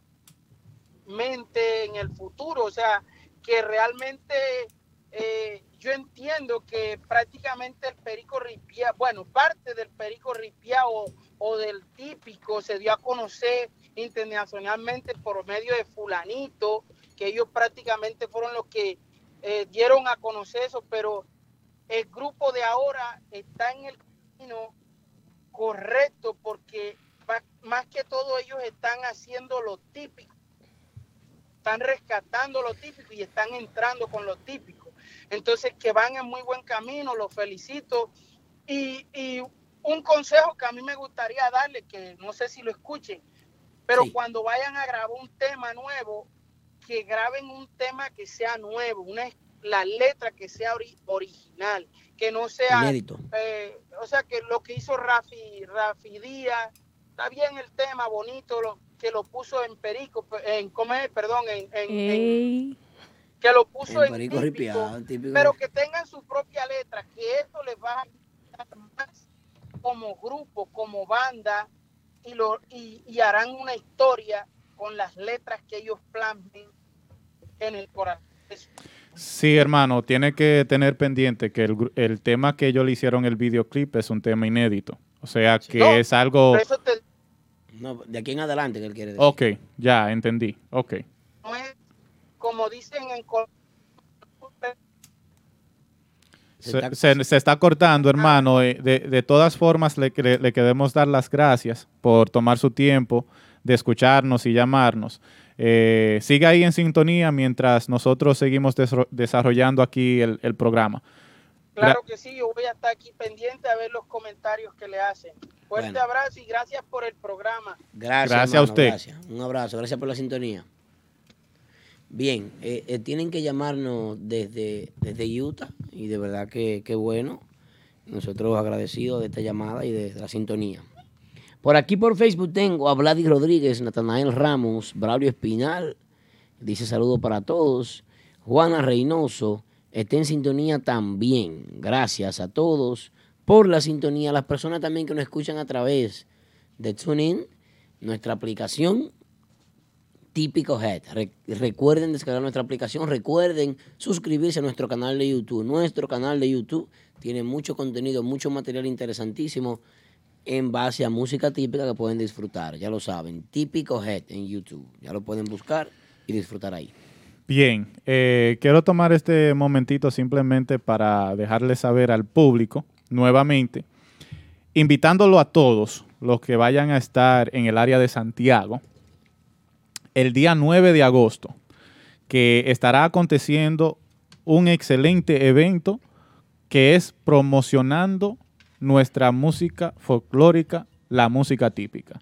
en el futuro. O sea, que realmente eh, yo entiendo que prácticamente el Perico Ripia, bueno, parte del Perico Ripia o, o del típico se dio a conocer internacionalmente por medio de fulanito, que ellos prácticamente fueron los que eh, dieron a conocer eso, pero el grupo de ahora está en el camino correcto porque va, más que todo ellos están haciendo lo típico, están rescatando lo típico y están entrando con lo típico. Entonces que van en muy buen camino, los felicito. Y, y un consejo que a mí me gustaría darle, que no sé si lo escuchen, pero Sí. cuando vayan a grabar un tema nuevo, que graben un tema que sea nuevo, una, la letra que sea ori, original, que no sea, Inédito. eh, o sea, que lo que hizo Rafi, Rafi Díaz, está bien el tema, bonito, lo, que lo puso en Perico, en comer, perdón, en, en, en que lo puso En en, Perico típico, Ripiado, típico. pero que tengan su propia letra, que esto les va a ayudar más como grupo, como banda, y, lo, y, y harán una historia con las letras que ellos plasmen en el corazón. Sí, hermano, tiene que tener pendiente que el, gru- el tema que ellos le hicieron el videoclip es un tema inédito. O sea que No, es algo... por eso te- No, de aquí en adelante que él quiere decir. Ok, ya, entendí. Ok. no es como dicen en Col- Se Se, está- se- se está cortando, hermano. Eh, De, de todas formas, le, le- le queremos dar las gracias por tomar su tiempo de escucharnos y llamarnos. Eh, siga ahí en sintonía mientras nosotros seguimos desro- desarrollando aquí el, el programa. Claro que sí, yo voy a estar aquí pendiente a ver los comentarios que le hacen. Fuerte Bueno. abrazo y gracias por el programa. Gracias, Gracias a hermano, usted. Gracias. Un abrazo, gracias por la sintonía. Bien, eh, eh, tienen que llamarnos desde, desde Utah y de verdad que, que bueno. Nosotros agradecidos de esta llamada y de, de la sintonía. Por aquí por Facebook tengo a Vladi Rodríguez, Natanael Ramos, Braulio Espinal, dice saludo para todos. Juana Reynoso, está en sintonía también. Gracias a todos por la sintonía. Las personas también que nos escuchan a través de TuneIn, nuestra aplicación Típico Head. Re- recuerden descargar nuestra aplicación, recuerden suscribirse a nuestro canal de YouTube. Nuestro canal de YouTube tiene mucho contenido, mucho material interesantísimo en base a música típica que pueden disfrutar. Ya lo saben, Típico Head en YouTube. Ya lo pueden buscar y disfrutar ahí. Bien, eh, quiero tomar este momentito simplemente para dejarle saber al público nuevamente, invitándolo a todos los que vayan a estar en el área de Santiago, el día nueve de agosto, que estará aconteciendo un excelente evento que es promocionando nuestra música folclórica, la música típica.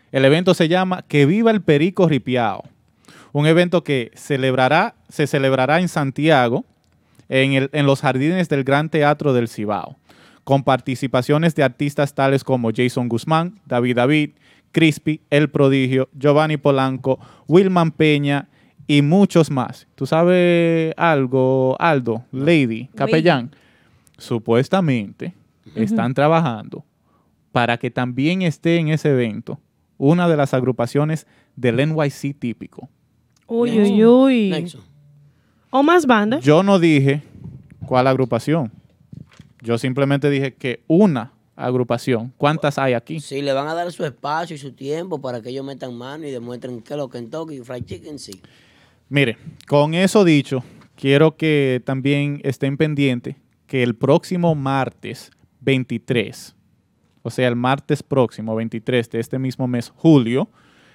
El evento se llama Que Viva el Perico Ripiao. Un evento que celebrará, se celebrará en Santiago, en, el, en los jardines del Gran Teatro del Cibao, con participaciones de artistas tales como Jason Guzmán, David David, Crispy, El Prodigio, Giovanni Polanco, Wilman Peña y muchos más. ¿Tú sabes algo, Aldo, Lady, Capellán? Supuestamente uh-huh. están trabajando para que también esté en ese evento una de las agrupaciones del N Y C típico. Uy, Nexo. uy, uy. Nexo. ¿O más bandas? Yo no dije cuál agrupación. Yo simplemente dije que una agrupación. ¿Cuántas hay aquí? Sí, le van a dar su espacio y su tiempo para que ellos metan mano y demuestren que lo Kentucky Fried Chicken sí. Mire, con eso dicho, quiero que también estén pendientes que el próximo martes veintitrés, o sea, el martes próximo, veintitrés de este mismo mes, julio,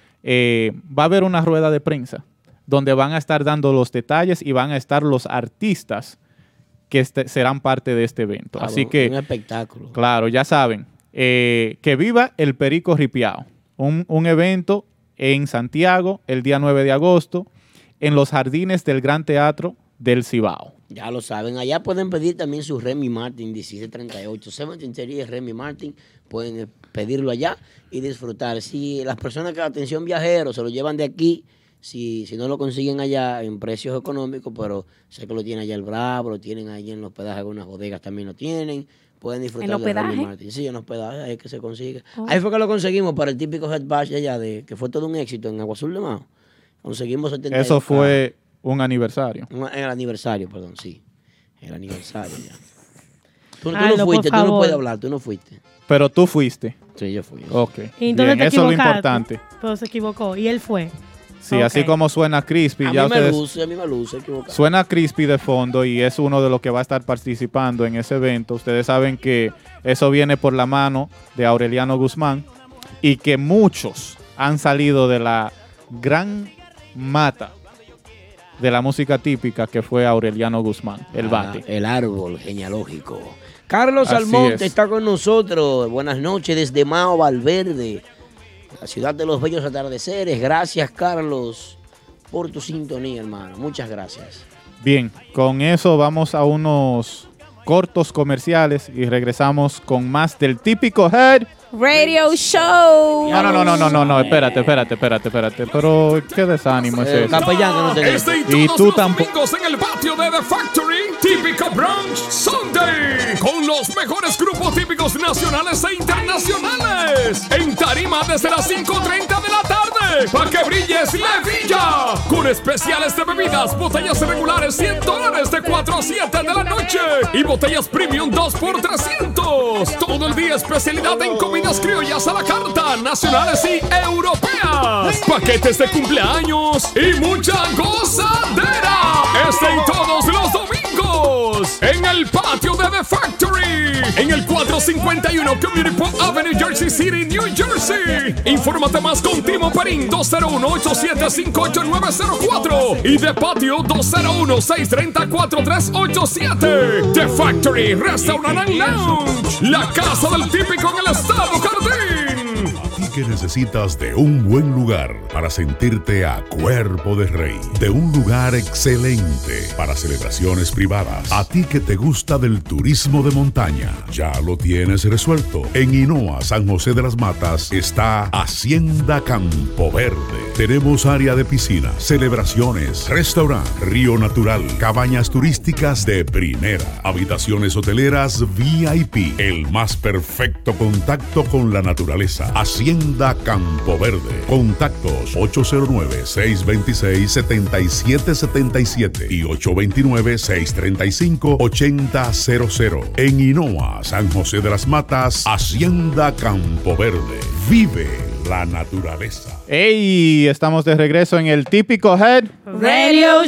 eh, va a haber una rueda de prensa donde van a estar dando los detalles y van a estar los artistas que este, serán parte de este evento. Ah, Así bueno, que, un espectáculo. Claro, ya saben, eh, que viva el Perico Ripiao, un, un evento en Santiago el día nueve de agosto en los jardines del Gran Teatro del Cibao. Ya lo saben, allá pueden pedir también su Remy Martin dieciséis treinta y ocho, diecisiete Remy Martin, pueden pedirlo allá y disfrutar. Si las personas que atención viajeros se lo llevan de aquí, Si, si no lo consiguen allá en precios económicos, pero sé que lo tienen allá el Bravo, lo tienen allá en los hospedajes, algunas bodegas también lo tienen, pueden disfrutar ¿En de hospedaje? Remy Martin. Sí, en hospedaje, ahí es que se consigue. Oh. Ahí fue que lo conseguimos para el típico Head Bash de allá, de, que fue todo un éxito en Agua Azul de Mao. Conseguimos setenta Eso fue un aniversario. Un, el aniversario, perdón, sí. El aniversario ya. Tú, tú Ay, no fuiste, tú favor. no puedes hablar, tú no fuiste. Pero tú fuiste. Sí, yo fui. Ok. Y entonces Bien, te eso es lo equivocaste, importante. Pero se equivocó y él fue. Sí, Ok. así como suena Crispy, A ya mí me ustedes... luce, a mí me luce, equivocado. Suena Crispy de fondo y es uno de los que va a estar participando en ese evento. Ustedes saben que eso viene por la mano de Aureliano Guzmán y que muchos han salido de la gran mata de la música típica que fue Aureliano Guzmán, el Ah, bate. el árbol genealógico. Carlos Así Almonte es. está con nosotros. Buenas noches desde Mao Valverde, la ciudad de los bellos atardeceres. Gracias, Carlos, por tu sintonía, hermano. Muchas gracias. Bien, con eso vamos a unos cortos comerciales y regresamos con más del típico Head Radio Show. No, no, no, no, no, no, no, espérate, espérate, espérate, espérate. Pero qué desánimo es Eh, eso. capellán, que no te Este y Y todos tú los tampoco. domingos en el patio de The Factory, típico Brunch Sunday, con los mejores grupos típicos nacionales e internacionales, en tarima desde las cinco treinta de la tarde, para que brilles Levilla, con especiales de bebidas, botellas regulares cien dólares de cuatro a siete de la noche, y botellas premium dos por trescientos, todo el día especialidad en comidas criollas a la carta, nacionales y europeas, paquetes de cumpleaños y mucha gozadera. Este y todos los domingos en el patio de The Factory, en el cuatrocientos cincuenta y uno Community Park Avenue, Jersey City, New Jersey. Infórmate más con Timo Perín, dos cero uno, ocho siete cinco, ocho nueve cero cuatro y de patio dos cero uno, seis tres cero, cuatro tres ocho siete. The Factory Restaurant and Lounge, la casa del típico en el estado Jardín. A ti que necesitas de un buen lugar para sentirte a cuerpo de rey, de un lugar excelente para celebraciones privadas, a ti que te gusta del turismo de montaña, ya lo tienes resuelto. En Hinoa, San José de las Matas, está Hacienda Campo Verde. Tenemos área de piscina, celebraciones, restaurante, río natural, cabañas turísticas de primera, habitaciones hoteleras V I P, el más perfecto contacto con la naturaleza. Hacienda Campo Verde. Contactos ocho cero nueve, seis dos seis, siete siete siete siete y ocho dos nueve, seis tres cinco, ocho cero cero cero. En Hinoa, San José de las Matas, Hacienda Campo Verde. Vive la naturaleza. ¡Ey! Estamos de regreso en el típico Head. Radio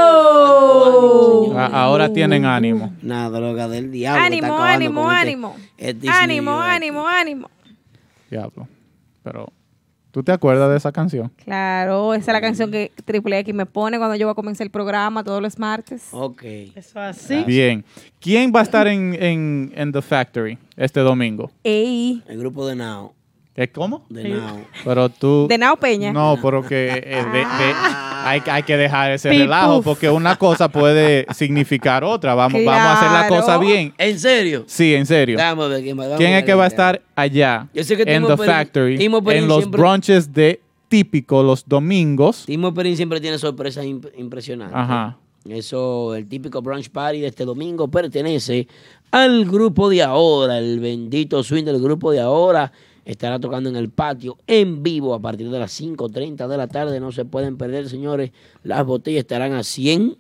Show. A- ahora tienen ánimo. Una droga del diablo. que está Ánimo, acabando ánimo, con este- ánimo. este Ánimo, sonido. ánimo, ánimo. Diablo. Pero, ¿tú te acuerdas de esa canción? Claro, esa es la canción que Triple X me pone cuando yo voy a comenzar el programa todos los martes. Ok. Eso así. Bien. ¿Quién va a estar en, en, en The Factory este domingo? Ey. El grupo de Nao. ¿Es cómo? De Nao. Pero tú... De Nao Peña. No, pero que eh, de- de- hay, hay que dejar ese Pipuf. relajo porque una cosa puede significar otra. Vamos, vamos a hacer la Claro. cosa bien. ¿En serio? Sí, en serio. Vamos a ver quién va- vamos ¿Quién a es que va a ver. estar allá Yo sé que en Timo The Perín- Factory, Timo Perín en los siempre- brunches de Típico los domingos? Timo Perín siempre tiene sorpresas imp- impresionantes. Ajá. Eso, el típico brunch party de este domingo pertenece al grupo de ahora, el bendito swing del grupo de ahora. Estará tocando en el patio en vivo a partir de las cinco treinta de la tarde. No se pueden perder, señores. Las botellas estarán a cien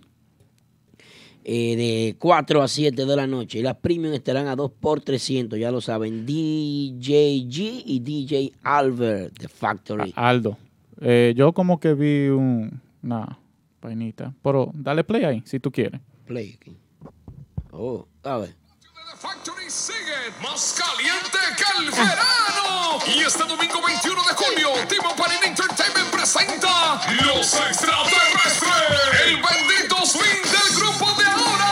eh, de cuatro a siete de la noche. Y las premium estarán a dos por trescientos. Ya lo saben. D J G y D J Albert, The Factory. A- Aldo, eh, yo como que vi un, una vainita. Pero dale play ahí, si tú quieres. Play aquí. Oh, a ver. Factory sigue más caliente que el verano. Y este domingo veintiuno de julio, Timo Perín Entertainment presenta Los Extraterrestres, el bendito swing del grupo de ahora.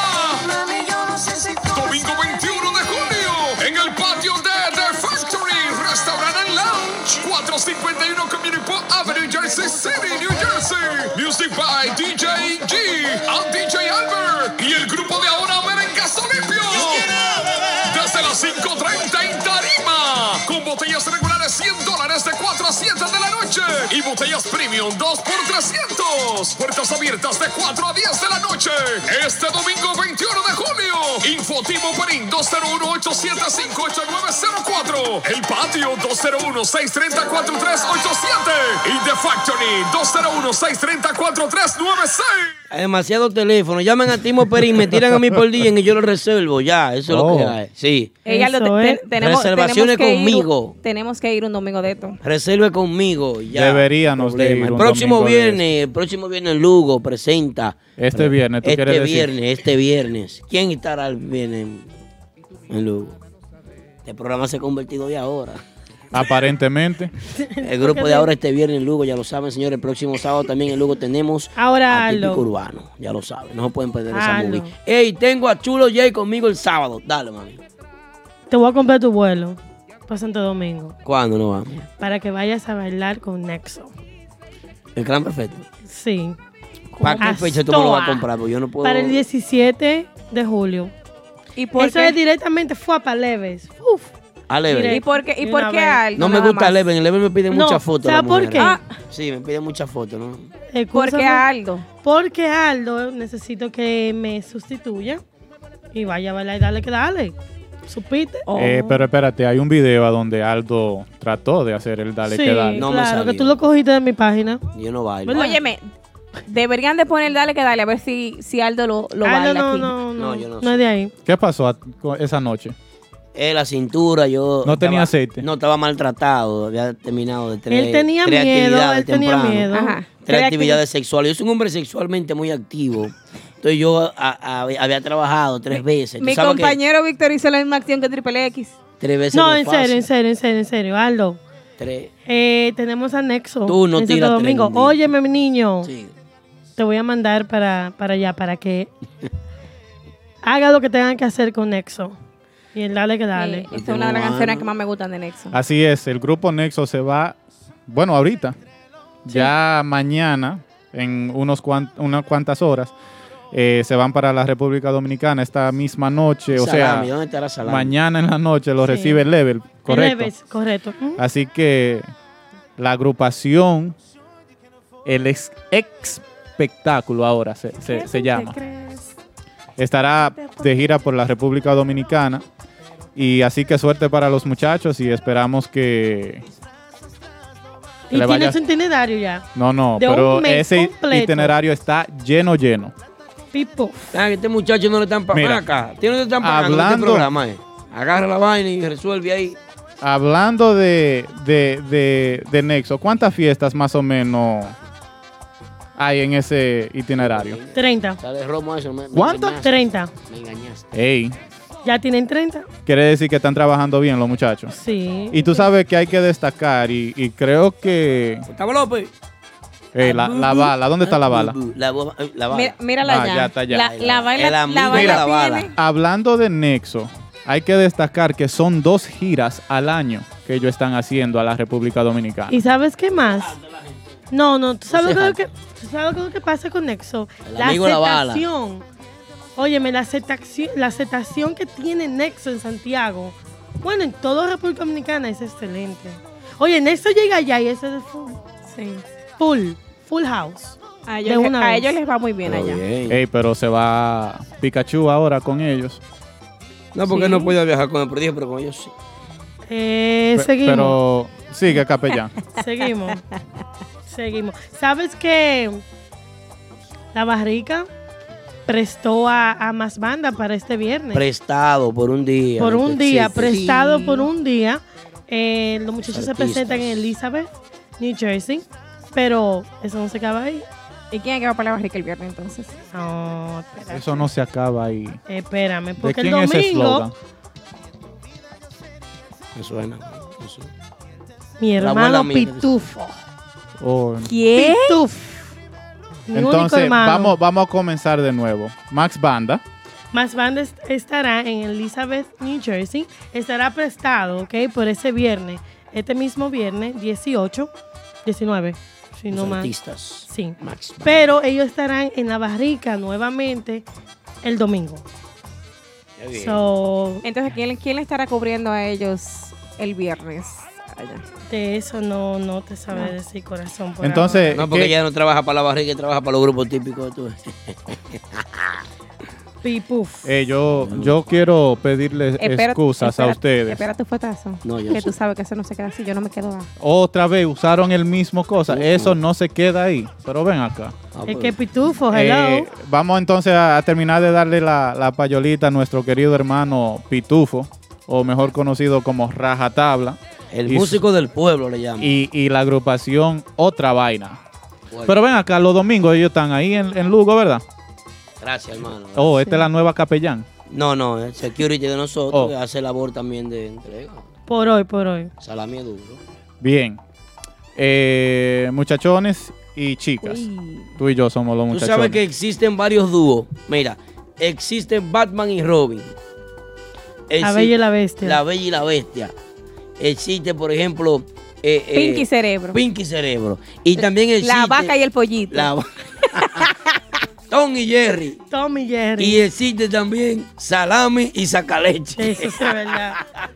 Domingo veintiuno de julio, en el patio de The Factory, Restaurant and Lounge, cuatrocientos cincuenta y uno Community Park Avenue, Jersey City, New Jersey. Music by D J G and D J Albert. Y el grupo de ahora Merengues Olimpio. Desde las cinco treinta en Tarima. Con botellas regulares cien dólares de cuatro a siete de la noche. Y botellas premium dos por trescientos. Puertas abiertas de cuatro a diez de la noche. Este domingo veintiuno de julio. Info Timo Perín dos cero uno, ocho siete cinco, ocho nueve cero cuatro. El patio dos cero uno, seis tres cero, cuatro tres ocho siete. Y The Factory dos cero uno, seis tres cero, cuatro tres nueve seis. Hay demasiado teléfono. Llamen a Timo Perín, me tiran a mí por día y yo lo reservo. Ya, eso es lo que Oh. hay. Sí. Ella lo Eso te- es. te- tenemos, Reservaciones tenemos que conmigo. Ir, tenemos que ir un domingo de esto. Reserve conmigo. Ya. Deberíamos de Problema. ir El un próximo domingo de viernes, el próximo viernes Lugo presenta. Este viernes, ¿tú Este quieres decir? viernes, este viernes. ¿Quién estará el viernes en, en Lugo? Este programa se ha convertido de ahora. Aparentemente. El grupo de ahora este viernes en Lugo, ya lo saben, señores. El próximo sábado también en Lugo tenemos Ahora, a Típico Aldo. Urbano. Ya lo saben, no se pueden perder esa Aldo. movie. Ey, tengo a Chulo J conmigo el sábado. Dale, mami. Te voy a comprar tu vuelo para Santo Domingo ¿Cuándo nos vamos? para que vayas a bailar con Nexo. El Clan Perfecto. Sí. ¿Para qué Astoa. fecha tú me lo vas a comprar? Porque yo no puedo. Para el diecisiete de julio. ¿Y por Eso qué? es directamente fue a Leves. Uf. A Leven. Directo. ¿Y por qué, y De por una qué vez. algo? No me nada gusta más? Leven. En Leven me piden No, muchas fotos. ¿sabes las por mujeres. qué? Ah. Sí, me piden muchas fotos, ¿no? ¿Por qué Excúsame. Aldo? Porque Aldo necesito que me sustituya y vaya a bailar y dale que dale. ¿Supiste? Oh. Eh, pero espérate, hay un video a donde Aldo trató de hacer el dale sí, que dale. No me claro, que salió. tú lo cogiste de mi página. Yo no bailo. ¿Verdad? Óyeme, deberían de poner dale que dale a ver si, si Aldo lo, lo Aldo baila no, aquí. no, no, No, no, yo no no sé. es de ahí. ¿Qué pasó a- con esa noche? Eh, la cintura, yo. ¿No tenía estaba- aceite? No, estaba maltratado. Había terminado de tres. Él tenía tres miedo, actividades él tenía temprano. miedo. Ajá. Tres Tres actividades sexuales. Yo soy un hombre sexualmente muy activo. Entonces yo a- a- había trabajado tres veces. Tú Mi sabes que compañero Víctor hizo la misma acción que Triple X. Tres veces No, no es en serio, fácil. en serio, en serio, en serio, Aldo. Tres. Eh, tenemos anexo. Tú no en Santo tiras Domingo. tres, Óyeme, mi niño. Sí. Te voy a mandar para, para allá para que haga lo que tengan que hacer con Nexo. Y el dale que dale. Sí, esa es una de las Bueno. canciones que más me gustan de Nexo. Así es, el grupo Nexo se va, bueno, ahorita, ya mañana, en unos cuan- unas cuantas horas, eh, se van para la República Dominicana esta misma noche, o Salami, sea, ¿dónde estará Salami? mañana en la noche lo Sí. recibe el Level, correcto. Leves, correcto. Ujú. Así que la agrupación, el ex, espectáculo ahora se, se- se llama, estará de gira por la República Dominicana. Y así que suerte para los muchachos y esperamos que... que Y le tiene vaya- su itinerario ya. No, no, de un pero mes ese completo. itinerario está lleno, lleno. Pipo. Ah, que este muchacho no le están pagando Mira, acá. Tiene que están pagando este hablando- programa. Eh. Agarra la vaina y resuelve ahí. Hablando de, de, de, de Nexo, ¿cuántas fiestas más o menos hay en ese itinerario? treinta. Sale romo eso. Me, me ¿Cuántas? engañaste. treinta. Me engañaste. Ey, ¿Ya tienen treinta? quiere decir que están trabajando bien los muchachos. Sí. Y tú sabes que hay que destacar y, y creo que... Gustavo López. Ey, la, la bala, ¿dónde está la bala? La, bo- la bala. Mira, mírala Ah, ya. ya está ya. La, la baila, El amigo la de baila la bala. tiene- Hablando de Nexo, hay que destacar que son dos giras al año que ellos están haciendo a la República Dominicana. ¿Y sabes qué más? No, no, ¿tú sabes lo que, ¿tú sabes lo que pasa con Nexo? El La amigo la bala. aceptación. Óyeme, la aceptación, la aceptación que tiene Nexo en Santiago, bueno, en toda República Dominicana es excelente. Oye, Nexo llega allá y ese es full. Sí. Full, full house. A De ellos, una a vez. ellos les va muy bien Pero allá. bien. Ey, pero se va Pikachu ahora con ellos. No, porque Sí. no podía viajar con el prodigio, pero con ellos sí. Eh, Pe- seguimos. Pero sigue, capellán. Seguimos. Seguimos. ¿Sabes que la Barrica prestó a, a más banda para este viernes? Prestado por un día. por no un te día, existe. prestado Sí. por un día. Eh, los muchachos se Artistas. presentan en Elizabeth, New Jersey. Pero eso no se acaba ahí. ¿Y quién es que va para la barrica el viernes entonces? No, espérate. Eso no se acaba ahí. Espérame, ¿De porque quién el es ese eslogan? domingo Me suena. me suena. mi La hermano abuela mía que dice- Pitufo. Oh, ¿Quién? Pitufo. Mi único entonces, hermano. vamos, vamos a comenzar de nuevo. Max Banda. Más Banda est- estará en Elizabeth, New Jersey. Estará prestado, ¿ok? Por ese viernes. Este mismo viernes, dieciocho, diecinueve, si no Los más. artistas. Sí. Max. Pero ellos estarán en la Barrica nuevamente el domingo. Qué bien. So, Entonces, ¿quién, ¿quién le estará cubriendo a ellos el viernes allá? de eso no, no te sabe No. decir, corazón. por Entonces, No, porque ¿qué- ella no trabaja para la barriga, trabaja para los grupos típicos de tu. ahora. Pipuf. eh, yo, yo quiero pedirles Espera- excusas a espera- ustedes. Espera tu fuetazo. No, yo que sé. tú sabes que eso no se queda así. Yo no me quedo. Otra vez usaron el mismo cosa. Uh-uh. Eso no se queda ahí. Pero ven acá. Ah, Es pues. que Pitufo, hello. Eh, vamos entonces a, a terminar de darle la, la payolita a nuestro querido hermano Pitufo, o mejor conocido como Rajatabla, El y músico del pueblo le llaman. y, y la agrupación Otra Vaina. Bueno, Pero ven acá, los domingos ellos están ahí en, en Lugo, ¿verdad? gracias, hermano. Oh, esta es la nueva capellán. No, no, el security de nosotros Oh. que hace labor también de entrega. Por hoy, por hoy. Salami es duro. Bien. Eh, muchachones y chicas. Uy. Tú y yo somos los Tú muchachones. sabes que existen varios dúos. Mira, existen Batman y Robin. La Exi- Bella y la Bestia. La Bella y la Bestia. Existe, por ejemplo... eh, eh, Pinky Cerebro. Pinky Cerebro. Y también existe... La vaca y el pollito. La va- Tom y Jerry. Tom y Jerry. Y existe también Salami y Sacaleche. Eso sí es verdad.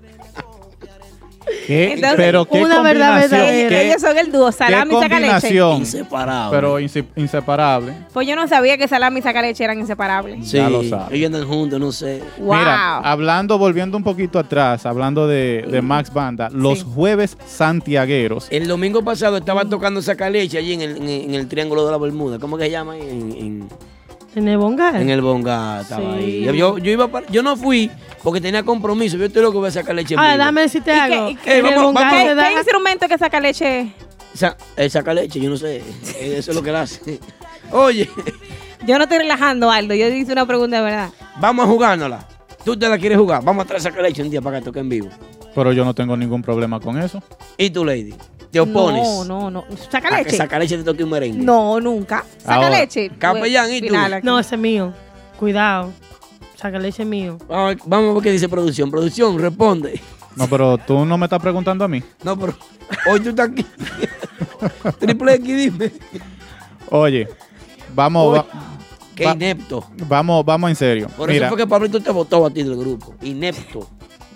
¿Qué? Entonces, Pero qué una verdad combinación. verdadera. qué- Ellos son el dúo, qué salami y sacaleche. combinación. Inseparable. Pero inse- inseparable. Pues yo no sabía que salami y sacaleche eran inseparables. Sí, ya lo sabes. ellos andan juntos, no sé. Wow. Mira, hablando, volviendo un poquito atrás, hablando de, de Max Banda, los Sí. jueves santiagueros. El domingo pasado estaba tocando Sacaleche allí en el, en, el- en el Triángulo de la Bermuda. ¿Cómo que se llama ahí? En, en- En el Bongar. en el Bonga estaba Sí. ahí. Yo, yo, iba para- yo no fui porque tenía compromiso. Yo estoy loco de sacar leche en Ah, vivo. dame decirte ¿Y algo. qué- y qué- En el vamos- Bongar vamos- se ¿Qué, da- qué instrumento que saca leche? Sa- él saca leche, yo no sé. Eso es lo que él hace. Oye, Yo no estoy relajando, Aldo. Yo hice una pregunta de verdad. vamos a jugárnosla. ¿Tú te la quieres jugar? Vamos a traer sacar leche un día para que toque en vivo. Pero yo no tengo ningún problema con eso. ¿Y tú, Lady? ¿Te opones? No, no, no. ¿Saca A que leche? saca leche te toque un merengue. No, nunca. ¿Saca Ahora, leche? Capellán, ¿y tú? Final aquí. No, ese es mío. Cuidado. Saca leche mío. Vamos, a ver- vamos a ver qué dice producción. Producción, responde. No, pero tú no me estás preguntando a mí. No, pero hoy tú estás aquí. Triple X, dime. Oye, vamos, Oye, va- Qué va- inepto. vamos, vamos en serio. Por Mira, eso fue que Pablito te votó a ti del grupo. Inepto.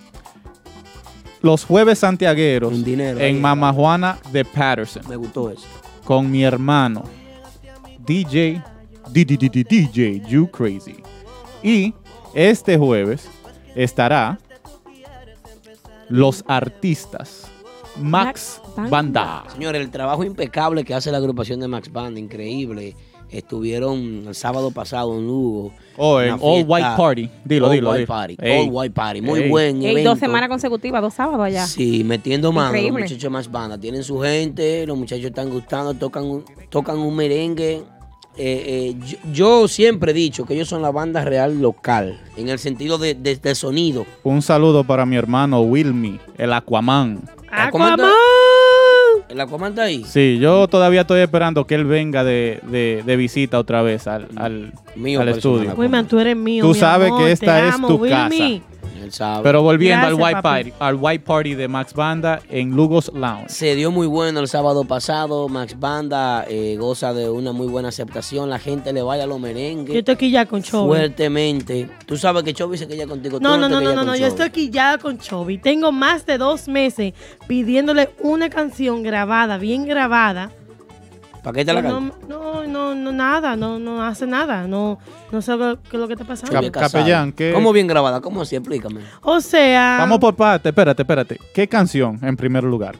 los jueves santiagueros Un dinero ahí. en Mama Juana de Patterson Me gustó eso. con mi hermano D J D D D D D J You Crazy. Y este jueves estará los artistas Max Max Banda. Señores, el trabajo impecable que hace la agrupación de Max Band, increíble. Estuvieron el sábado pasado en Lugo. Oh, en Una All fiesta- White Party. Dilo, All dilo, White dilo. Party. Ey. All White Party. Muy Ey. buen Ey, evento. dos semanas consecutivas, dos sábados allá. Sí, metiendo mano los Increíble. muchachos de Max Banda. Tienen su gente, los muchachos están gustando, tocan, un- tocan un merengue. Eh, eh, yo, yo siempre he dicho que ellos son la banda real local, en el sentido de, de- de sonido. Un saludo para mi hermano Wilmy, el Aquaman. Aquaman ¡Aquaman! ¿El Aquaman está ahí? Sí, yo todavía estoy esperando que él venga de, de- de visita otra vez al, al, Mío al personal, estudio. Aquaman. Wilman, tú eres mío. Tú mi sabes amor, que te esta es amo, tu Wilmy. casa. Él sabe. Pero volviendo Gracias, al white papi. party, al white party de Max Banda en Lugos Lounge. Se dio muy bueno el sábado pasado. Max Banda eh, goza de una muy buena aceptación. La gente le baila los merengues. Yo estoy aquí ya con Chovy. Fuertemente. Tú sabes que Chovy se quilla contigo. No, Tú no, te no, no, quillas no, con no. Yo Chovy. estoy aquí ya con Chovy. Tengo más de dos meses pidiéndole una canción grabada, bien grabada. ¿Para qué te la no, cantas? no, no, no, nada, no, no hace nada. No, no sé qué qué es lo que está pasando. Cap- capellán, ¿qué? ¿Cómo bien grabada? ¿Cómo así? Explícame. O sea, Vamos por parte, espérate, espérate. ¿Qué canción en primer lugar?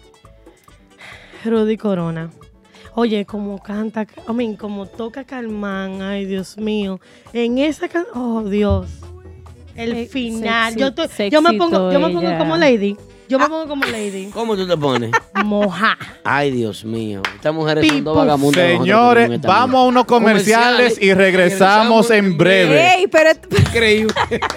Rudy Corona. Oye, como canta, I mean, como toca Calmán, ay Dios mío. En esa canción, oh Dios. El Se- final. sexy- yo, estoy- yo me pongo, yo me pongo ella. como Lady. Yo me pongo como Lady. ¿Cómo tú te pones? Moja. Ay, Dios mío. Estas mujeres son dos Pipo. vagamundas. nosotros Señores, tenemos esta vamos vida. a unos comerciales y regresamos en breve. Ey, pero Increíble.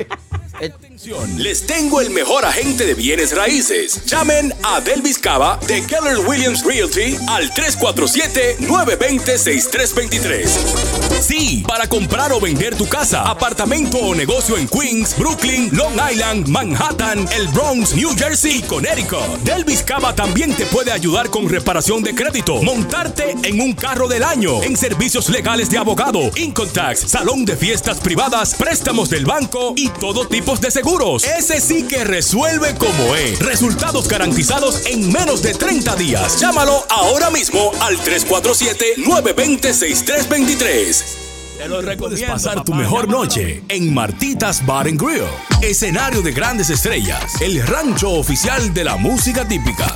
Les tengo el mejor agente de bienes raíces. Llamen a Delvis Cava de Keller Williams Realty al tres cuatro siete, nueve dos cero, seis tres dos tres. Sí, para comprar o vender tu casa, apartamento o negocio en Queens, Brooklyn, Long Island, Manhattan, el Bronx, New Jersey y Connecticut. Delvis Cava también te puede ayudar con reparación de crédito, montarte en un carro del año, en servicios legales de abogado, income tax, salón de fiestas privadas, préstamos del banco y todo tipo de seguros. Ese sí que resuelve como es. Resultados garantizados en menos de treinta días. Llámalo ahora mismo al tres cuatro siete, nueve dos cero, seis tres dos tres. Te lo recomiendo. Pasar tu mejor noche en Martitas Bar and Grill. Escenario de grandes estrellas. El rancho oficial de la música típica.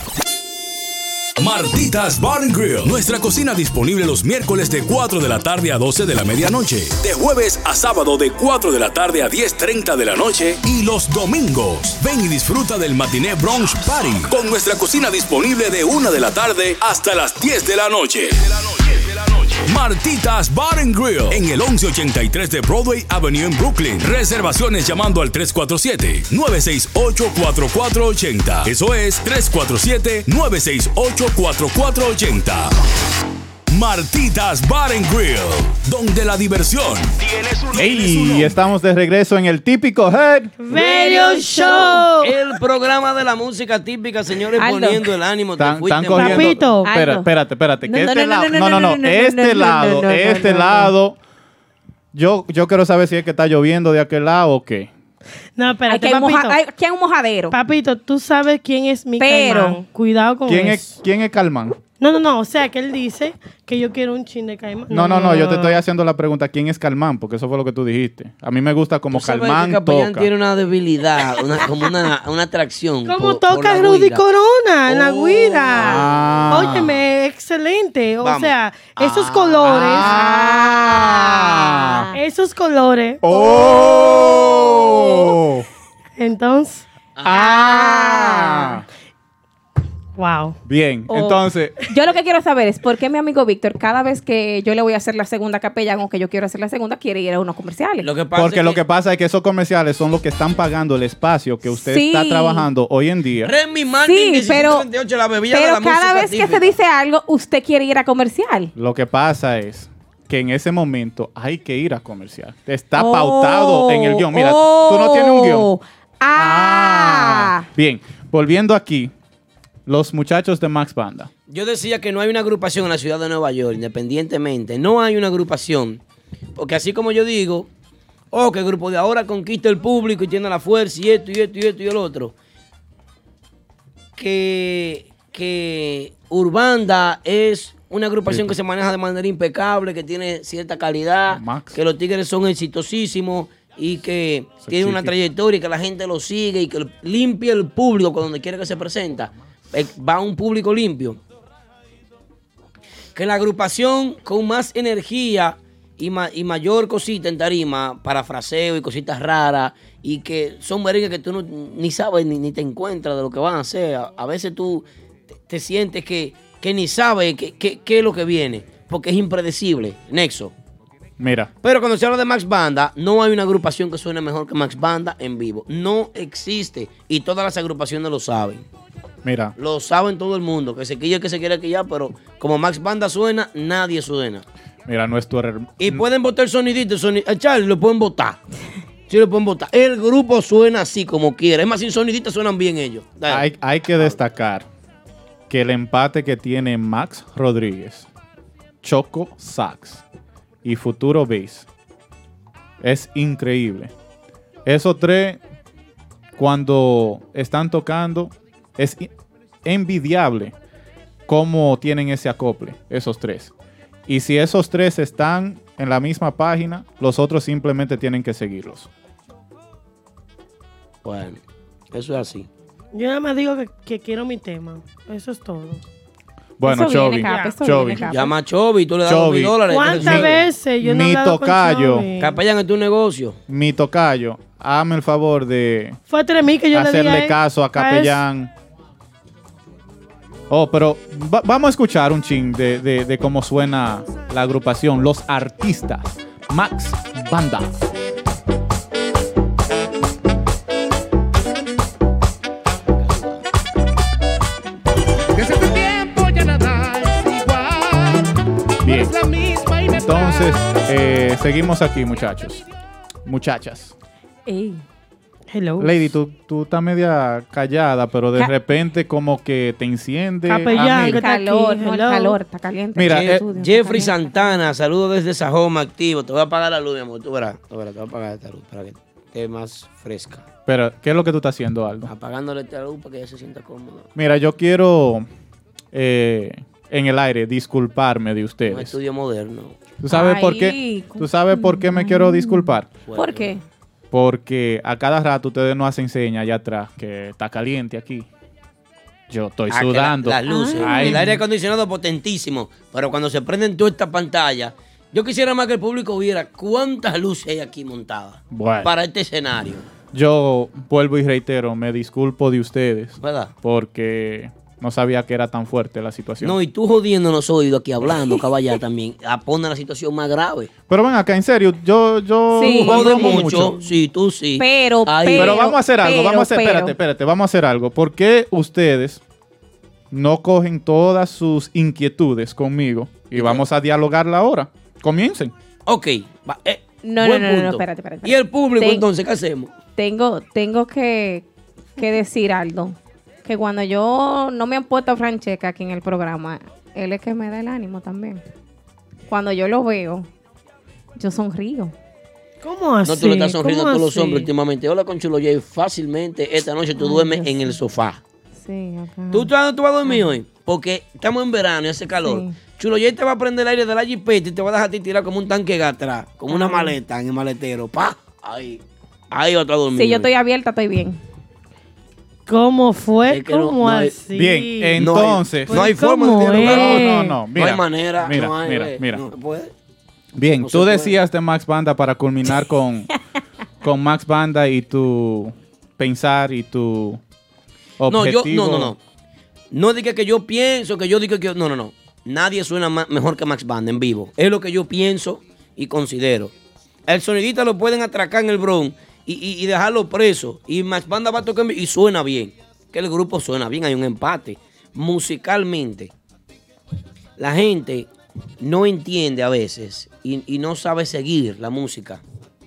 Martitas Bar and Grill. Nuestra cocina disponible los miércoles de cuatro de la tarde a doce de la medianoche. De jueves a sábado de cuatro de la tarde a diez treinta de la noche. Y los domingos. Ven y disfruta del matiné brunch party. Con nuestra cocina disponible de una de la tarde hasta las diez de la noche. Martitas Bar and Grill en el once ochenta y tres de Broadway Avenue en Brooklyn. Reservaciones llamando al tres cuatro siete, nueve seis ocho, cuatro cuatro ocho cero. Eso es tres cuatro siete, nueve seis ocho, cuatro cuatro ocho cero. Martitas Bar and Grill, donde la diversión tiene su nombre. Y estamos de regreso en el típico Head Radio Show. El programa de la música típica, señores, Aldo. poniendo el ánimo. Te Están, fuiste están mal. cogiendo. Papito. Espera, Aldo. espérate, espérate. No, que no, este no, lado. no, No, no, no. no, no, Este no, no, lado, no, no, este no, no. lado. Yo, yo quiero saber si es que está lloviendo de aquel lado o qué. No, hay espérate, que hay moja- papito. hay- aquí hay un mojadero. Papito, tú sabes quién es mi Pero- caimán. Cuidado con ¿Quién eso. es, ¿Quién es Calmán? No, no, no. O sea, que él dice que yo quiero un chin de caimán. No, no, no. Yo te estoy haciendo la pregunta. ¿Quién es Calmán? Porque eso fue lo que tú dijiste. A mí me gusta como Tú sabes Calmán que Capellán toca. tiene una debilidad, una, como una, una atracción. Como por- por toca la Rudy guira. Corona en la Oh. guira. Ah. Óyeme, excelente. O Vamos. sea, esos Ah. colores. Ah. Esos colores. ¡Oh! Entonces, ¡Ah! wow. Bien, Oh. entonces, Yo lo que quiero saber es por qué mi amigo Víctor, cada vez que yo le voy a hacer la segunda capellán o que yo quiero hacer la segunda, quiere ir a unos comerciales. Lo que pasa porque es lo que pasa es que esos comerciales son los que están pagando el espacio que usted Sí. está trabajando hoy en día. Remy Martin, Sí, diecisiete pero, treinta y ocho, la bebida de pero la cada música vez que típica. se dice algo, usted quiere ir a comercial. Lo que pasa es que en ese momento hay que ir a comercial. Está Oh, pautado en el guión. Mira, tú no tienes un guión. Ah. Bien, volviendo aquí, los muchachos de Max Banda. Yo decía que no hay una agrupación en la ciudad de Nueva York, independientemente. No hay una agrupación. Porque así como yo digo, oh, que el grupo de ahora conquista el público y tiene la fuerza y esto y esto y esto y el otro. Que, que Urbanda es una agrupación que se maneja de manera impecable, que tiene cierta calidad, Max. que los tigres son exitosísimos y que tienen una chiqui. trayectoria y que la gente lo sigue y que limpia el público cuando donde quiera que se presenta. Eh, Va un público limpio. Que la agrupación con más energía y, ma- y mayor cosita en tarima, parafraseo y cositas raras, y que son merengues que tú no, ni sabes ni, ni te encuentras de lo que van a hacer. A, a veces tú te, te sientes que, que ni sabes qué qué- qué es lo que viene, porque es impredecible. Nexo. Mira, Pero cuando se habla de Max Banda, no hay una agrupación que suene mejor que Max Banda en vivo. No existe. Y todas las agrupaciones lo saben. mira, Lo saben todo el mundo. Que se quille el que se quiera quillar, pero como Max Banda suena, nadie suena. mira, nuestro her- Y pueden botar el sonidito, el soni- el Charlie lo pueden botar. Sí lo pueden votar. El grupo suena así como quiera. Es más, sin sonidita suenan bien ellos. Hay, hay que destacar que el empate que tiene Max Rodríguez, Choco Sax y Futuro Bass es increíble. Esos tres, cuando están tocando, es envidiable cómo tienen ese acople, esos tres. Y si esos tres están en la misma página, los otros simplemente tienen que seguirlos. Bueno, eso es así. Yo nada más digo que, que quiero mi tema. Eso es todo. Bueno, Eso Chovy, viene, Cap, eso Chovy. viene, Cap. Llama a Chovy, tú le das Chovy. dos dólares. ¿Cuántas Sí. veces yo no he Mi hablado con tocayo. Chovy? Capellán, es tu negocio. Mi tocayo, hazme el favor de Fue tres mil que yo le di a hacerle él. caso a Capellán. Oh, pero va- vamos a escuchar un ching de, de- de cómo suena la agrupación, los artistas, Max Banda. Desde este tiempo ya nada es igual. Bien. Es la misma y me Entonces, eh, seguimos aquí, muchachos. Muchachas. Ey. Hello. Lady, tú, tú estás media callada, pero de Ca- repente como que te enciende. Capellán, a mil. ¿qué El tal? calor, aquí, no el hello. calor, está caliente. Mira, el eh, estudio, está Jeffrey caliente. Santana, saludos desde Sajoma activo. Te voy a apagar la luz, mi amor. Tú verás, tú verás, te voy a apagar esta luz para que esté más fresca. Pero, ¿qué es lo que tú estás haciendo, Aldo? Apagándole esta luz para que ella se sienta cómoda. Mira, yo quiero eh, en el aire disculparme de Un ustedes. estudio moderno. ¿Tú sabes por Ay, qué? ¿cómo? ¿Tú sabes por qué me quiero disculpar? ¿Por qué? Porque a cada rato ustedes nos hacen señas allá atrás que está caliente aquí. Yo estoy Ah, que sudando. la- las luces. Ay, El aire acondicionado potentísimo. Pero cuando se prenden toda esta pantalla, yo quisiera más que el público viera cuántas luces hay aquí montadas Bueno. para este escenario. Yo vuelvo y reitero, me disculpo de ustedes ¿Verdad? porque no sabía que era tan fuerte la situación. No, y tú jodiendo los oídos aquí hablando, caballá, también, a- pone la situación más grave. Pero ven acá, en serio, yo, yo Sí. Tú jodes bromo mucho, sí, tú sí. Pero, Ahí. pero, Pero vamos a hacer algo, pero, vamos a hacer, pero. espérate, espérate, vamos a hacer algo. ¿Por qué ustedes no cogen todas sus inquietudes conmigo y vamos a dialogarla ahora? Comiencen. Ok. va, eh, No, no, buen no, no, no, punto. espérate, espérate. ¿Y el público Ten- entonces qué hacemos? Tengo, tengo que, que decir algo. Que cuando yo no me han puesto a Francesca aquí en el programa, él es que me da el ánimo también. Cuando yo lo veo, yo sonrío. ¿Cómo así? No, tú le estás sonriendo a ¿Cómo todos los así? hombres últimamente. Hola con Chulo J. Fácilmente esta noche tú Ay, duermes Dios en el mío. sofá. Sí, acá. ¿Tú, tú, tú vas a dormir hoy? Porque estamos en verano y hace calor. Sí. Chulo J te va a prender el aire de la jipeta y te va a dejar a ti tirar como un tanque de gas atrás, como una Ay. maleta en el maletero. ¡Pa! Ahí. Ahí va a dormir. Si yo hoy. estoy abierta, estoy bien. ¿Cómo fue? Es que no- ¿Cómo no hay- así? Bien, No hay- entonces. No hay Pues, forma ¿cómo de dialogar. es? No, no, no. No Mira, hay manera. Mira, no hay, mira, eh, mira. No se puede. Bien, No se tú puede. decías de Max Banda para culminar con, con Max Banda y tu pensar y tu No, yo, objetivo. no, no, no. No diga que yo pienso, que yo diga que yo. No, no, no. Nadie suena ma- mejor que Max Banda en vivo. Es lo que yo pienso y considero. El sonidista lo pueden atracar en el Bronx y, y- y dejarlo preso. Y Max Banda va a tocar en vivo y suena bien. Que el grupo suena bien, hay un empate. Musicalmente, la gente no entiende a veces y, y no sabe seguir la música.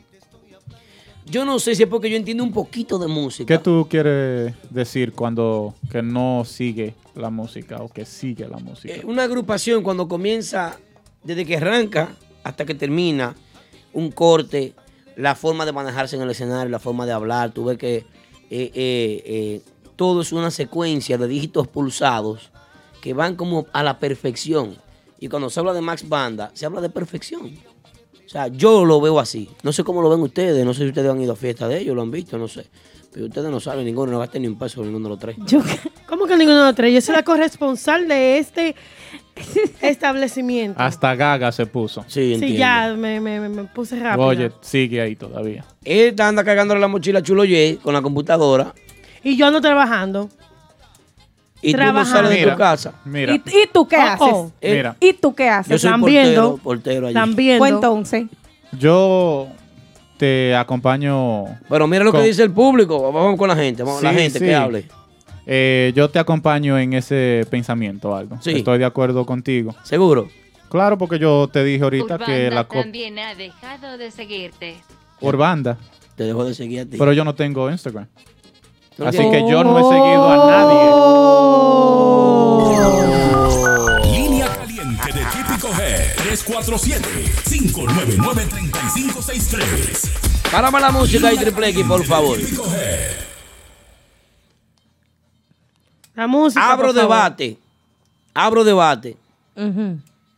Yo no sé si es porque yo entiendo un poquito de música. ¿Qué tú quieres decir cuando que no sigue la música o que sigue la música? Eh, una agrupación cuando comienza, desde que arranca hasta que termina, un corte, la forma de manejarse en el escenario, la forma de hablar, tú ves que eh, eh, eh, todo es una secuencia de dígitos pulsados que van como a la perfección. Y cuando se habla de Max Banda, se habla de perfección. O sea, yo lo veo así. No sé cómo lo ven ustedes, no sé si ustedes han ido a fiestas de ellos, lo han visto, no sé. Pero ustedes no saben, ninguno, no gasten ni un peso con ninguno de los tres. Yo, ¿Cómo que ninguno de los tres? Yo soy la corresponsal de este establecimiento. Hasta Gaga se puso. Sí, Sí, entiendo. ya me, me- me- me puse rápido. Oye, sigue ahí todavía. Él anda cargándole la mochila a Chulo J con la computadora Y yo ando trabajando. y tú no Trabajando. sales de tu Mira, casa. Mira, ¿Y, y tú qué Oh, haces? oh. Eh, mira. ¿Y tú qué Yo haces? soy Están portero, viendo. portero allí. Están viendo. Pues entonces, Yo te acompaño. Pero mira lo que Con- dice el público. Vamos con la gente, vamos la Sí, gente sí. que hable. eh, yo te acompaño en ese pensamiento, Aldo. Sí. Estoy de acuerdo contigo. ¿Seguro? Claro, porque yo te dije ahorita que Urbanda la cop- también ha dejado de seguirte. Urbanda. Te dejó de seguir a ti. Pero yo no tengo Instagram. ¿No Así tienes? que yo no he seguido a nadie. Línea caliente de Típico Head. tres cuatro siete, cinco nueve nueve, tres cinco seis tres. Párame la música y Triple X, por favor. La música. Abro por favor. debate. Abro debate. Ujú.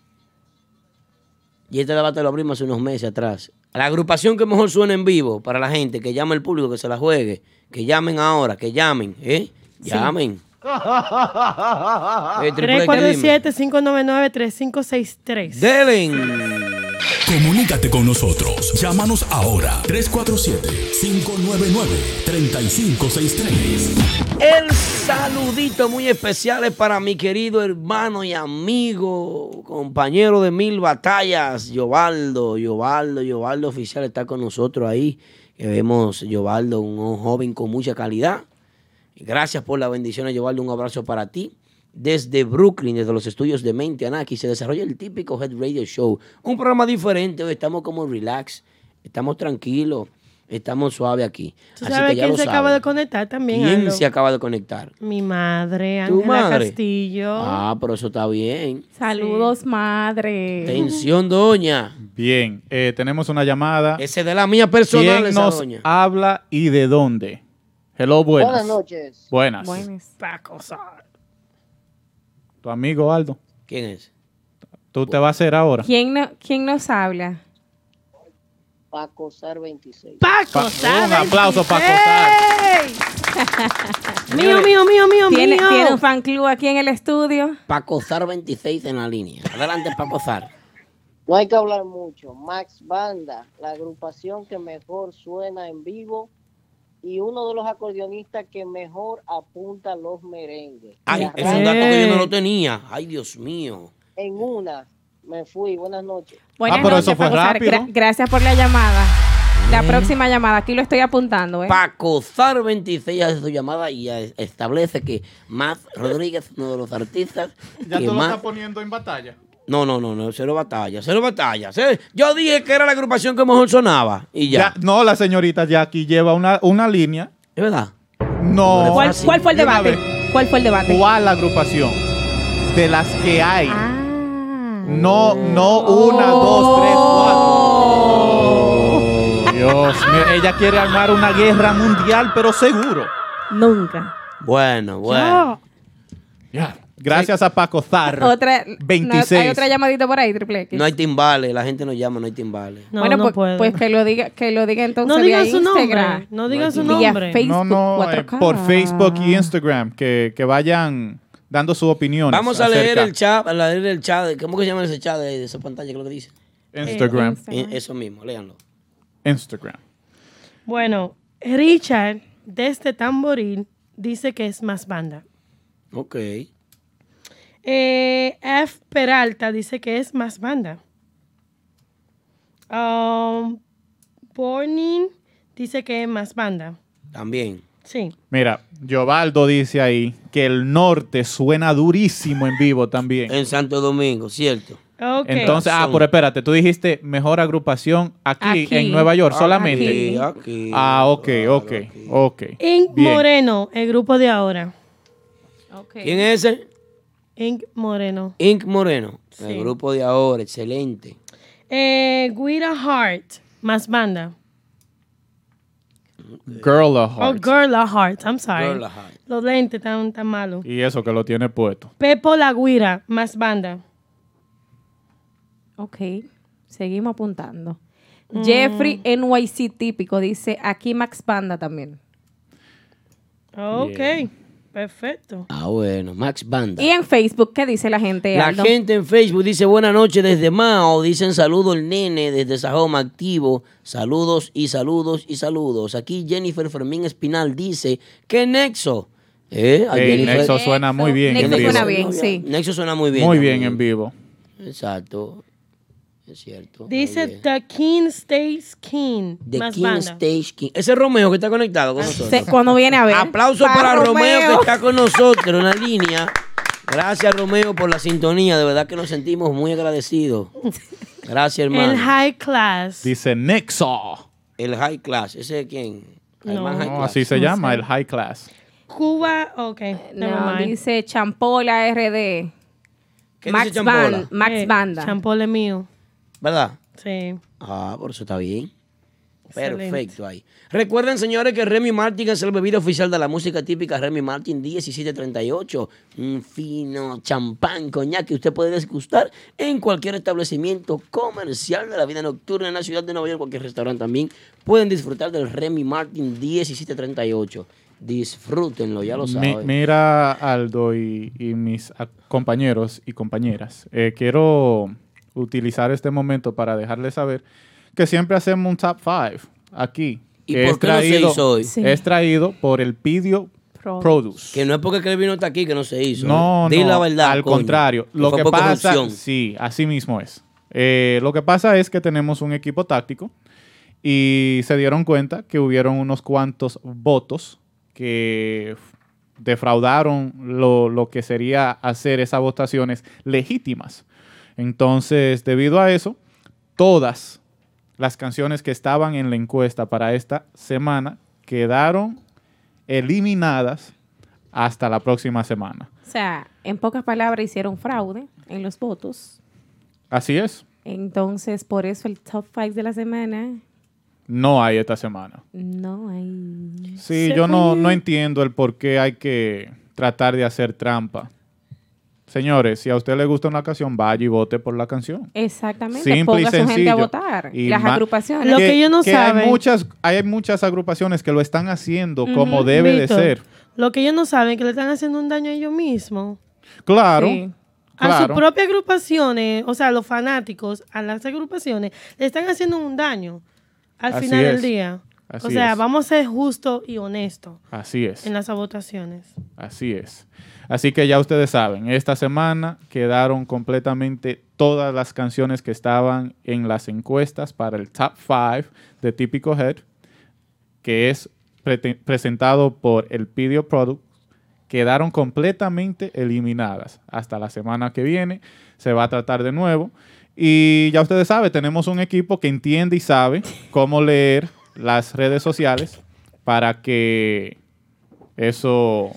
Y este debate lo abrimos hace unos meses atrás. La agrupación que mejor suena en vivo para la gente, que llame al público, que se la juegue. Que llamen ahora, que llamen, ¿eh? Llamen. Eh, Triple X, tres cuatro dime. siete, cinco nueve nueve, tres cinco seis tres. Delen. Comunícate con nosotros. Llámanos ahora. tres cuatro siete, cinco nueve nueve, tres cinco seis tres. El saludito muy especial es para mi querido hermano y amigo, compañero de mil batallas, Yovaldo. Yovaldo, Yovaldo oficial está con nosotros ahí. Que vemos, Yovaldo, un joven con mucha calidad. Gracias por la bendición, Yovaldo. Un abrazo para ti. Desde Brooklyn, desde los estudios de Mente Anaki, se desarrolla el Típico Head Radio Show. Un programa diferente. Hoy estamos como relax, estamos tranquilos, estamos suaves aquí. ¿Tú Así sabes que ya quién lo se acaba saben. de conectar también? ¿Quién Aldo? se acaba de conectar? Mi madre, ¿Tu Ángela madre? Castillo. Ah, pero eso está bien. Saludos, madre. Atención, doña. Bien, eh, tenemos una llamada. Ese de la mía personal, ¿Quién esa nos doña. habla y de dónde? Hello, buenas. Buenas noches. Buenas. Buenas. Paco Sar. Tu amigo Aldo. ¿Quién es? Tú te vas a hacer ahora. ¿Quién, no- ¿Quién nos habla? Paco Sar veintiséis. Paco Pa- Sar. un aplauso para Mío, mío, mío, mío, ¿Tiene, mío. ¿Tiene un fan club aquí en el estudio? Paco Zar veintiséis en la línea. Adelante, Paco Zar. No hay que hablar mucho. Max Banda, la agrupación que mejor suena en vivo y uno de los acordeonistas que mejor apunta los merengues. Ay, La es un radio- dato que yo no lo tenía. Ay, Dios mío. En una me fui. Buenas noches. Buenas Ah, pero noches, eso fue Paco Sar. rápido. Gra- gracias por la llamada. La próxima llamada, aquí lo estoy apuntando, ¿eh? Paco Zar veintiséis hace su llamada y ya establece que Matt Rodríguez, uno de los artistas. Ya que tú lo más- estás poniendo en batalla. No, no, no, no, cero batalla, cero batalla. cero- Yo dije que era la agrupación que mejor sonaba y ya. Ya, no, la señorita Jackie lleva una, una línea. ¿Es verdad? No. ¿Cuál, cuál fue el De una debate? vez. ¿Cuál fue el debate? ¿Cuál agrupación? De las que hay. Ah. No, no una, dos, tres, cuatro. Dios mío, ella quiere armar una guerra mundial, pero seguro. Nunca. Bueno, bueno. Ya. Gracias a Paco Zar. Otra, veintiséis. no, hay otra llamadita por ahí, Triple X. No hay timbales, la gente nos llama, no hay timbales. No, bueno, no pues, puedo. pues que lo diga, que lo diga entonces. No digan vía su nombre. Instagram. No digan su Vía nombre. Facebook No, no, eh, cuatro K. por Facebook y Instagram, que, que vayan dando su opinión. Vamos a leer el chat, a leer el chat. de- ¿Cómo que se llama ese chat de, de esa pantalla? ¿Qué es lo que dice? Instagram. Eh, Instagram. Eh, Eso mismo, léanlo. Instagram. Bueno, Richard, desde Tamboril, dice que es más banda. Ok. Eh, F. Peralta dice que es más banda. Um, Bornin dice que es más banda. También. Sí. Mira, Jovaldo dice ahí que el norte suena durísimo en vivo también. En Santo Domingo, cierto. Ok. Entonces, ah, Son- pero espérate, tú dijiste mejor agrupación aquí, Aquí. en Nueva York solamente. Aquí, aquí. Ah, ok, ok, ok. Inc Bien. Moreno, el grupo de ahora. Okay. ¿Quién es ese? Inc Moreno. Inc Moreno. Sí. El grupo de ahora, excelente. Eh, Guida Hart, más banda. Girl of Oh, Heart. Girl of Heart, I'm sorry. Girl of Heart. Los lentes tan, tan malos. Y eso que lo tiene puesto. Pepo La Guira, más banda. Ok, seguimos apuntando. Mm. Jeffrey N Y C típico dice aquí Max Banda también. Ok, Bien. perfecto. Ah, bueno, Max Banda. Y en Facebook, ¿qué dice la gente? La Aldo? gente en Facebook dice buenas noches desde Mao. Dicen saludos el nene desde Sajoma activo. Saludos y saludos y saludos. Aquí Jennifer Fermín Espinal dice que Nexo. ¿Eh? A Ey, Jennifer- Nexo suena muy bien Nexo en vivo. suena bien, sí. Nexo suena muy bien. Muy también. bien en vivo. Exacto. Es cierto. Dice Oye. The King Stays King, The más King banda. Stage King. Ese es Romeo que está conectado con nosotros. Se- cuando viene a ver. Aplauso para, Romeo. que está con nosotros en la línea. Gracias, Romeo, por la sintonía. De verdad que nos sentimos muy agradecidos. Gracias, hermano. El High Class. Dice Nexo. El High Class, ¿ese de quién? No. High No, Class. así se No llama, sé. el High Class. Cuba, ok. never No, mind. dice Champola R D. ¿Qué Max, dice Champola? Ban- Max Eh, Banda. Champol es mío. ¿Verdad? Sí. Ah, por eso está bien. Excelente. Perfecto ahí. Recuerden, señores, que Remy Martin es el bebida oficial de la música típica Remy Martin diecisiete treinta y ocho. Un fino champán, coñac que usted puede degustar en cualquier establecimiento comercial de la vida nocturna en la ciudad de Nueva York, cualquier restaurante también. Pueden disfrutar del Remy Martin diecisiete treinta y ocho. Disfrútenlo, ya lo Mi- saben. mira, Aldo y, y mis a- compañeros y compañeras, eh, quiero utilizar este momento para dejarles saber que siempre hacemos un top five aquí. ¿Y que por es qué no se traído, hizo hoy? Sí. es traído por el Pidio Pro- Produce. Que no es porque Kelvin no está aquí que no se hizo. No, Di no, la verdad. al coño, contrario. Lo fue que por pasa, corrupción. sí, así mismo es. Eh, lo que pasa es que tenemos un equipo táctico y se dieron cuenta que hubieron unos cuantos votos que f- defraudaron lo, lo que sería hacer esas votaciones legítimas. Entonces, debido a eso, todas las canciones que estaban en la encuesta para esta semana quedaron eliminadas hasta la próxima semana. O sea, en pocas palabras hicieron fraude en los votos. Así es. Entonces, por eso el top five de la semana No hay esta semana. no hay. Sí, Se yo no, fue. no entiendo el por qué hay que tratar de hacer trampa. Señores, si a usted le gusta una canción, vaya y vote por la canción. Exactamente. Simple y Ponga a su gente a sencillo. votar. Y Las ma- agrupaciones. Lo que ellos no saben. Hay muchas, hay muchas agrupaciones que lo están haciendo como Ujú, debe Víctor, de ser. Lo que ellos no saben es que le están haciendo un daño a ellos mismos. Claro. Sí. A sus claro. propias agrupaciones, o sea, los fanáticos, a las agrupaciones, le están haciendo un daño al Así final del es. día. Así o sea, es. vamos a ser justos y honestos Así es. en las votaciones. Así es. Así que ya ustedes saben, esta semana quedaron completamente todas las canciones que estaban en las encuestas para el Top cinco de Típico Head, que es prete- presentado por el Pidio Product, quedaron completamente eliminadas. Hasta la semana que viene se va a tratar de nuevo. Y ya ustedes saben, tenemos un equipo que entiende y sabe cómo leer las redes sociales para que eso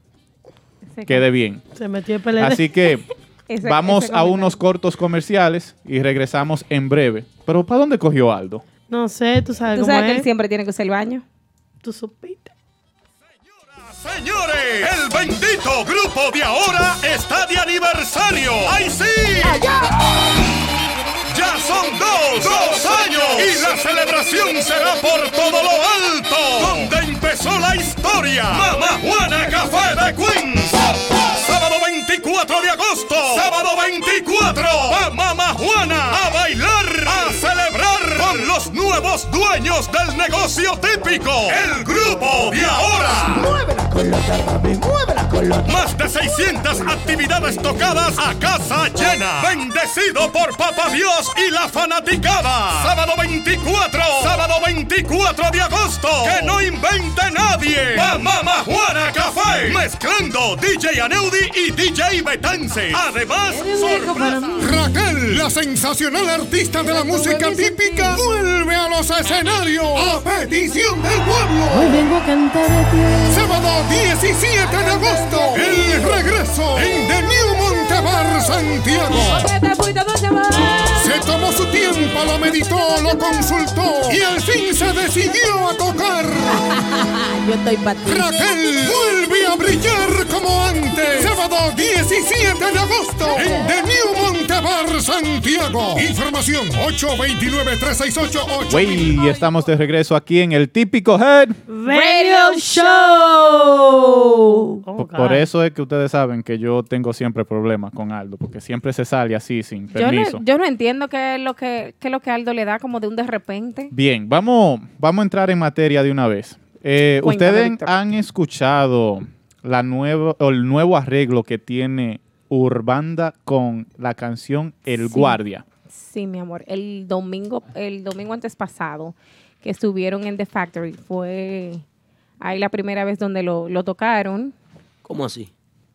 Ese quede bien. Se metió el P L D. Así que Ese- vamos ese a comentario. unos cortos comerciales y regresamos en breve. Pero ¿para dónde cogió Aldo? No sé, tú sabes Tú cómo sabes que es. él siempre tiene que usar el baño. Tú supiste. Señores, el bendito grupo de ahora está de aniversario. ¡Ay, sí! Ya son dos, dos años y la celebración será por todo lo alto, donde empezó la historia. Mamá Juana Café de Queens. Sábado veinticuatro de agosto. Sábado veinticuatro. A Mamá Juana a bailar, a celebrar con los nuevos dueños del negocio típico. El grupo de ahora. Muévela con la mami, muévela con la Más de seiscientas actividades tocadas a casa llena. Bendecido por Papá Dios y la fanaticada. Sábado veinticuatro. Sábado veinticuatro de agosto. Que no invente nadie. A Mamá Juana Café. Mezclando D J Aneudi y D J Betance. Además, sorpresa. Raquel, la sensacional artista de la música típica, vuelve a los escenarios. A petición del pueblo. Hoy vengo a cantar a ti. Sábado diecisiete de agosto, el regreso en The New Montebar, Santiago. Se tomó su tiempo, lo meditó, lo consultó y al fin se decidió a tocar. Yo estoy para ti. Raquel vuelve a brillar como antes. Sábado diecisiete de agosto en The New Montebar, Santiago. Información ocho dos nueve, tres seis ocho ocho. Wey, y estamos de regreso aquí en el Típico Head. Radio Show. Oh, Por, God. por eso es que ustedes saben que yo tengo siempre problemas con Aldo, porque siempre se sale así sin Yo permiso. no, yo no entiendo qué es lo que, qué es lo que Aldo le da como de un de repente. Bien, vamos, vamos a entrar en materia de una vez. Eh, Cuéntame, ¿Ustedes Víctor. han escuchado la nuevo, o el nuevo arreglo que tiene Urbanda con la canción El Sí. Guardia? Sí, mi amor. El domingo, el domingo antes pasado que estuvieron en The Factory fue ahí la primera vez donde lo, lo tocaron. ¿Cómo así?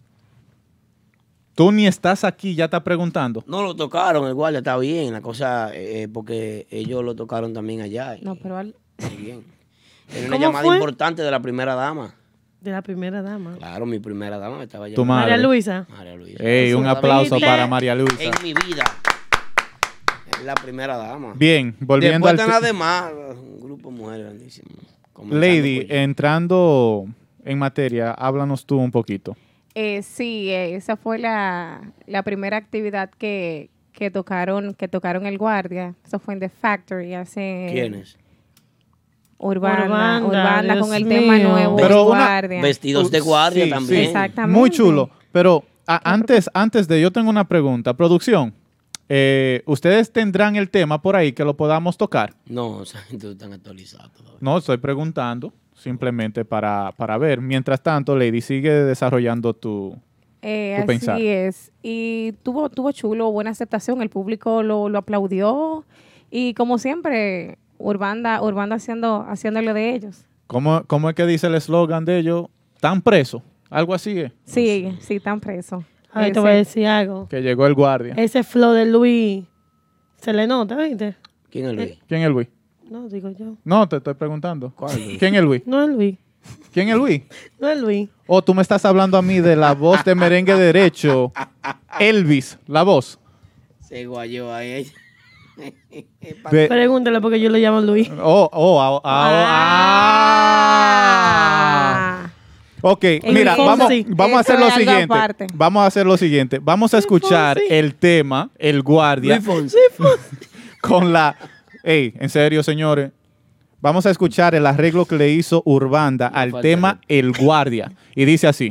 Tú ni estás aquí, ya estás preguntando. No lo tocaron, el guardia está bien, la cosa, eh, porque ellos lo tocaron también allá. y- No, pero al- Muy bien. Era una llamada fue? importante de la primera dama. De la primera dama. Claro, mi primera dama me estaba llamando. Tu madre. María Luisa. María Luisa. Ey, un aplauso para María Luisa. En mi vida. Es la primera dama. Bien, volviendo Después al... están las demás, un grupo de mujeres grandísimo. Lady, entrando en materia, háblanos tú un poquito. Eh, sí, eh, esa fue la, la primera actividad que, que tocaron que tocaron el Guardia. Eso fue en The Factory hace... ¿Quiénes? Urbana, Urbana, Urbana Dios con el mío. tema nuevo. Pero el una- Guardia. Vestidos de guardia Sí, también. sí. Exactamente. Muy chulo. Pero a- antes, antes de, yo tengo una pregunta. Producción, eh, ¿ustedes tendrán el tema por ahí que lo podamos tocar? No, esa gente no están actualizados. No, estoy preguntando simplemente para, para ver. Mientras tanto, Lady, sigue desarrollando tu, Eh, tu así pensar. es. Y tuvo, tuvo chulo, buena aceptación. El público lo, lo aplaudió. Y como siempre, Urbanda, Urbanda haciendo, haciéndole de ellos. ¿Cómo, ¿Cómo es que dice el eslogan de ellos? ¿Tan preso? Algo así es. Sí, sí, están presos. A ver, te voy a decir algo. Que llegó el guardia. Ese flow de Luis se le nota, ¿viste? ¿Quién es Luis? ¿Quién es Luis? No, digo yo. No, te estoy preguntando. ¿Cuál Luis? ¿Quién es Luis? No es Luis. ¿Quién es Luis? No es Luis. O tú me estás hablando a mí de la voz de merengue derecho. Elvis, la voz. Se guayó ahí. De- Pregúntale porque yo lo llamo Luis. Oh, oh, ah, ah, ah. Ok, En mira, el vamos, Fonsi. vamos a Eso hacer lo es algo siguiente. aparte. Vamos a hacer lo siguiente. Vamos a escuchar Fonsi. el tema, El Guardia, Luis Fonsi. con la... Ey, en serio, señores. Vamos a escuchar el arreglo que le hizo Urbanda al falta tema El Guardia. Y dice así.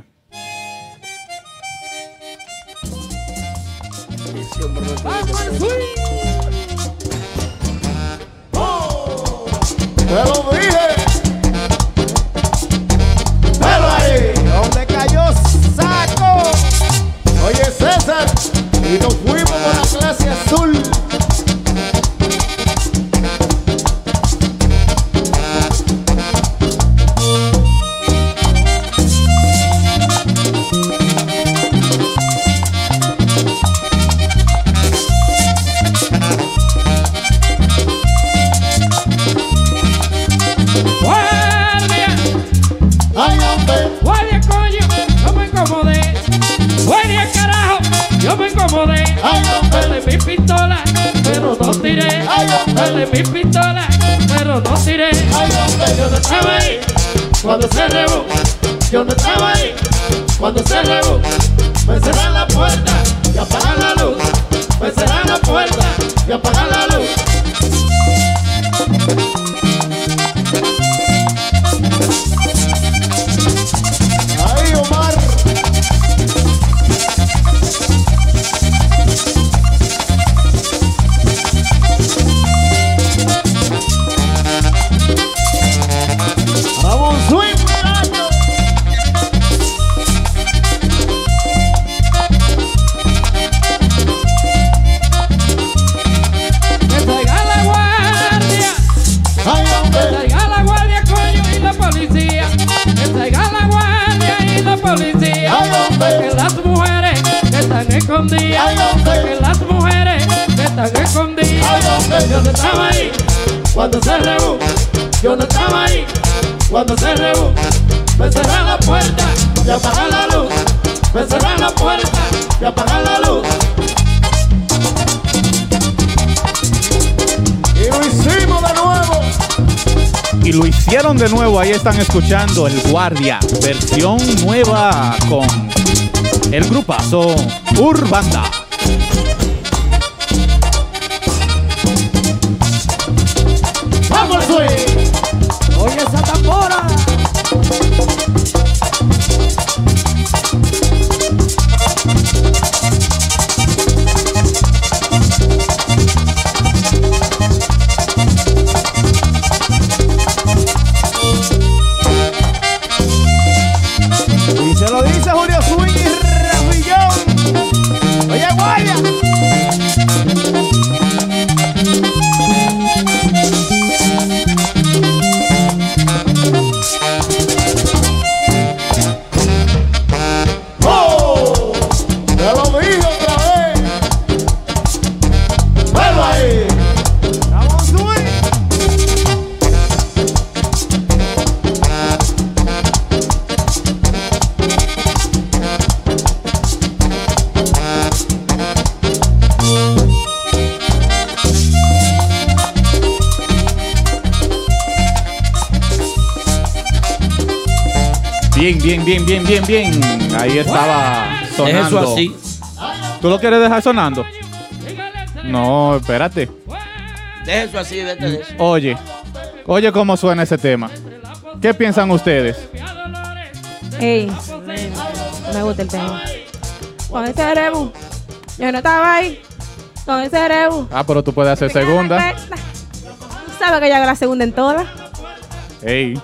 Te lo dije. Pero ahí, donde cayó saco. Oye, César, y nos fuimos por la clase azul. Guardia, Ay, hombre, guardia, coño, yo me incomodé. Guardia, carajo, yo me incomodé. ay, hombre, Dale mi pistola, pero no tiré. ay, hombre, Dale mi pistola, pero no tiré. ay, hombre. Yo no estaba ahí cuando se rebó. Yo no estaba ahí cuando se rebó. Me cerran la puerta y apagan la luz. Me cerran la puerta y apagan la luz. Ay, Omar. Vamos, swing, muchacho. Que traiga la guardia. Ay, Que hombre, traiga la guardia, coño, y la policía. Que traiga la guardia y la policía. Ay, hombre. Que las mujeres que están escondidas. Ay, hombre. Que las mujeres que están escondidas. Ay, hombre. Yo no estaba ahí cuando se rebú. Yo no estaba ahí cuando se rebú. Me cerran la puerta y apagan la luz. Me cerran la puerta y apagan la luz. y lo hicimos de nuevo. Y lo hicieron de nuevo. Ahí están escuchando El Guardia. Versión nueva con el grupazo Urbanda. Vamos, swing. Oye esa tambora. Y se lo dice Julio Swing y Rafillón. Oye, guardia. bien, bien, bien, bien, bien. Ahí estaba sonando. Eso así. ¿Tú lo quieres dejar sonando? No, espérate. Deja eso así, vete de eso. Oye, oye cómo suena ese tema. ¿Qué piensan ustedes? Ey, me gusta el tema. Con ese rebu, yo no estaba ahí. Con ese rebu. Ah, pero tú puedes hacer segunda. ¿Sabes que yo hago la segunda en todas? Ey.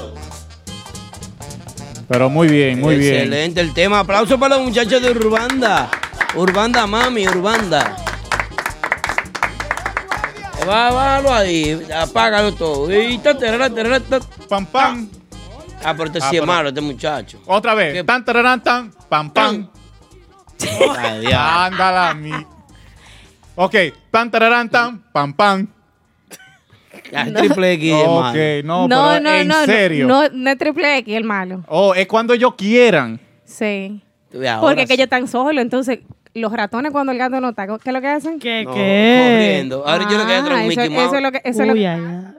Pero muy bien, muy bien. Excelente el tema. Aplauso para los muchachos de Urbanda. Urbanda, mami, Urbanda. Va, bájalo ahí. Apágalo todo. Y ta, tarara, tarara, ta. Pam, pam. Ah, pero este Ah, sí es pero- malo, este muchacho. Otra vez. Tan, tararán, tan, pam, pam. Ay, Dios. Ándala, mi. Ok. Tan, tararán, tan, pam, pam. Ya, el triple X es Ok, malo. no, no, pero no, en no, serio. No, no es triple X el malo. Oh, es cuando ellos quieran. Sí. Ahora Porque sí. que ellos están solos, entonces los ratones cuando el gato no está, ¿qué es lo que hacen? ¿Qué? No, ¿Qué? corriendo. Ahora yo le quedé atrás Ah, un eso, Mickey Mouse. eso es lo que... Eso es lo Uy, que ay, ay.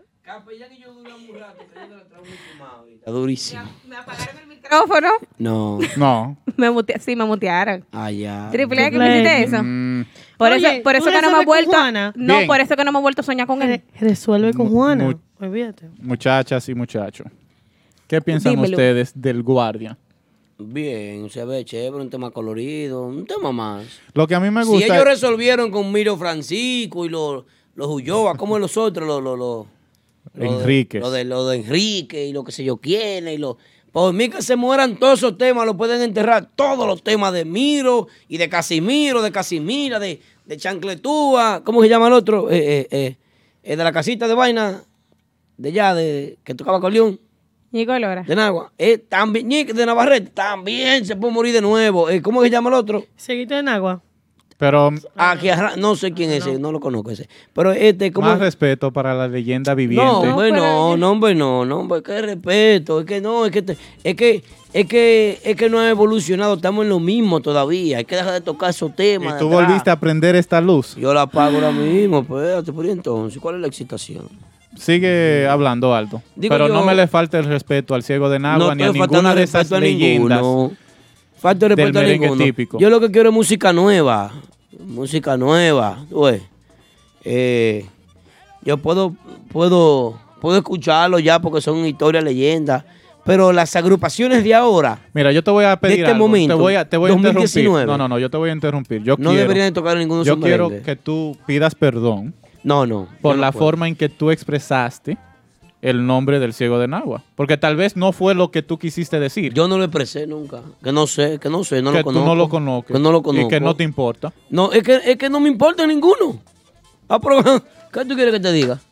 Está durísimo. me apagaron el micrófono. No. No. Me mute- sí, me mutearon. Allá. Triple X, Triple ¿me hiciste X. eso? Mm, Por Oye, eso, por ¿tú eso que no me he resuelves con vuelto... Juana? No, Bien. por eso que no me he vuelto a soñar con él. Re- Resuelve con Juana. Mu- Olvídate. muchachas y muchachos. ¿Qué piensan Dímelo. ustedes del guardia? Bien, se ve chévere, un tema colorido, un tema más. Lo que a mí me Si gusta... ellos resolvieron con Miro Francisco y los, los Ulloa, como los otros, los, los, los, los de- Enríquez. Lo de, lo de Enrique y lo que sé yo quién y lo por mí que se mueran todos esos temas, lo pueden enterrar todos los temas de Miro y de Casimiro, de Casimira, de, de Chancletúa, ¿cómo se llama el otro? Eh, eh, eh, eh, de la casita de vaina, de allá, de que tocaba acordeón. Nico Lora. De Nagua. Eh, también, Ñique de Navarrete, también se puede morir de nuevo. Eh, ¿Cómo se llama el otro? Seguito en agua. Pero Aquí, arra- no sé quién es ese, no lo conozco ese. Pero este, ¿cómo? más respeto para la leyenda viviente. No, hombre, pero no, ya- no, hombre, no, no, hombre, qué respeto, es que no, es que, te- es que, es que, es que no ha evolucionado, estamos en lo mismo todavía, hay que dejar de tocar esos Y temas. tú de atrás. volviste a prender esta luz. Yo la apago ahora mismo, espérate, por entonces, ¿cuál es la excitación? Sigue hablando alto. Digo pero yo- no me le falte el respeto al ciego de Nagua No ni a estoy faltando ninguna de el esas respeto a leyendas. ninguno. Falta de del respeto a merengue ninguno. típico. Yo lo que quiero es música nueva. Música nueva. tú ves. Eh, yo puedo, puedo, puedo escucharlo ya porque son historias, leyendas. Pero las agrupaciones de ahora Mira, yo te voy a pedir este algo. momento, te voy a, te voy a dos mil interrumpir. diecinueve. No, no, no, yo te voy a interrumpir. Yo no quiero, deberían de tocar ninguno de yo esos quiero merengues. que tú pidas perdón No, no. por yo no la puedo. forma en que tú expresaste el nombre del ciego de Nagua. Porque tal vez no fue lo que tú quisiste decir. Yo no lo expresé nunca. Que no sé, que no sé, no que lo tú conozco. no lo conoces. Que no lo Y conozco. que no te importa. No, es que, es que no me importa ninguno. Ah, pero, ¿qué tú quieres que te diga?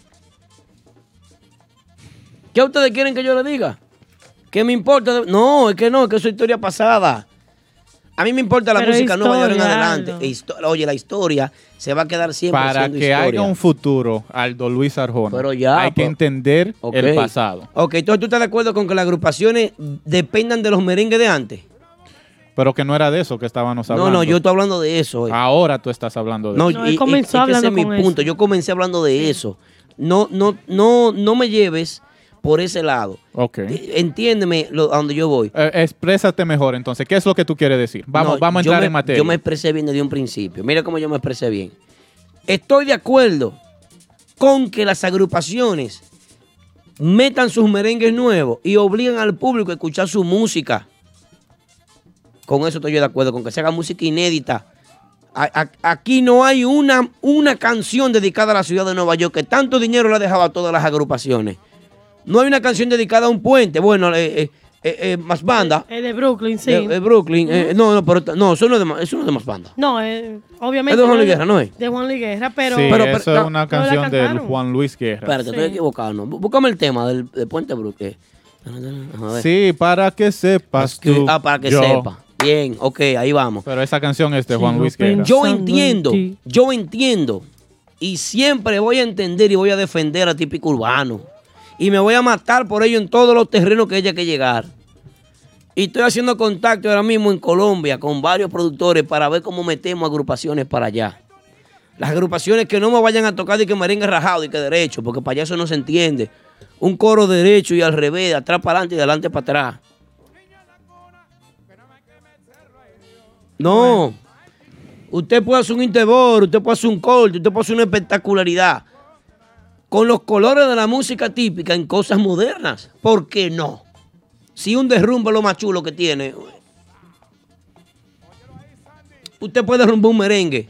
¿Qué ustedes quieren que yo le diga? ¿Qué me importa? de- No, es que no, es que eso es historia pasada. A mí me importa la Pero música nueva de ahora en historia, adelante. Aldo. E histo- Oye, la historia se va a quedar siempre Para siendo que historia. haya un futuro, Aldo Luis Arjona, Pero ya, hay que pues, entender ok. el pasado. Ok, entonces tú estás de acuerdo con que las agrupaciones dependan de los merengues de antes. Pero que no era de eso que estábamos No, hablando. no, yo estoy hablando de eso. hoy. Ahora tú estás hablando de No, eso. No, él y- y- comenzó es que ese hablando es mi con punto. eso. Yo comencé hablando de eso. No, no, no, no me lleves por ese lado. Ok. Eh, Entiéndeme lo- a donde yo voy. Eh, exprésate mejor entonces. ¿Qué es lo que tú quieres decir? Vamos, No, vamos a yo entrar me- en materia. Yo me expresé bien desde un principio. Mira cómo yo me expresé bien. Estoy de acuerdo con que las agrupaciones metan sus merengues nuevos y obliguen al público a escuchar su música. Con eso estoy yo de acuerdo, con que se haga música inédita. A- a- aquí no hay una, una canción dedicada a la ciudad de Nueva York que tanto dinero le ha dejado a todas las agrupaciones. No hay una canción dedicada a un puente. Bueno, eh, eh, eh, eh, más banda. Es de Brooklyn, sí. De, de Brooklyn. eh, no, no, pero no, eso no es de, ma- eso no es de más banda. No, eh, obviamente. Es de Juan no Luis Guerra, ¿no es? De Juan Luis Guerra, pero. Sí, pero- eso pero- es una no, canción la del cantaron. Juan Luis Guerra. Espérate, estoy Sí. equivocado. ¿no? Bú- Búscame el tema del, de Puente Brooklyn. A ver. Sí, para que sepas Que- tú. ah, para que yo. sepa. Bien, ok, ahí vamos. Pero esa canción es de Juan Sigo Luis Guerra. Yo Pensando entiendo, en ti. yo entiendo. Y siempre voy a entender y voy a defender a Típico Urbano. Y me voy a matar por ello en todos los terrenos que haya que llegar. Y estoy haciendo contacto ahora mismo en Colombia con varios productores para ver cómo metemos agrupaciones para allá. Las agrupaciones que no me vayan a tocar de que merengue rajado y que derecho, porque para allá eso no se entiende. Un coro derecho y al revés, de atrás para adelante y de adelante para atrás. No. Usted puede hacer un interbor, usted puede hacer un corte, usted puede hacer una espectacularidad. Con los colores de la música típica en cosas modernas. ¿Por qué no? Si un derrumbe es lo más chulo que tiene. Usted puede derrumbar un merengue.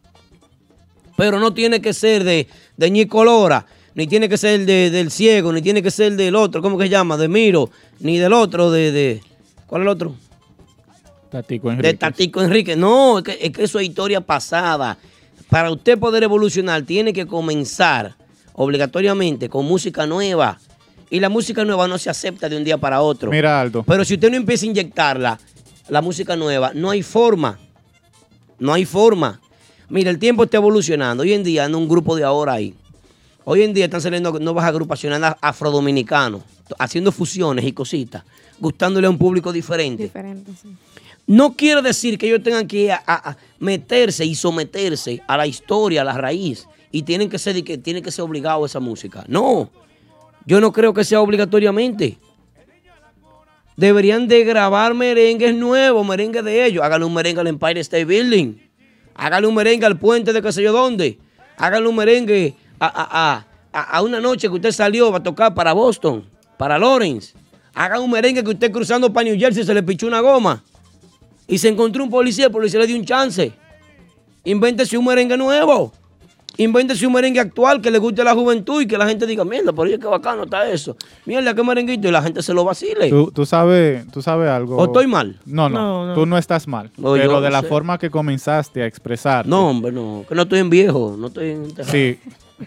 Pero no tiene que ser de, de Ñicolora, ni tiene que ser de, del Ciego, ni tiene que ser del otro, ¿cómo que se llama? De Miro, ni del otro, de... de ¿cuál es el otro? Tatico Enrique. De Tatico Enrique. No, es que, es que eso es historia pasada. Para usted poder evolucionar, tiene que comenzar obligatoriamente con música nueva. Y la música nueva no se acepta de un día para otro. Mira, Aldo. Pero si usted no empieza a inyectarla, la música nueva, no hay forma. No hay forma. Mira, el tiempo está evolucionando. Hoy en día anda un grupo de ahora ahí. Hoy en día están saliendo nuevas agrupaciones afrodominicanos, haciendo fusiones y cositas, gustándole a un público diferente. Diferente, sí. No quiere decir que ellos tengan que a, a, a meterse y someterse a la historia, a la raíz, y tienen que ser, que tienen que ser obligados a esa música. No, yo no creo que sea obligatoriamente. Deberían de grabar merengues nuevos, merengues de ellos. Háganle un merengue al Empire State Building. Háganle un merengue al puente de qué sé yo dónde. Háganle un merengue a, a, a, a una noche que usted salió a tocar para Boston, para Lawrence. Hagan un merengue que usted cruzando para New Jersey se le pichó una goma y se encontró un policía, el policía le dio un chance. Invéntese un merengue nuevo. Invéntese un merengue actual que le guste a la juventud y que la gente diga, mierda, pero oye, qué bacano está eso. Mierda, qué merenguito, y la gente se lo vacile. Tú, tú sabes, tú sabes algo. ¿O estoy mal? No, no, No, no. tú no estás mal. No, pero yo de la sé. forma que comenzaste a expresar. No, hombre, no. Que no estoy en viejo, no estoy en... Sí.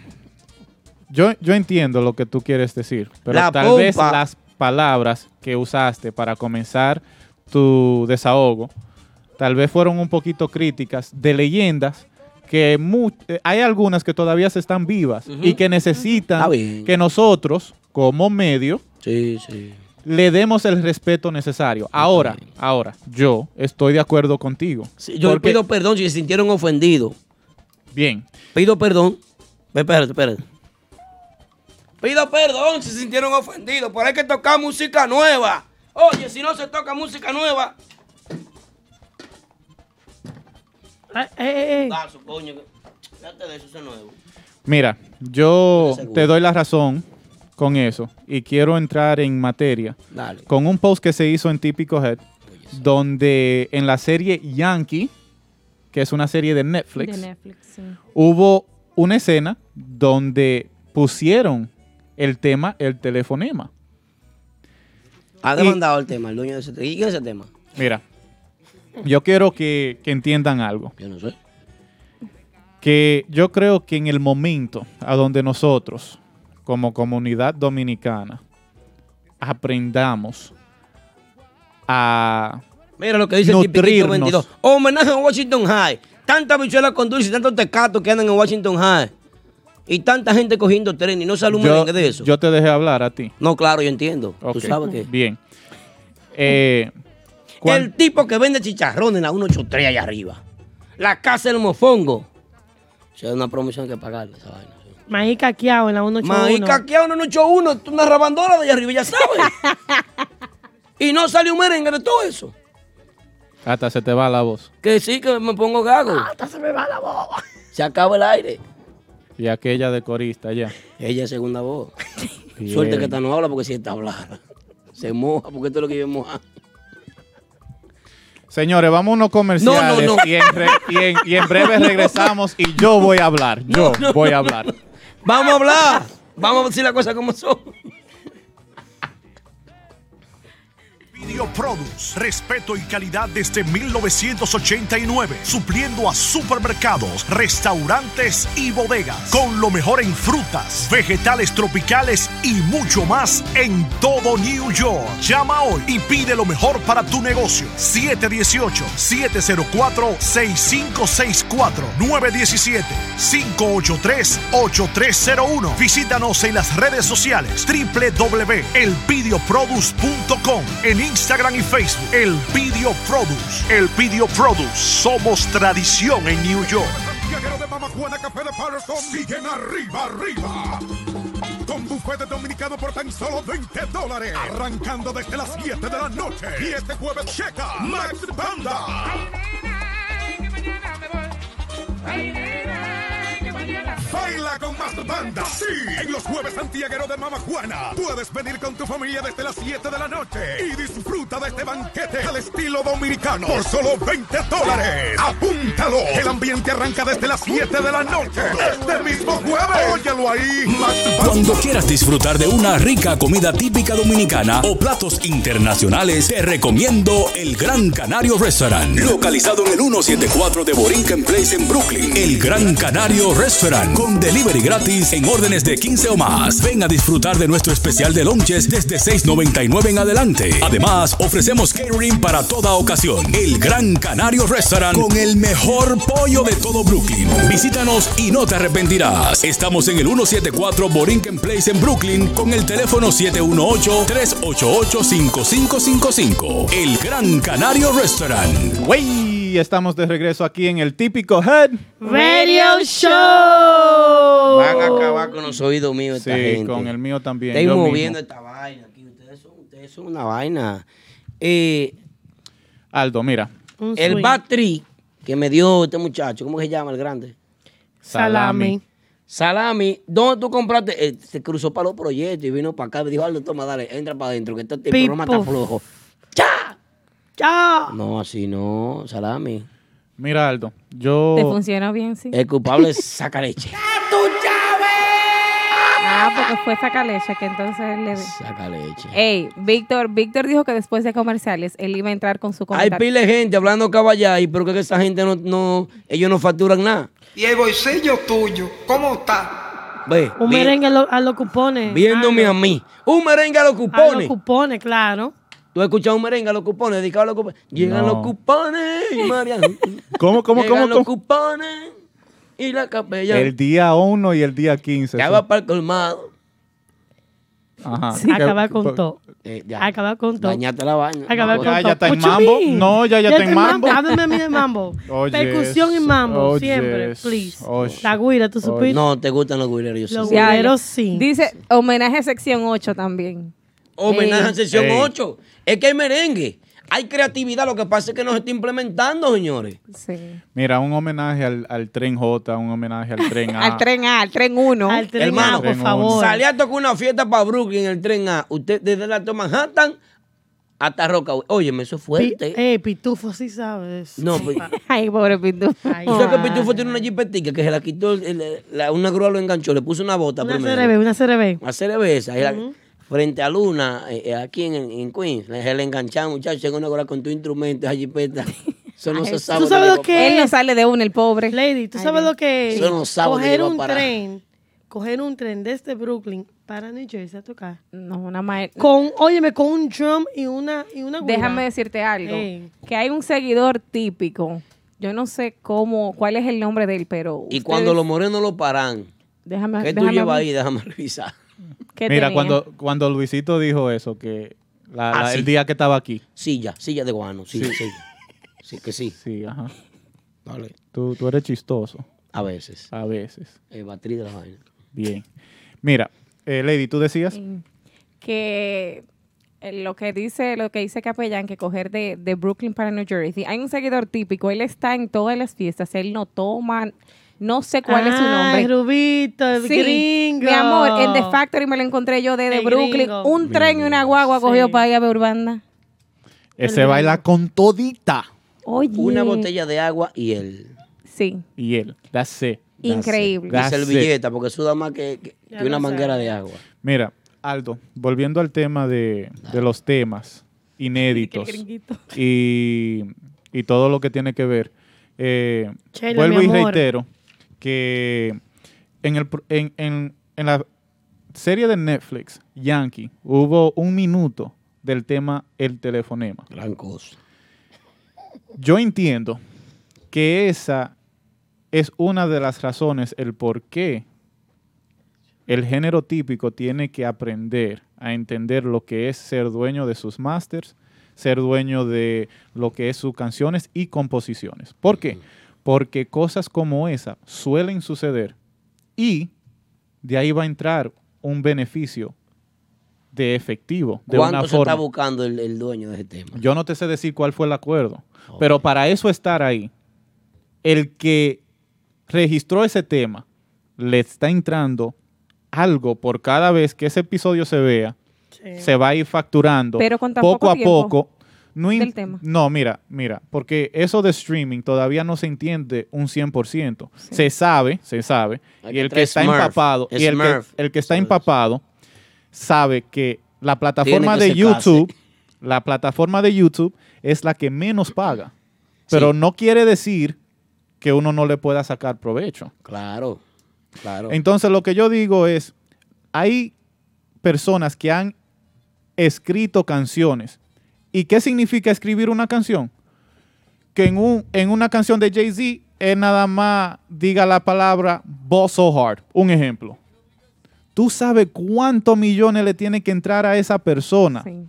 Yo, yo entiendo lo que tú quieres decir, pero La tal pompa. vez las palabras que usaste para comenzar tu desahogo, tal vez fueron un poquito críticas de leyendas que mu- eh, hay algunas que todavía se están vivas Ujú. y que necesitan Está bien. que nosotros, como medio, Sí, sí. le demos el respeto necesario. Ahora, ahora, yo estoy de acuerdo contigo. Sí, yo Porque- pido perdón si se sintieron ofendidos. Bien. Pido perdón. Espérate, espérate. Pido perdón si se sintieron ofendidos, pero hay que tocar música nueva. Oye, si no se toca música nueva. Vaso, coño. Fíjate de eso, eso es nuevo. Mira, yo Seguro. te doy la razón con eso y quiero entrar en materia Dale. con un post que se hizo en Típico Head, donde en la serie Yankee, que es una serie de Netflix, De Netflix, sí. hubo una escena donde pusieron el tema, el telefonema. Ha Y- demandado el tema, el dueño de ese tema. ¿Y quién es ese tema? Mira, yo quiero que, que entiendan algo. Yo no sé. Que yo creo que en el momento a donde nosotros, como comunidad dominicana, aprendamos a Mira lo que dice el Tipiquito nutrirnos. veintidós. Homenaje a Washington High. Tanta bichuela con dulce y tantos tecatos que andan en Washington High. Y tanta gente cogiendo tren y no sale un Yo, merengue de eso. yo te dejé hablar a ti. No, claro, yo entiendo. Tú Ok, sabes que... Bien. Eh, cuan- El tipo que vende chicharrón en la ciento ochenta y tres allá arriba. La casa del mofongo. O sea, es una promoción que hay que pagarle esa vaina. Maíz caqueado en la ciento ochenta y uno. Maíz caqueado en la ciento ochenta y uno, tú una rabandora de allá arriba, ya sabes. Y no sale un merengue de todo eso. hasta se te va la voz. Que sí, que me pongo gago. Hasta se me va la voz. Se acaba el aire. Y aquella de corista ya. Ella es segunda voz. Bien. Suerte que esta no habla porque si esta hablara. Se moja porque esto es lo que yo moja. Señores, vamos a unos comerciales No, no, no. Y, en re- y en, y en breve regresamos y yo voy a hablar. Yo No, no, voy a no, hablar. no. Vamos a hablar. Vamos a decir las cosas como son. Video Produce, respeto y calidad desde mil novecientos ochenta y nueve, supliendo a supermercados, restaurantes y bodegas, con lo mejor en frutas, vegetales tropicales y mucho más en todo New York. Llama hoy y pide lo mejor para tu negocio. siete uno ocho, siete cero cuatro, seis cinco seis cuatro, nueve uno siete, cinco ocho tres, ocho tres cero uno. Visítanos en las redes sociales doble u doble u doble u punto el pidio produce punto com, en Instagram y Facebook. El Pidio Produce. El Pidio Produce. Somos tradición en New York. Santiaguero de Mama Juana Café de Patterson siguen arriba, arriba. Con buffet dominicano por tan solo veinte dólares. Arrancando desde las siete de la noche. Y este jueves checa Max Banda. Baila con Master Banda. Sí, en los jueves santiagueros de Mama Juana. Puedes venir con tu familia desde las siete de la noche y disfruta de este banquete al estilo dominicano por solo veinte dólares. ¡Apúntalo! El ambiente arranca desde las siete de la noche. Este mismo jueves. Óyelo ahí, Master Banda. Cuando quieras disfrutar de una rica comida típica dominicana o platos internacionales, te recomiendo el Gran Canario Restaurant, localizado en el ciento setenta y cuatro de Borinquen Place en Brooklyn. El Gran Canario Restaurant, con delivery gratis en órdenes de quince o más. Ven a disfrutar de nuestro especial de lunches desde seis noventa y nueve en adelante. Además, ofrecemos catering para toda ocasión. El Gran Canario Restaurant, con el mejor pollo de todo Brooklyn. Visítanos y no te arrepentirás. Estamos en el ciento setenta y cuatro Borinquen Place en Brooklyn con el teléfono siete uno ocho, tres ocho ocho, cinco cinco cinco cinco. El Gran Canario Restaurant. Wey, estamos de regreso aquí en el Típico Head Radio Show. Van a acabar con los oídos míos esta Sí, gente. con el mío también. Estoy yo moviendo mismo. esta vaina aquí. Ustedes son, ustedes son una vaina. Eh, Aldo, mira. el Batri que me dio este muchacho, ¿cómo que se llama el grande? Salami. Salami, ¿dónde tú compraste? Eh, se cruzó para los proyectos y vino para acá. Me dijo, Aldo, toma, dale, entra para adentro, que este el programa está Pipo. flojo. ¡Ya! No, así no, Salami. Mira, Aldo, yo... ¿Te funciona bien, sí? El culpable es saca leche. Ah, porque fue Sacaleche que entonces él le... Saca leche. Ey, Víctor, Víctor dijo que después de comerciales él iba a entrar con su Hay comentario. pile de gente hablando caballay, pero que esa gente no, no, ellos no facturan nada. Y el bolsillo tuyo, ¿cómo está? Ve, Un vi- merengue a, lo- a los cupones. viéndome Ah, a mí. Un merengue a los A cupones. los cupones, claro. ¿Tú has escuchado un merengue a los cupones? Dedicado a los cupones. Llegan No. los cupones, Mariano. ¿Cómo, cómo, Llegan cómo, los cómo? cupones y la capella. El día uno y el día quince. Ya eso. va para el colmado. Ajá. Sí, ¿Qué- acabar con po- todo. Eh, ya. Acabar con todo. Dañaste la vaina. Acabar No, con Ya, todo. ya está en What you mambo. mean? No, ya, ya está en mambo. Háblame a mí de mambo. Oh, Percusión yes. y mambo, Oh, siempre, yes. please. Oh, La guira, ¿tú oh, supiste? No, te gustan los guireros, yo sé. Los Ya, guireros ya. sí. Dice homenaje a sección ocho también. Homenaje Ey. a sesión Ey. ocho. Es que hay merengue. Hay creatividad. Lo que pasa es que no se está implementando, señores. Sí. Mira, un homenaje al, al tren J, un homenaje al tren A. Al tren A, al tren uno. Al tren Hermano, A, por tren favor. Salí a tocar una fiesta para Brooklyn en el tren A. Usted desde la de Manhattan hasta Rockaway. Óyeme, eso es Pi- fuerte. eh, Pitufo sí sabes. No, pues, Ay, pobre Pitufo. Ay, ¿tú sabes que ay. Pitufo tiene una jipetica que se la quitó, el- el- la- una grúa lo enganchó, le puso una bota Una primero. C R B, una C R B. Una cerveza. y la- frente a Luna, eh, eh, aquí en, en Queens, se le engancharon, muchachos, en una grúa con tu instrumento, esa jipeta. Eso no se sabe. ¿Tú sabes dónde lo va que Él no es? sale de uno, el pobre. Lady, ¿tú Ay, sabes Dios. lo que es? Eso no sabe dónde Coger va a un parar. tren, coger un tren desde Brooklyn para New Jersey a tocar. No, una ma- Con, óyeme, con un drum y una, y una guira. Déjame decirte algo. Ey. Que hay un seguidor típico. Yo no sé cómo, cuál es el nombre de él, pero. Y ustedes- cuando los morenos lo paran, Déjame, ¿qué tú déjame llevas ver ahí? Déjame revisar. qué Mira, tenía. cuando, cuando Luisito dijo eso, que la- Ah, la- sí. el día que estaba aquí. Silla, silla de guano, sí, Sí. sí. Sí, que sí. Sí, ajá. Vale. Tú, tú eres chistoso. A veces. A veces. El batrí de la vaina. Bien. Mira, eh, Lady, ¿tú decías? que eh, lo que dice lo que dice Capellán, que coger de, de Brooklyn para New Jersey. Hay un seguidor típico, él está en todas las fiestas, él no toma, no sé cuál es su Ay, nombre. Rubito, el Sí, gringo. mi amor, en The Factory me lo encontré yo desde El Brooklyn. gringo. Un tren y una guagua Sí. cogió para ir a ver Urbanda. Ese baila con todita. Oye. Una botella de agua y él. Sí. Y él. That's it. Increíble. Y That's it. servilleta, porque suda más que, que- Ya que una lo manguera sabe. de agua. Mira, Aldo, volviendo al tema de, de los temas inéditos El gringuito. y, y todo lo que tiene que ver, eh, Sheila, vuelvo mi y amor. reitero que en, el, pro- en, en- en la serie de Netflix, Yankee, hubo un minuto del tema El telefonema. Gran cosa. Yo entiendo que esa es una de las razones, el por qué el género típico tiene que aprender a entender lo que es ser dueño de sus masters, ser dueño de lo que es sus canciones y composiciones. ¿Por qué? Porque cosas como esa suelen suceder y de ahí va a entrar un beneficio de efectivo, de ¿Cuánto una se forma. está buscando el, el dueño de ese tema? Yo no te sé decir cuál fue el acuerdo, pero para eso estar ahí, el que registró ese tema, le está entrando algo por cada vez que ese episodio se vea, sí. se va a ir facturando Pero con tan poco, poco a tiempo poco. No, in- del tema. no, mira, mira, porque eso de streaming todavía no se entiende un cien por ciento. Sí. Se sabe, se sabe, Hay y que el que traer está Smurf. empapado, y el que, Smurf. el que está empapado sabe que la plataforma Tiene de que YouTube, la plataforma de YouTube es la que menos paga. Pero Sí. no quiere decir que uno no le pueda sacar provecho. Claro, claro. Entonces lo que yo digo es, hay personas que han escrito canciones. ¿Y qué significa escribir una canción? Que en, un, en una canción de Jay-Z, él nada más diga la palabra Ball So Hard. Un ejemplo. ¿Tú sabes cuántos millones le tiene que entrar a esa persona? Sí.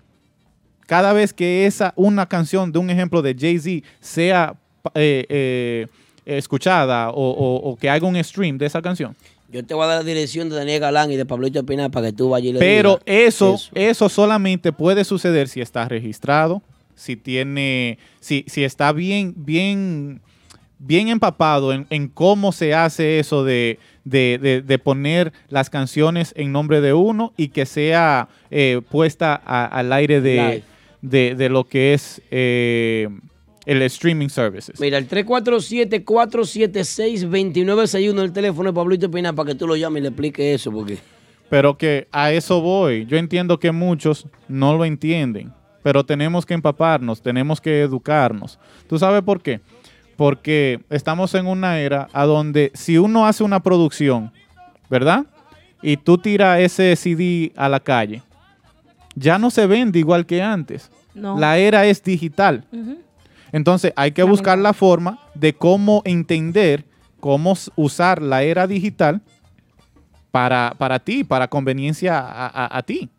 Cada vez que esa, una canción de un ejemplo de Jay-Z sea eh, eh, escuchada o, o, o que haga un stream de esa canción. Yo te voy a dar la dirección de Daniel Galán y de Pablito Espinal para que tú vayas y le Pero digas eso, eso, eso solamente puede suceder si está registrado, si tiene, si, si está bien, bien, bien empapado en, en cómo se hace eso de, de, de, de poner las canciones en nombre de uno y que sea eh, puesta a, al aire de, de, de lo que es eh, el streaming services. Mira, el tres cuatro siete, cuatro siete seis, dos nueve seis uno, el teléfono de Pablito Espinal para que tú lo llames y le expliques eso. Porque... Pero que a eso voy. Yo entiendo que muchos no lo entienden, pero tenemos que empaparnos, tenemos que educarnos. ¿Tú sabes por qué? Porque estamos en una era a donde si uno hace una producción, ¿verdad? Y tú tiras ese C D a la calle, ya no se vende igual que antes. No. La era es digital. Ujú. Entonces hay que buscar la forma de cómo entender, cómo s- usar la era digital para, para ti, para conveniencia a, a- a ti.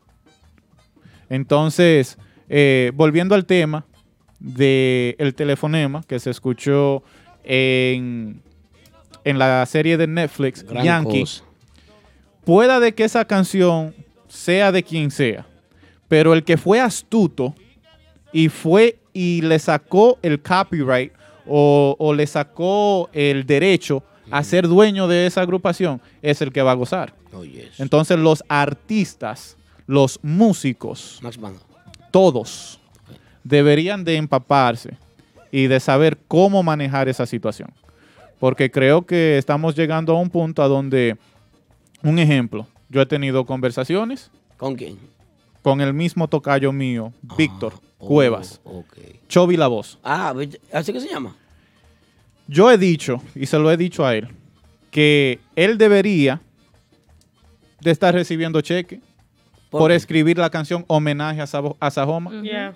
Entonces, eh, volviendo al tema del telefonema que se escuchó en, en la serie de Netflix, Gran Yankee, cosa. pueda de que esa canción sea de quien sea, pero el que fue astuto y fue y le sacó el copyright o, o le sacó el derecho a ser dueño de esa agrupación es el que va a gozar. Oh, yes. Entonces los artistas, los músicos, Max Banda. todos deberían de empaparse y de saber cómo manejar esa situación. Porque creo que estamos llegando a un punto a donde, un ejemplo, yo he tenido conversaciones. ¿Con quién? Con el mismo tocayo mío, Víctor Cuevas. Oh, okay. Chovy La Voz. Ah, ¿así que se llama? Yo he dicho, y se lo he dicho a él, que él debería de estar recibiendo cheque ¿Por por qué? escribir la canción Homenaje a, Sabo- a Sajoma. Yeah.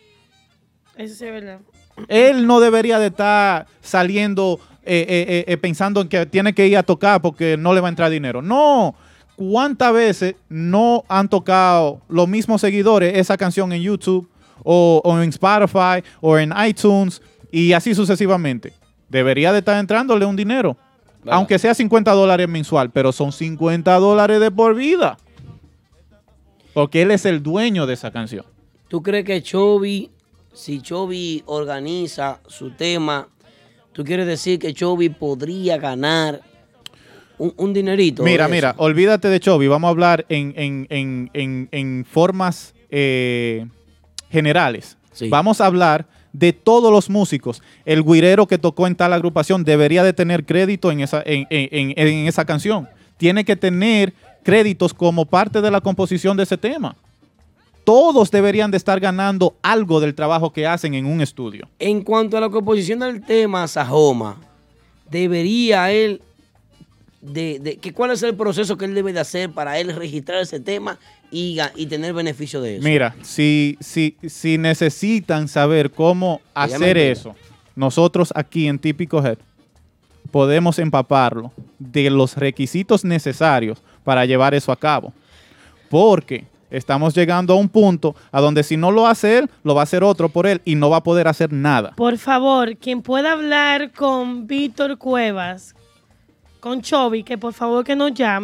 Eso sí es verdad. Él no debería de estar saliendo eh, eh, eh, eh, pensando en que tiene que ir a tocar porque no le va a entrar dinero. No. ¿Cuántas veces no han tocado los mismos seguidores esa canción en YouTube o, o en Spotify o en iTunes y así sucesivamente? Debería de estar entrándole un dinero. ¿Verdad? Aunque sea cincuenta dólares mensual, pero son cincuenta dólares de por vida. Porque él es el dueño de esa canción. ¿Tú crees que Chovy, si Chovy organiza su tema, tú quieres decir que Chovy podría ganar un, un dinerito? Mira, de mira, eso? olvídate de Chovy. Vamos a hablar en, en, en, en, en formas eh, generales. Sí. Vamos a hablar de todos los músicos. El güirero que tocó en tal agrupación debería de tener crédito en esa, en, en, en, en esa canción. Tiene que tener créditos como parte de la composición de ese tema. Todos deberían de estar ganando algo del trabajo que hacen en un estudio. En cuanto a la composición del tema Sajoma, debería él, de, de, que ¿cuál es el proceso que él debe de hacer para él registrar ese tema y, ga- y tener beneficio de eso? Mira, si, si, si necesitan saber cómo Se llama hacer el tema. eso, nosotros aquí en Típico Head podemos empaparlo de los requisitos necesarios para llevar eso a cabo. Porque estamos llegando a un punto a donde si no lo hace él, lo va a hacer otro por él y no va a poder hacer nada. Por favor, quien pueda hablar con Víctor Cuevas, con Chovy, que por favor que nos llame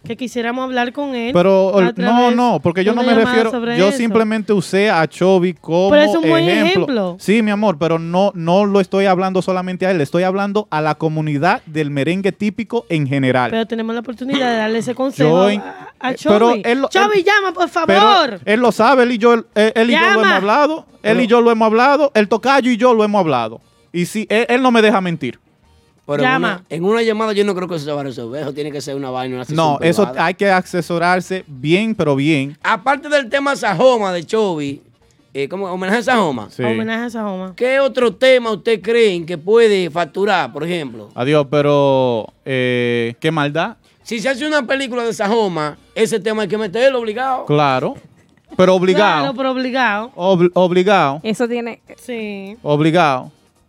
que quisiéramos hablar con él. Pero a no, través no, porque yo de no una me llamada refiero, sobre yo eso. simplemente usé a Chovy como Pero es un buen ejemplo. ejemplo. Sí, mi amor, pero no, no lo estoy hablando solamente a él, estoy hablando a la comunidad del merengue típico en general. Pero tenemos la oportunidad de darle ese consejo Yo a, en- a eh, Chovy. pero él lo- Chovy, él- llama, por Pero favor. él lo sabe, él y yo, él, él y yo lo Llama. hemos hablado, él y yo lo hemos hablado, el tocayo y yo lo hemos hablado. Y sí, él, él no me deja mentir. Pero en una, en una llamada yo no creo que eso se va a resolver. Eso tiene que ser una vaina, una sesión No, eso privada. hay que asesorarse bien, pero bien. Aparte del tema Sajoma de Chovy, eh, ¿cómo? ¿Homenaje a Sajoma? Sí. Homenaje a Sajoma. ¿Qué otro tema usted creen que puede facturar, por ejemplo? Adiós, pero eh, qué maldad. Si se hace una película de Sajoma, ese tema hay que meterlo obligado. Claro, pero obligado. Claro, pero obligado. Ob- obligado, Eso tiene. Sí. obligado.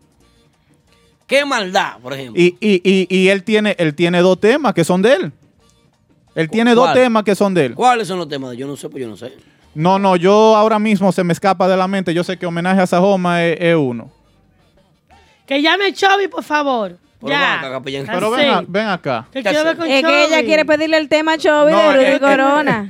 ¿Qué maldad, por ejemplo? Y, y, y, y él tiene él tiene dos temas que son de él. Él tiene dos ¿Cuál? temas que son de él. ¿Cuáles son los temas? Yo no sé, pues yo no sé. No, no, yo ahora mismo se me escapa de la mente. Yo sé que homenaje a Sajoma es, es uno. Que llame Chovy, por favor. Pero ya. ven acá, capellán. Pero ven, a- ven acá. Que quiero ver con Es que ella Chovy. quiere pedirle el tema a Chovy No, de Rudy eh, eh, Corona.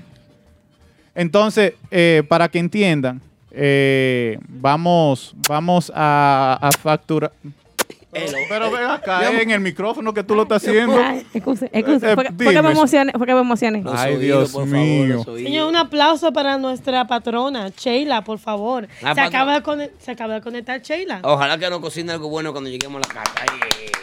Entonces, eh, para que entiendan, eh, vamos, vamos a, a facturar. Pero, pero ven acá, eh, en el micrófono que tú lo estás haciendo. Ay, excuse, excuse, Eh, fue, que- fue que dime. me emocioné, fue que me emocioné. Los Ay, oídos, Dios por favor, mío. los oídos. Señor, un aplauso para nuestra patrona, Sheila, por favor. La Se patro- acaba, de conect- se acaba de conectar Sheila. Ojalá que nos cocine algo bueno cuando lleguemos a la casa. Ay,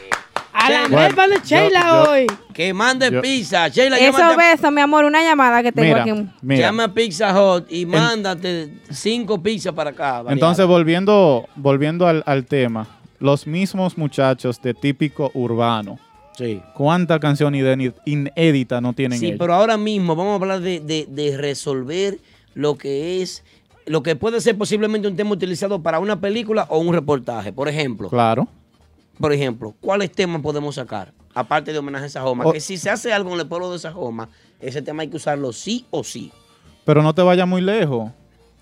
A la Bueno, melva de Sheila yo- yo- hoy. que mande Yo- pizza. Sheila, Eso llámate a- beso, mi amor, una llamada que tengo Mira, aquí. mira. llama a Pizza Hut y mándate cinco pizzas para acá. variadas. Entonces, volviendo, volviendo al, al tema, los mismos muchachos de típico urbano, sí. ¿cuánta canción ideni- inédita no tienen Sí, ellos? pero ahora mismo vamos a hablar de, de- de resolver lo que es, lo que puede ser posiblemente un tema utilizado para una película o un reportaje. Por ejemplo, Claro. por ejemplo, ¿cuáles temas podemos sacar? Aparte de homenaje a Sajoma, O- que si se hace algo en el pueblo de Sajoma, ese tema hay que usarlo sí o sí. Pero no te vayas muy lejos.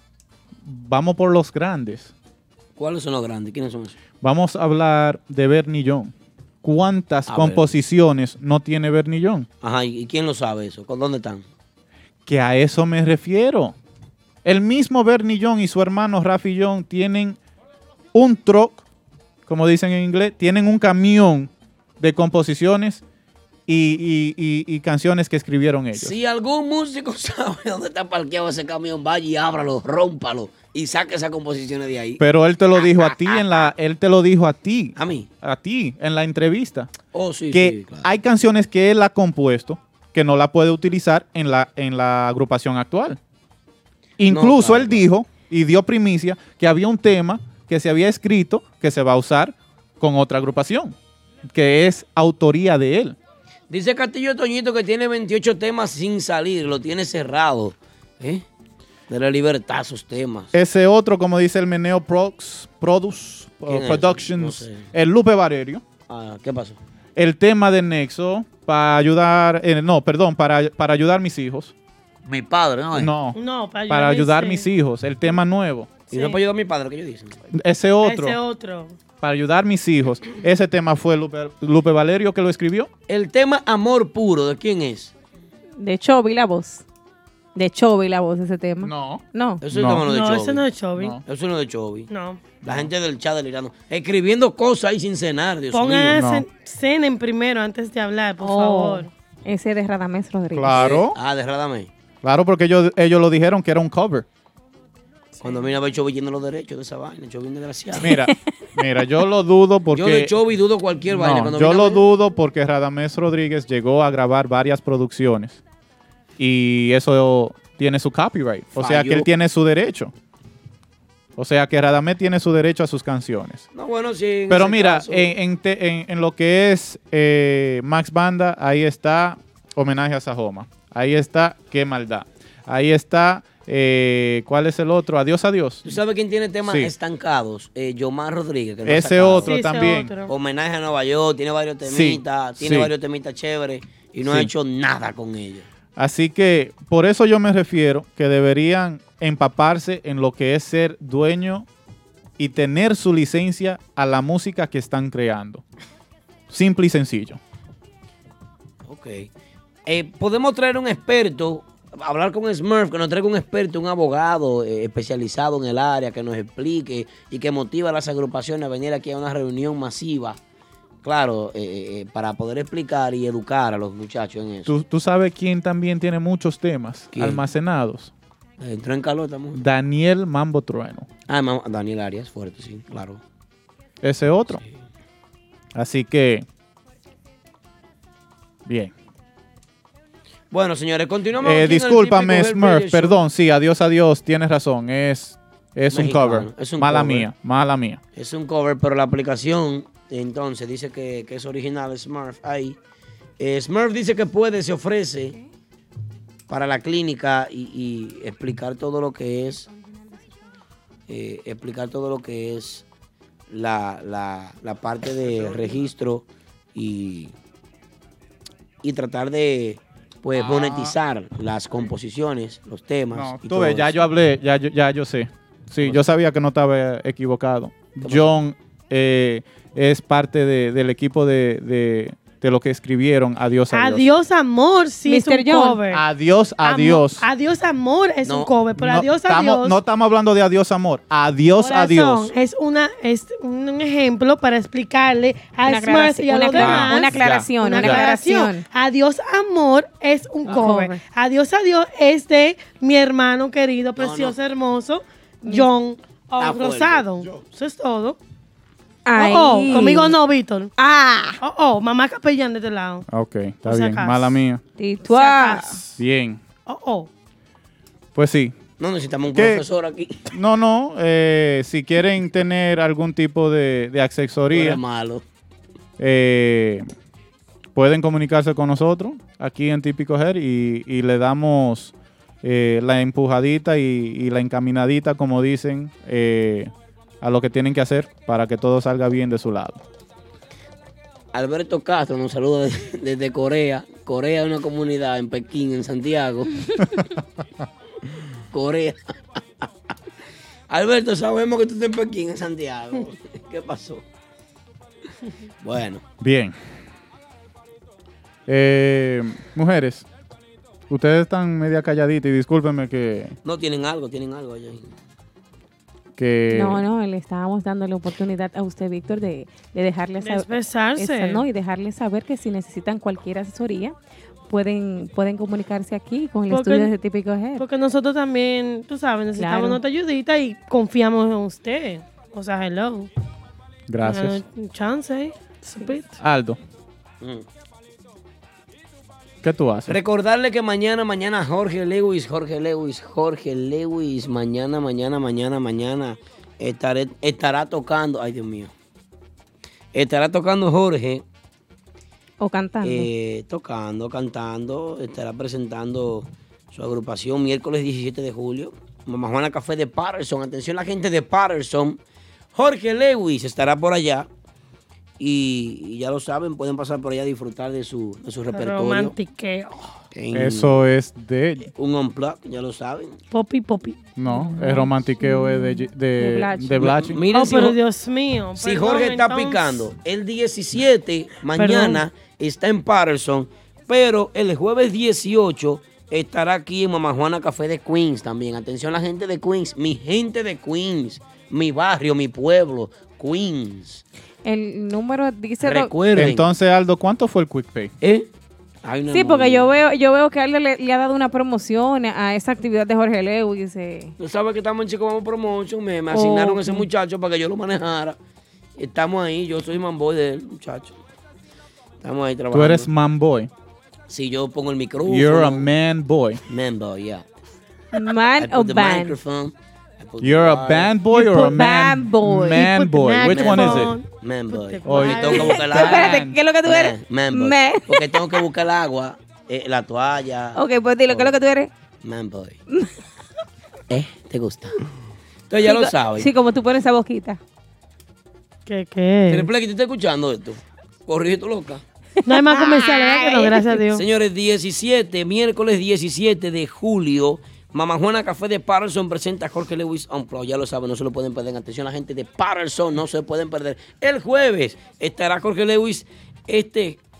Vamos por los grandes. ¿Cuáles son los grandes? ¿Quiénes son esos? Vamos a hablar de Bernie John. ¿Cuántas A ver. composiciones no tiene Bernie John? Ajá, ¿y y quién lo sabe eso? ¿Con dónde están? Que a eso me refiero. El mismo Bernie John y su hermano Rafi John tienen un truck, como dicen en inglés, tienen un camión de composiciones y, y- y- y canciones que escribieron ellos. Si algún músico sabe dónde está parqueado ese camión, vaya y ábralo, rómpalo y saque esas composiciones de ahí. Pero él te lo dijo a ti en la, él te lo dijo a ti. ¿A mí? A ti, en la entrevista. Oh, sí, que sí, claro. hay canciones que él ha compuesto que no la puede utilizar en la, en la agrupación actual. Incluso claro, él dijo y dio primicia que había un tema que se había escrito que se va a usar con otra agrupación, que es autoría de él. Dice Castillo Toñito que tiene veintiocho temas sin salir, lo tiene cerrado. ¿Eh? De la libertad esos temas. Ese otro, como dice el Meneo Prox, Produce, ¿Quién uh, es? Productions, No sé. el Lupe Valerio. Ah, ¿qué pasó? El tema de Nexo para ayudar, eh, no, perdón, para, para ayudar mis hijos. Mi padre, ¿no? No, No, para, para ayudar mis mis hijos, el tema nuevo. Y no para ayudar a mi padre, ¿qué ellos dicen? Ese otro, Ese otro. para ayudar mis hijos. Ese tema fue Lupe, Lupe Valerio que lo escribió. El tema Amor Puro, ¿de quién es? De Chovy la voz. De Chovy la voz ese tema. No. No. Eso No. no, no, de No, Chovy. ese no es Chovy. No. Eso no es de Chovy. No. La gente del chat delirando. Escribiendo cosas ahí sin cenar, Dios Pongan mío. ese cenen primero antes de hablar, por Oh, favor. Ese de Radamés Rodríguez. Claro, Ah, de Radamé. claro, porque ellos, ellos lo dijeron que era un cover. Cuando mira a ver Chovy yendo los derechos de esa vaina, Chovy es desgraciado. Mira, mira, yo lo dudo porque... Yo de Chovy dudo cualquier vaina. No, Cuando yo vine a lo ver- dudo porque Radamés Rodríguez llegó a grabar varias producciones y eso tiene su copyright. O sea que Falló. él tiene su derecho. O sea que Radamés tiene su derecho a sus canciones. No, bueno, sí. en Pero ese mira, caso- en, en te- en- en lo que es eh, Max Banda, ahí está Homenaje a Sajoma. Ahí está Qué Maldad. Ahí está, eh, ¿cuál es el otro? Adiós, adiós. ¿Tú sabes quién tiene temas Sí. estancados? Eh, Yomar Rodríguez. Que no ha Ese sacado. otro Sí, ese también. otro. Homenaje a Nueva York, tiene varios Sí, temitas, tiene sí. varios temitas chéveres y no Sí. ha hecho nada con ellos. Así que por eso yo me refiero que deberían empaparse en lo que es ser dueño y tener su licencia a la música que están creando. Simple y sencillo. Ok. Eh, podemos traer un experto, hablar con Smurf, que nos traiga un experto, un abogado eh, especializado en el área, que nos explique y que motiva a las agrupaciones a venir aquí a una reunión masiva. Claro, eh, eh, para poder explicar y educar a los muchachos en eso. ¿Tú, tú sabes quién también tiene muchos temas ¿Quién? almacenados? Entró en calor, estamos. Daniel Mambo Trueno. Ah, Mam- Daniel Arias, fuerte, sí, claro. Ese otro. Sí. Así que, bien. Bueno, señores, continuamos. Eh, aquí en el discúlpame, típico Head Smurf, Radio Show. perdón, sí, adiós, adiós, tienes razón, es, es un Mexicano, cover. es un mala cover. mía, mala mía. Es un cover, pero la aplicación, entonces, dice que, que es original, Smurf, ahí. Eh, Smurf dice que puede, se ofrece para la clínica y, y explicar todo lo que es, eh, explicar todo lo que es la, la, la parte de registro y, y tratar de, pues, monetizar las composiciones, los temas. No, y tú todo ves, ya eso. yo hablé, ya, yo- ya yo sé. Sí, yo sabía que no estaba equivocado. John eh, es parte de- del equipo de, de, de lo que escribieron Adiós, Adiós. Adiós Amor, sí es un mister John. cover. Adiós, Amo- adiós. Adiós Amor es No, un cover, pero no Adiós estamos- Adiós. No estamos hablando de Adiós, amor. Adiós, Corazón, adiós. Es, una, es un, un ejemplo para explicarle a Una Smurf aclaración, y a una los aclara- demás. una aclaración, Una una aclaración. aclaración. Adiós Amor es un Un cover. cover. Adiós Adiós es de mi hermano querido, precioso, hermoso, John oh, Está fuerte. Rosado. Eso es todo. Ay. Oh, oh, conmigo no, Víctor. Ah. Oh, oh, mamá capellán de este lado. Ok, está Por si bien. acaso. Mala mía. Tituá. Bien. Oh, oh. Pues sí. No necesitamos un ¿Qué? profesor aquí. No, no. eh, si quieren tener algún tipo de, de accesoría, No es malo. eh, pueden comunicarse con nosotros aquí en Típico Head y, y le damos eh, la empujadita y, y la encaminadita, como dicen, eh, a lo que tienen que hacer para que todo salga bien de su lado. Alberto Castro nos saluda desde, desde Corea. Corea es una comunidad en Pekín, en Santiago. Corea. Alberto, sabemos que tú estás en Pekín, en Santiago. ¿Qué pasó? Bueno. Bien. Eh, mujeres, ustedes están media calladitas y discúlpenme que... No, tienen algo, tienen algo allá. que No, no, le estábamos dando la oportunidad a usted, Víctor, de, de dejarle De saber. expresarse. Esa, ¿no? Y dejarle saber que si necesitan cualquier asesoría, pueden, pueden comunicarse aquí con el Porque- estudio de Típico Head. Porque nosotros también, tú sabes, necesitamos Claro. nuestra ayudita y confiamos en usted. O sea, hello. Gracias. Déjanos un chance. Stupid. Aldo, Mm. ¿qué tú haces? Recordarle que mañana, mañana Jorge Lewis, Jorge Lewis, Jorge Lewis, mañana, mañana, mañana, mañana estaré, estará tocando, ay Dios mío, estará tocando Jorge, O cantando. eh, tocando, cantando, estará presentando su agrupación miércoles diecisiete de julio, Mamá Juana Café de Patterson, atención la gente de Patterson, Jorge Lewis estará por allá. Y, y ya lo saben, pueden pasar por allá a disfrutar de su, de su repertorio. Romantiqueo. En Eso es de... un unplug, ya lo saben. Popi, popi. No, el romantiqueo es de, de, De Blachi. de Blachi. Miren Oh, si pero Jo- Dios mío. Si perdón, Jorge está entonces. picando, el diecisiete, mañana está en Patterson, pero el jueves dieciocho estará aquí en Mamá Juana Café de Queens también. Atención a la gente de Queens, mi gente de Queens, mi barrio, mi pueblo, Queens. El número dice... Recuerden. Entonces, Aldo, ¿cuánto fue el Quick Pay? ¿Eh? Ay, no, Sí, no, porque no. yo veo, yo veo que Aldo le, le ha dado una promoción a esa actividad de Jorge Lewis. eh. Tú sabes que estamos en Chico Vamos Promotion, me, me asignaron Ok. ese muchacho para que yo lo manejara. Estamos ahí, yo soy manboy de él, muchacho. Estamos ahí trabajando. Tú eres man boy. Si yo pongo el micrófono. You're a man boy. Man boy, yeah. Man I put o the band. microphone. I put the You're a wire. band boy You or a put man, man boy. man You put the boy? Which one is microphone. it? Man boy. Oh, Porque you- tengo que buscar el Espérate, agua. ¿qué es lo que tú eres? Man, man boy. Man. Porque tengo que buscar el agua, eh, la toalla. Ok, pues dilo, ¿qué es lo que tú eres? Man boy. ¿Eh? ¿Te gusta? Entonces ya Sí, lo co- sabes. Sí, como tú pones esa boquita. ¿Qué, qué? Triple, que te está escuchando esto. Corrige tu loca. No hay más comerciales, ¿verdad? Que no, gracias a Dios. Señores, diecisiete, miércoles diecisiete de julio, Mamá Juana Café de Patterson presenta a Jorge Lewis Unplugged. Ya lo saben, no se lo pueden perder. Atención, la gente de Patterson, no se pueden perder. El jueves estará Jorge Lewis, este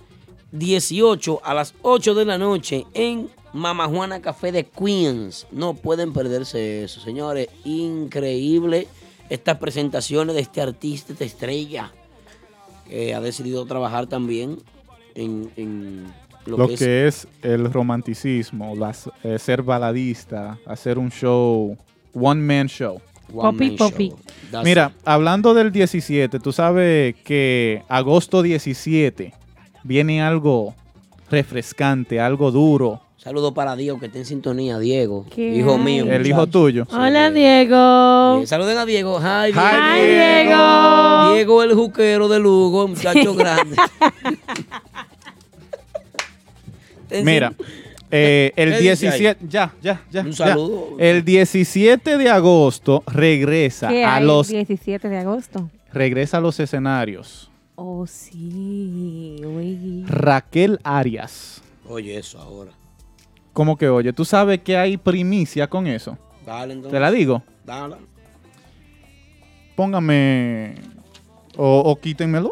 dieciocho a las ocho de la noche en Mama Juana Café de Queens. No pueden perderse eso, señores. Increíble estas presentaciones de este artista, esta estrella, que ha decidido trabajar también en, en lo, lo que, que es, es el romanticismo, las, eh, ser baladista, hacer un show, one man show. One Popi, man popi. show. That's Mira, it. hablando del diecisiete, tú sabes que agosto diecisiete viene algo refrescante, algo duro. Saludo para Diego, que está en sintonía, Diego. ¿Qué Hijo hay? mío. El muchacho. hijo tuyo. Hola, Diego. Eh, saluden a Diego. Hi, Diego. Hi, Diego. Diego, el juquero de Lugo, muchacho grande. Mira, eh, el ¿Qué dice ahí? diecisiete, ya, ya, ya. Un ya. saludo. El diecisiete de agosto regresa ¿Qué a hay los el diecisiete de agosto? regresa a los escenarios Oh, sí. Uy. Raquel Arias. Oye, eso ahora. ¿Cómo que oye? ¿Tú sabes que hay primicia con eso? Dale, entonces. ¿Te la digo? Dale. Póngame o, o quítenmelo.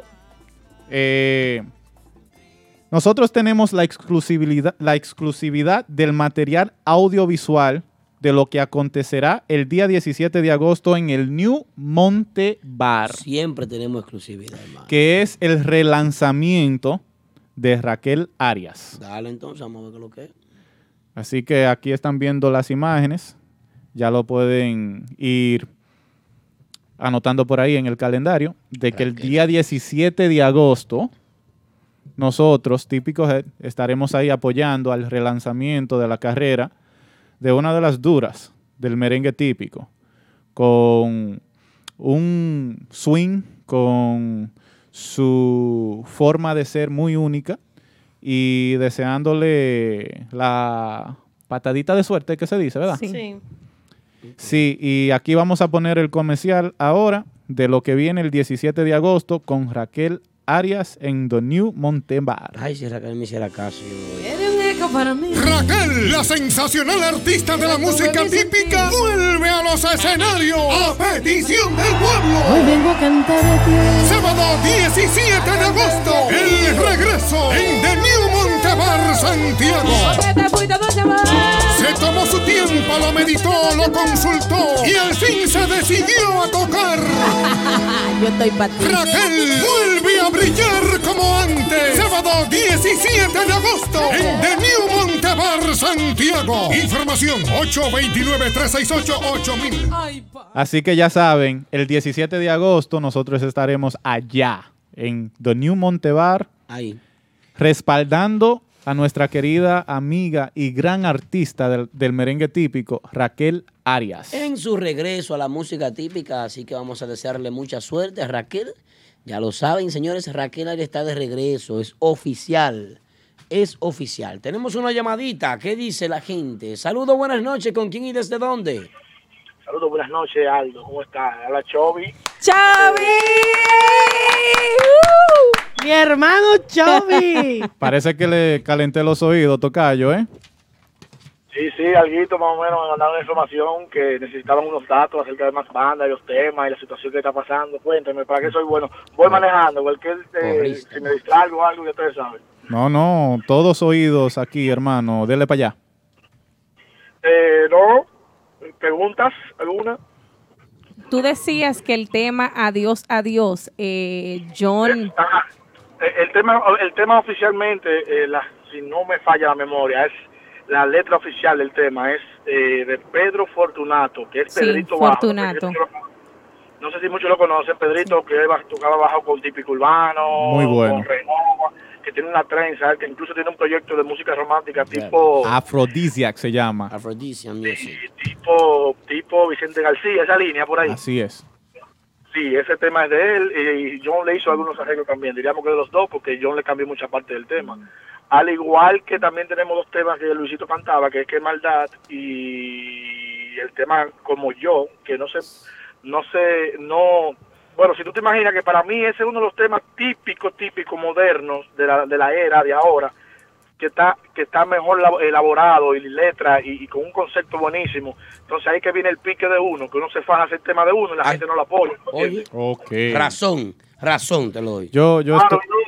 Eh, nosotros tenemos la exclusividad, la exclusividad del material audiovisual de lo que acontecerá el día diecisiete de agosto en el New Monte Bar, Siempre tenemos exclusividad, hermano. que es el relanzamiento de Raquel Arias. Dale, entonces, vamos a ver qué es lo que es. Así que aquí están viendo las imágenes. Ya lo pueden ir anotando por ahí en el calendario de que el día diecisiete de agosto nosotros, Típico Head, estaremos ahí apoyando al relanzamiento de la carrera de una de las duras del merengue típico, con un swing, con su forma de ser muy única y deseándole la patadita de suerte que se dice, ¿verdad? Sí. sí. Sí, y aquí vamos a poner el comercial ahora de lo que viene el diecisiete de agosto con Raquel Arias en The New Monte Bar. Ay, si Raquel me hiciera caso. Yo... Para mí. Raquel, la sensacional artista de la música típica, vuelve a los escenarios a petición del pueblo. Hoy vengo a cantar a ti. Sábado diecisiete de agosto, el regreso en The New Monte Bar Santiago. Se tomó su tiempo, lo meditó, lo consultó y al fin se decidió a tocar. Yo estoy para ti. Raquel vuelve a brillar como antes. Sábado diecisiete de agosto en The New Monte Bar Santiago. Información ocho dos nueve, tres seis ocho, ocho mil. Así que ya saben, el diecisiete de agosto nosotros estaremos allá en The New Monte Bar, Ahí. respaldando a nuestra querida amiga y gran artista del, del merengue típico, Raquel Arias. En su regreso a la música típica, así que vamos a desearle mucha suerte a Raquel. Ya lo saben, señores, Raquel Arias está de regreso, es oficial, es oficial. Tenemos una llamadita, ¿qué dice la gente? Saludos, buenas noches, ¿con quién y desde dónde? Saludos, buenas noches, Aldo, ¿cómo estás? Habla Chovy. ¡Chavi! Uh, mi hermano Chovy. Parece que le calenté los oídos, tocayo, ¿eh? Sí, sí, alguito más o menos me mandaron información que necesitaban unos datos acerca de más bandas y los temas y la situación que está pasando. Cuéntame, ¿para qué soy bueno? Voy manejando, cualquier, eh, si me distraigo o algo, ya ustedes saben. No, no, todos oídos aquí, hermano. Dele para allá. Eh, no, ¿preguntas alguna? Tú decías que el tema Adiós, Adiós, eh, John... Ajá. El tema, el tema oficialmente, eh, la, si no me falla la memoria, es la letra oficial del tema, es eh, de Pedro Fortunato, que es Sí, Pedrito Fortunato. Bajo. No sé si muchos lo conocen, Pedrito, que tocaba bajo con Típico Urbano, Muy bueno. con Renova, que tiene una trenza, que incluso tiene un proyecto de música romántica tipo... Aphrodisiac se llama. Aphrodisiac Music. Tipo, tipo Vicente García, esa línea por ahí. Así es. Sí, ese tema es de él y John le hizo algunos arreglos también, diríamos que de los dos, porque John le cambió mucha parte del tema. Al igual que también tenemos dos temas que Luisito cantaba, que es Qué Maldad y el tema Como Yo, que no sé, no sé, no... Bueno, si tú te imaginas que para mí ese es uno de los temas típicos, típicos, modernos de la, de la era de ahora, que está que está mejor elaborado y letra y, y con un concepto buenísimo. Entonces ahí que viene el pique de uno, que uno se faja a hacer tema de uno y la Ay. gente no lo apoya. Oye, Ok. razón, razón te lo doy. Yo, yo Claro, estoy...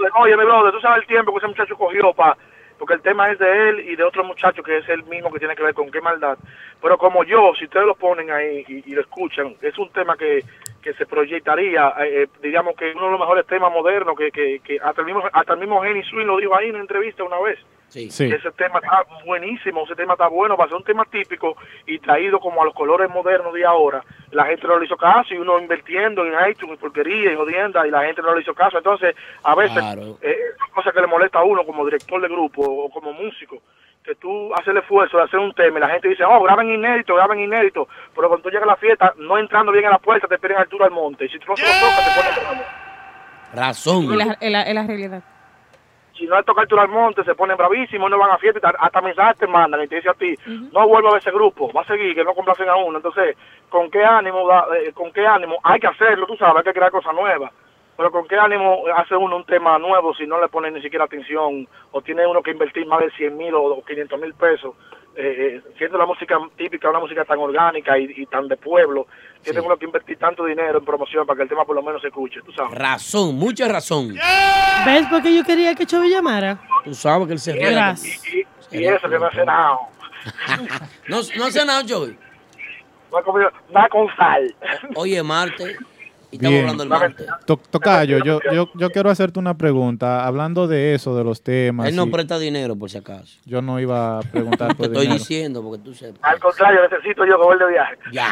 oye, mi brother, tú sabes el tiempo que ese muchacho cogió para... Porque el tema es de él y de otro muchacho que es el mismo que tiene que ver con qué maldad. Pero como yo, si ustedes lo ponen ahí y, y lo escuchan, es un tema que, que se proyectaría, eh, diríamos que uno de los mejores temas modernos, que, que, que hasta el mismo hasta el mismo Henny Swing lo dijo ahí en una entrevista una vez. Sí. Sí. Ese tema está buenísimo, ese tema está bueno, va a ser un tema típico y traído como a los colores modernos de ahora. La gente no le hizo caso y uno invirtiendo en iTunes y porquería y jodienda y la gente no le hizo caso. Entonces, a veces, Claro. eh, son cosas que le molesta a uno como director de grupo o como músico, que tú haces el esfuerzo de hacer un tema y la gente dice, oh, graben inédito, graben inédito, pero cuando tú llegas a la fiesta, no entrando bien a la puerta, te esperan altura al monte. Y si tú no se lo tocas, te ponen bravo. Razón. Es la, es la- es la realidad. Si no le toca altura al monte, se ponen bravísimos, no van a fiesta, y hasta mensajes te mandan y te dice a ti, no vuelva a ver ese grupo, va a seguir, que no complacen a uno. Entonces, ¿con qué ánimo da- eh, con qué ánimo? Hay que hacerlo, tú sabes, hay que crear cosas nuevas. Pero ¿con qué ánimo hace uno un tema nuevo si no le pone ni siquiera atención o tiene uno que invertir más de cien mil o quinientos mil pesos? Eh, eh, siendo la música típica, una música tan orgánica y, y tan de pueblo, tiene uno que invertir tanto dinero en promoción para que el tema por lo menos se escuche, tú sabes. Razón, mucha razón. ¿Ves por qué yo quería que Chovy llamara? Tú sabes que él se ríe. Gracias. Y, y eso que no hace nada. No, no hace nada, Joey. No ha comido nada con sal. Oye, Marte. Y estamos Bien. hablando del Marte. To- Tocayo, yo, yo, yo quiero hacerte una pregunta. Hablando de eso, de los temas. Él no y- presta dinero, por si acaso. yo no iba a preguntar Te por estoy dinero. diciendo porque tú sepas. Al contrario, necesito yo coger de viaje. Ya.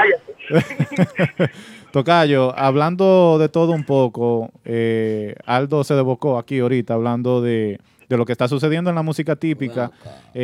Cállate. Tocayo, hablando de todo un poco, eh, Aldo se devocó aquí ahorita hablando de, de lo que está sucediendo en la música típica,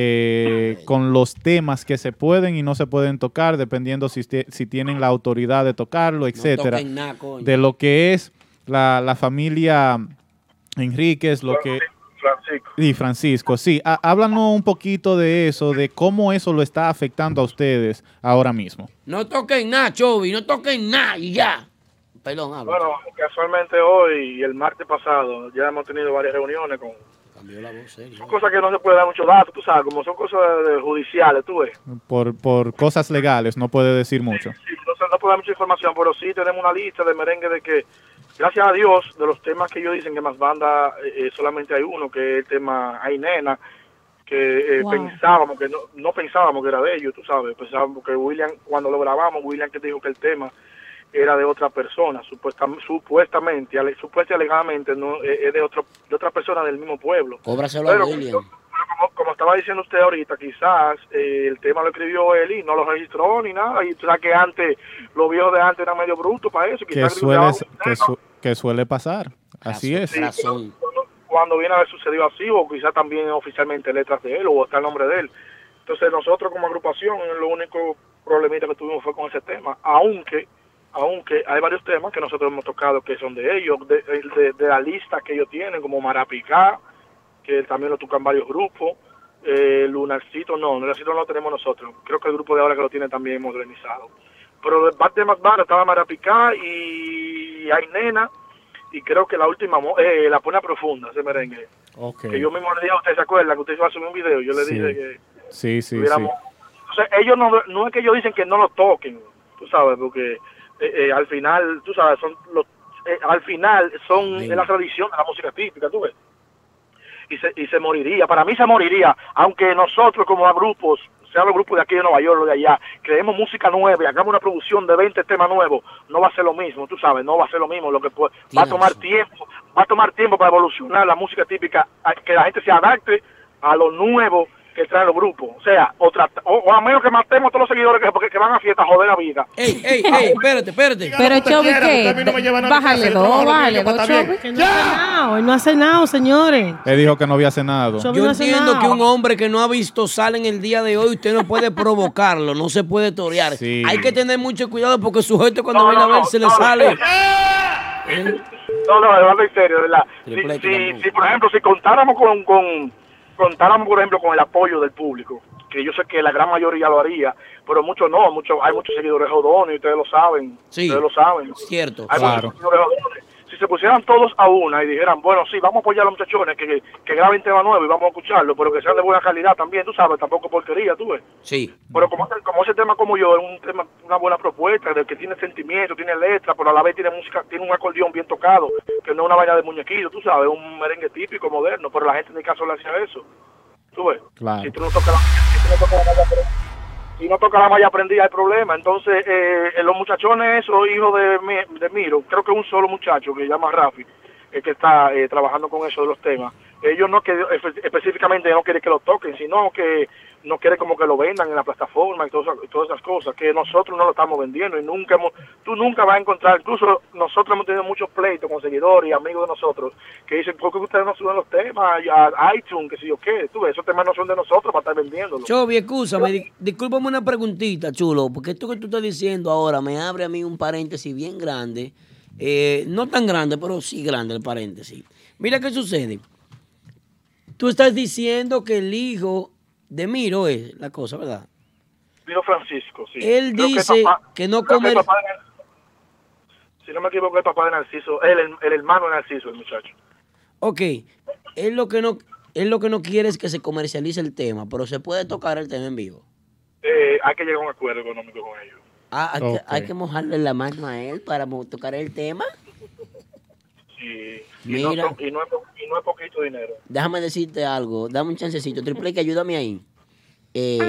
eh, con los temas que se pueden y no se pueden tocar, dependiendo si, te- si tienen la autoridad de tocarlo, etcétera. toquen nada, coño. De lo que es la, la familia Enríquez, lo que... Francisco. Y Francisco, sí. Há- Háblanos un poquito de eso, de cómo eso lo está afectando a ustedes ahora mismo. No toquen nada, Chovy, no toquen nada y ya. Perdón, habla. Bueno, casualmente hoy y el martes pasado ya hemos tenido varias reuniones con... Cambió la voz, serio. Son cosas que no se puede dar mucho datos, tú sabes, como son cosas de- judiciales, tú ves. Por, por cosas legales, no puede decir mucho. Sí, no, se- no puedo dar mucha información, pero sí tenemos una lista de merengue de que, gracias a Dios, de los temas que ellos dicen que más banda, eh, eh, solamente hay uno, que es el tema Ay Nena, que eh, Wow. pensábamos que no, no pensábamos que era de ellos, tú sabes, pensábamos que William, cuando lo grabamos, William que dijo que el tema era de otra persona, supuesta, supuestamente, ale- supuestamente alegadamente, no, eh, es de otro, de otra persona del mismo pueblo. Cóbraselo a Pero, William. como, como estaba diciendo usted ahorita, quizás eh, el tema lo escribió él y no lo registró ni nada. Y tú sabes que antes, los viejos de antes eran medio brutos para eso. Que Quizás suele, grababan un que, tema. su- que suele pasar. Así es. Sí, cuando, cuando viene a haber sucedido así, o quizás también oficialmente letras de él, o está el nombre de él. Entonces nosotros como agrupación, lo único problemita que tuvimos fue con ese tema, aunque aunque hay varios temas que nosotros hemos tocado que son de ellos, de, de, de la lista que ellos tienen, como Marapicá, que también lo tocan varios grupos, eh, Lunarcito no, Lunarcito no lo tenemos nosotros, creo que el grupo de ahora que lo tiene también modernizado. Pero de parte más banda estaba Marapicá y Ay Nena, y creo que la última, mo- eh, La Puna Profunda, ese merengue. Ok. Que yo mismo le dije a usted, ¿se acuerda? Que usted iba a subir un video, yo le Sí. dije que Sí, sí, sí. tuviéramos... O sea, ellos no, no es que ellos dicen que no lo toquen, tú sabes, porque eh, eh, al final, tú sabes, son los, eh, al final son es la tradición de la música típica, tú ves. Y se, y se moriría, para mí se moriría, aunque nosotros como a grupos, sea los grupos de aquí de Nueva York o de allá, creemos música nueva y hagamos una producción de veinte temas nuevos, no va a ser lo mismo, tú sabes, no va a ser lo mismo, lo que puede, va a tomar tiempo, va a tomar tiempo para evolucionar la música típica, a que la gente se adapte a lo nuevo que traen los grupos, o sea, o, trata- o, o a menos que matemos a todos los seguidores que, porque, que van a fiesta a joder la vida. Ey, ey, ey, espérate, espérate. Pero Chovy, ¿qué? Bájale dos, bájale dos, Chovy. Que no hace nada, él no hace nada, señores. Él dijo que no había cenado. Chovy Yo no hace entiendo nada. que un hombre que no ha visto sal en el día de hoy, usted no puede provocarlo, no se puede torear. Sí. Hay que tener mucho cuidado porque su gente cuando No, viene no, a ver no, se le no, sale. no. No, no, hablando en serio, de ¿verdad? Si, Triplete si, también. si, por ejemplo, si contáramos con, con, contáramos, por ejemplo, con el apoyo del público, que yo sé que la gran mayoría lo haría, pero muchos no, muchos, hay muchos seguidores jodones, y ustedes lo saben, Sí. ustedes lo saben. Cierto. Hay Claro. muchos seguidores jodones. Si si se pusieran todos a una y dijeran, bueno, sí, vamos a apoyar a los muchachones que, que, que graben tema nuevo y vamos a escucharlo, pero que sean de buena calidad también, tú sabes, tampoco porquería, tú ves. Sí. Pero como, como ese tema como yo, es un tema, una buena propuesta, de que tiene sentimiento, tiene letra, pero a la vez tiene música, tiene un acordeón bien tocado, que no es una vaina de muñequito, tú sabes, un merengue típico, moderno, pero la gente en mi caso le hacía eso, tú ves. Claro. Si tú no tocas la, si tú no tocas la malla prendida, si no toca la malla prendida hay problema. Entonces, eh, los muchachones, esos hijos de, de Miro, creo que un solo muchacho que se llama Rafi, eh, que está eh, trabajando con eso de los temas, ellos no que específicamente no quieren que lo toquen, sino que no quieren como que lo vendan en la plataforma y todas, todas esas cosas, que nosotros no lo estamos vendiendo y nunca hemos, tú nunca vas a encontrar, incluso nosotros hemos tenido muchos pleitos con seguidores y amigos de nosotros que dicen, ¿por qué ustedes no suben los temas a iTunes, que si yo qué? Tú ves, esos temas no son de nosotros para estar vendiéndolos. Chobi, escúchame, di discúlpame una preguntita, chulo, porque esto que tú estás diciendo ahora me abre a mí un paréntesis bien grande, eh, no tan grande, pero sí grande el paréntesis. Mira qué sucede. Tú estás diciendo que el hijo de Miro es la cosa, ¿verdad? Miro Francisco, sí. Él creo dice que, papá, que no creo come... que el papá de, si no me equivoco, el papá de Narciso, él, el, el hermano de Narciso, el muchacho. Ok, él lo que no, él lo que no quiere es que se comercialice el tema, pero se puede tocar el tema en vivo. Eh, hay que llegar a un acuerdo económico con ellos. Ah, hay, okay. que, hay que mojarle la mano a él para tocar el tema. Sí, y, Mira, no, y, no es, y no es poquito dinero. Déjame decirte algo, dame un chancecito. Triple que ayúdame ahí. Eh,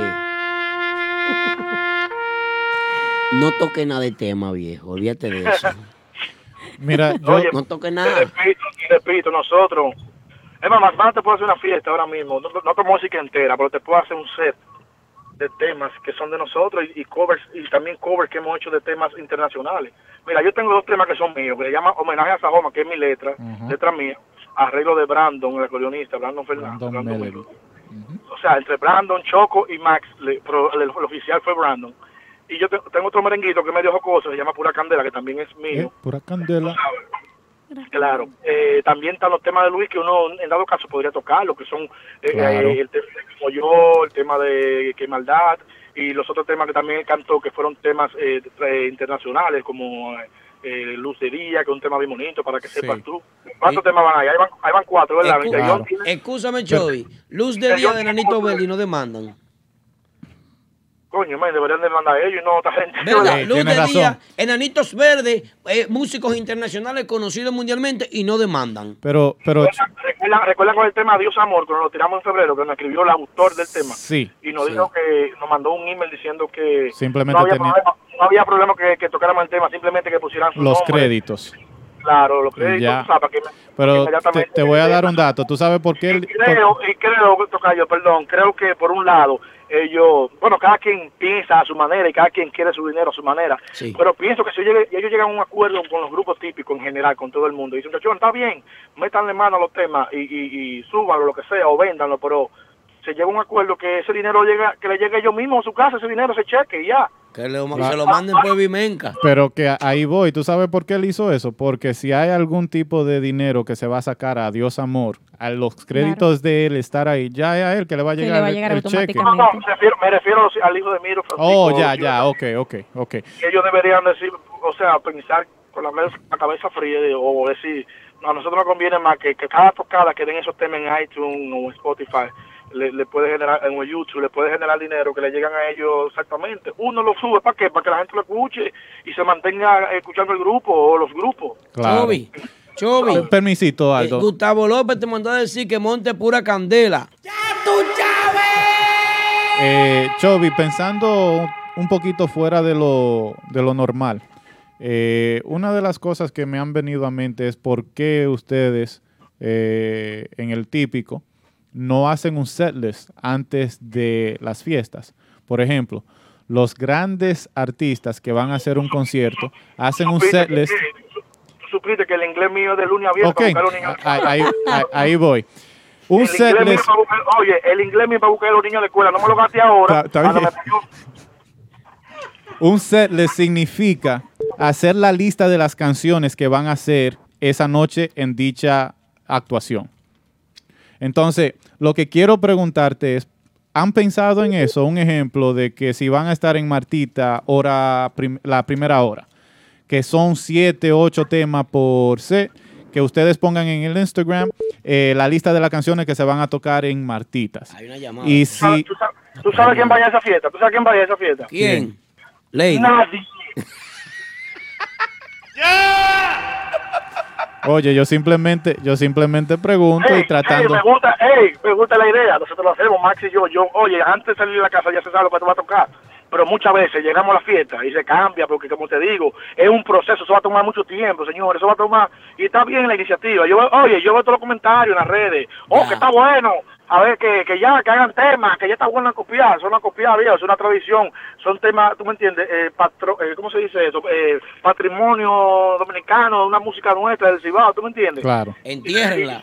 no toque nada de tema, viejo. Olvídate de eso. Mira, yo Oye, no toque nada. Te repito, te repito, nosotros. Es más, más te puedo hacer una fiesta ahora mismo. No, no como música entera, pero te puedo hacer un set de temas que son de nosotros y, y covers y también covers que hemos hecho de temas internacionales. Mira, yo tengo dos temas que son míos, que se llama Homenaje a Sajoma, que es mi letra, uh-huh. letra mía, arreglo de Brandon, el acordeonista, Brandon Fernández. Brandon Brandon uh-huh. O sea, entre Brandon, Choco y Max, le, pero el, el, el oficial fue Brandon. Y yo te, tengo otro merenguito que es medio jocoso, se llama Pura Candela, que también es mío. Eh, Pura Candela. Claro, eh, también están los temas de Luis que uno en dado caso podría tocar, lo que son eh, claro. eh, el tema de Como Yo, el tema de Qué Maldad y los otros temas que también cantó que fueron temas eh, eh, internacionales como eh, Luz de Día, que es un tema bien bonito para que sí. sepas tú. ¿Cuántos sí. temas van ahí? Ahí van, ahí van cuatro, ¿verdad? Escu claro. Escúchame, Chobi, Luz de Día de Nanito Belli no demandan. Coño, man, deberían demandar a ellos y no a otra gente. ¿Verdad? Luz de razón. Día, Enanitos Verdes, eh, músicos internacionales conocidos mundialmente y no demandan. Pero, pero... Recuerda, recuerda con el tema Dios Amor, cuando lo tiramos en febrero, que nos escribió el autor del tema. Sí. Y nos sí. dijo que, nos mandó un email diciendo que simplemente no había tenía... problema, no había problema que, que tocáramos el tema, simplemente que pusieran su los nombre. créditos. Claro, los créditos, ya. tú sabes, que me, pero que te, te voy a dar un dato. ¿Tú sabes por qué? El, y creo, por... y creo, Tocayo, perdón, creo que por un lado, ellos, bueno, cada quien piensa a su manera y cada quien quiere su dinero a su manera, sí. pero pienso que si llegue, ellos llegan a un acuerdo con los grupos típicos en general, con todo el mundo, y dicen, muchachos, está bien, métanle mano a los temas y, y, y súbanlo, lo que sea, o véndanlo, pero se llega a un acuerdo que ese dinero llega, que le llegue a ellos mismos a su casa, ese dinero, ese cheque y ya. Que le, se lo manden por Vimenca. Pero que ahí voy. ¿Tú sabes por qué él hizo eso? Porque si hay algún tipo de dinero que se va a sacar a Dios Amor, a los créditos claro. de él estar ahí, ya es a él que le va a llegar, le va a llegar el, el cheque. No, no, me refiero, me refiero al hijo de Miro Francisco. Oh, ya, ya, ok, ok, ok. Ellos deberían decir, o sea, pensar con la, la cabeza fría de, o decir, no, a nosotros nos conviene más que, que cada tocada que den esos temas en iTunes o en Spotify, Le, le puede generar en YouTube, le puede generar dinero que le llegan a ellos exactamente. Uno lo sube, ¿para qué? Para que la gente lo escuche y se mantenga escuchando el grupo o los grupos. Claro. Chobi, Chobi. Permisito, Aldo. Eh, Gustavo López te mandó a decir que monte Pura Candela. ¡Ya tú sabes! Eh, Chobi, pensando un poquito fuera de lo, de lo normal, eh, una de las cosas que me han venido a mente es por qué ustedes eh, en el típico no hacen un setlist antes de las fiestas. Por ejemplo, los grandes artistas que van a hacer un concierto hacen un setlist. Tú supiste que el inglés mío es de lunes a viernes. Ok, ahí, ahí, ahí, ahí voy. Un el setlist. Buscar, oye, el inglés mío para buscar a los niños de escuela. No me lo gasté ahora. Está, está bien. Un setlist significa hacer la lista de las canciones que van a hacer esa noche en dicha actuación. Entonces, lo que quiero preguntarte es, ¿han pensado en eso? Un ejemplo de que si van a estar en Martita hora prim la primera hora, que son siete, ocho temas por set, que ustedes pongan en el Instagram eh, la lista de las canciones que se van a tocar en Martitas. Hay una llamada. Y ¿Tú sabes, si... tú sabes- tú sabes quién vaya a esa fiesta? ¿Tú sabes quién vaya a esa fiesta? ¿Quién? Lady. Nadie. Oye, yo simplemente, yo simplemente pregunto Ey, y tratando... ey, me gusta, ey, me gusta la idea. Nosotros lo hacemos, Max y yo. Yo, oye, antes de salir de la casa ya se sabe lo que te va a tocar. Pero muchas veces llegamos a la fiesta y se cambia, porque como te digo, es un proceso, eso va a tomar mucho tiempo, señor, eso va a tomar, y está bien la iniciativa. Yo, oye, yo veo todos los comentarios en las redes, oh, que está bueno, a ver, que, que ya, que hagan temas, que ya está bueno copiar, son una copiar, viejo, es una tradición, son temas, tú me entiendes, eh, patro, eh, ¿cómo se dice eso? Eh, patrimonio dominicano, una música nuestra del Cibao, ¿tú me entiendes? Claro. Entiérrenla.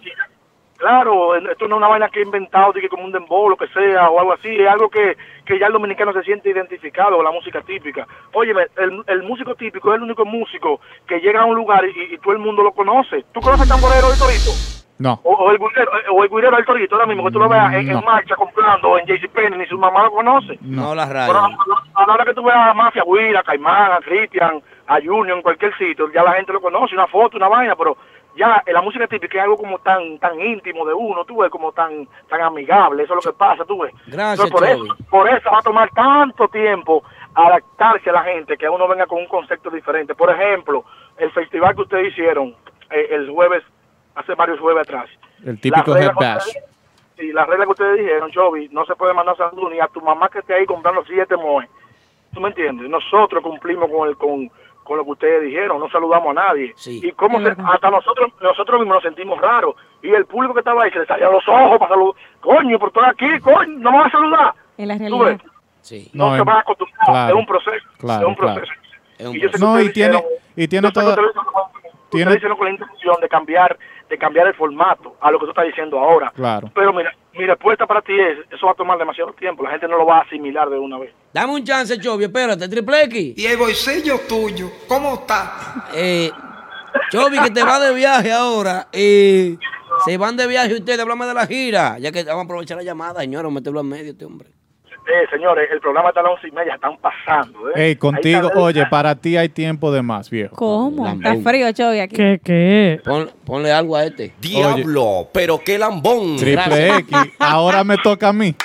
Claro, esto no es una vaina que he inventado, de que como un dembow, lo que sea, o algo así, es algo que, que ya el dominicano se siente identificado con la música típica. Óyeme, el, el músico típico es el único músico que llega a un lugar y, y todo el mundo lo conoce. ¿Tú conoces el tamborero del Torito? No. O, o el guirero, o el guirero del Torito, ahora mismo, que tú lo veas en, No. en marcha comprando, o en JCPenney, ni su mamá lo conoce. No la Pero raya. a la hora que tú veas a Mafia, Guira, a Caimán, a Cristian, a Junior, en cualquier sitio, ya la gente lo conoce, una foto, una vaina, pero ya eh, la música típica es algo como tan tan íntimo de uno, tú ves, como tan tan amigable, eso es lo que pasa, tú ves. Gracias, Entonces, por Chovy. eso, por eso va a tomar tanto tiempo adaptarse a la gente, que uno venga con un concepto diferente. Por ejemplo, el festival que ustedes hicieron eh, el jueves, hace varios jueves atrás. El típico La regla head que bash. ustedes- Sí, la regla que ustedes dijeron, Chovy, no se puede mandar saludos ni a tu mamá que esté ahí comprando siete moes. ¿Tú me entiendes? Nosotros cumplimos con el con, con lo que ustedes dijeron, no saludamos a nadie. Sí. Y cómo se- hasta nosotros nosotros mismos nos sentimos raros. Y el público que estaba ahí se le salían los ojos para saludar. Coño, por todo aquí, coño, no me vas a saludar. En la ¿Tú realidad. ves? Sí. No, No, se en- va a acostumbrar, claro, es un proceso. claro, es un claro. proceso. Es un Y yo sé que No, ustedes y tiene, hicieron- y tiene yo sé que toda... ustedes hicieron con- ustedes tiene- hicieron con la intención de cambiar de cambiar el formato a lo que tú estás diciendo ahora. Claro. Pero mira, mi respuesta para ti es, eso va a tomar demasiado tiempo, la gente no lo va a asimilar de una vez. Dame un chance, Chovy, espérate, Triple X. Y el bolsillo tuyo, ¿cómo está? Eh, Chovy, que te va de viaje ahora. Eh, se van de viaje ustedes, háblame de la gira. Ya que vamos a aprovechar la llamada, señora, mételo en medio este hombre. Eh, señores, el programa está a las once y media, están pasando. ¿eh? Ey, contigo, Ahí está- oye, para ti hay tiempo de más, viejo. ¿Cómo? Está Lambón. frío, Chovy, aquí. ¿Qué, qué? Pon- ponle algo a este. Diablo, pero qué lambón. Triple X, ahora me toca a mí.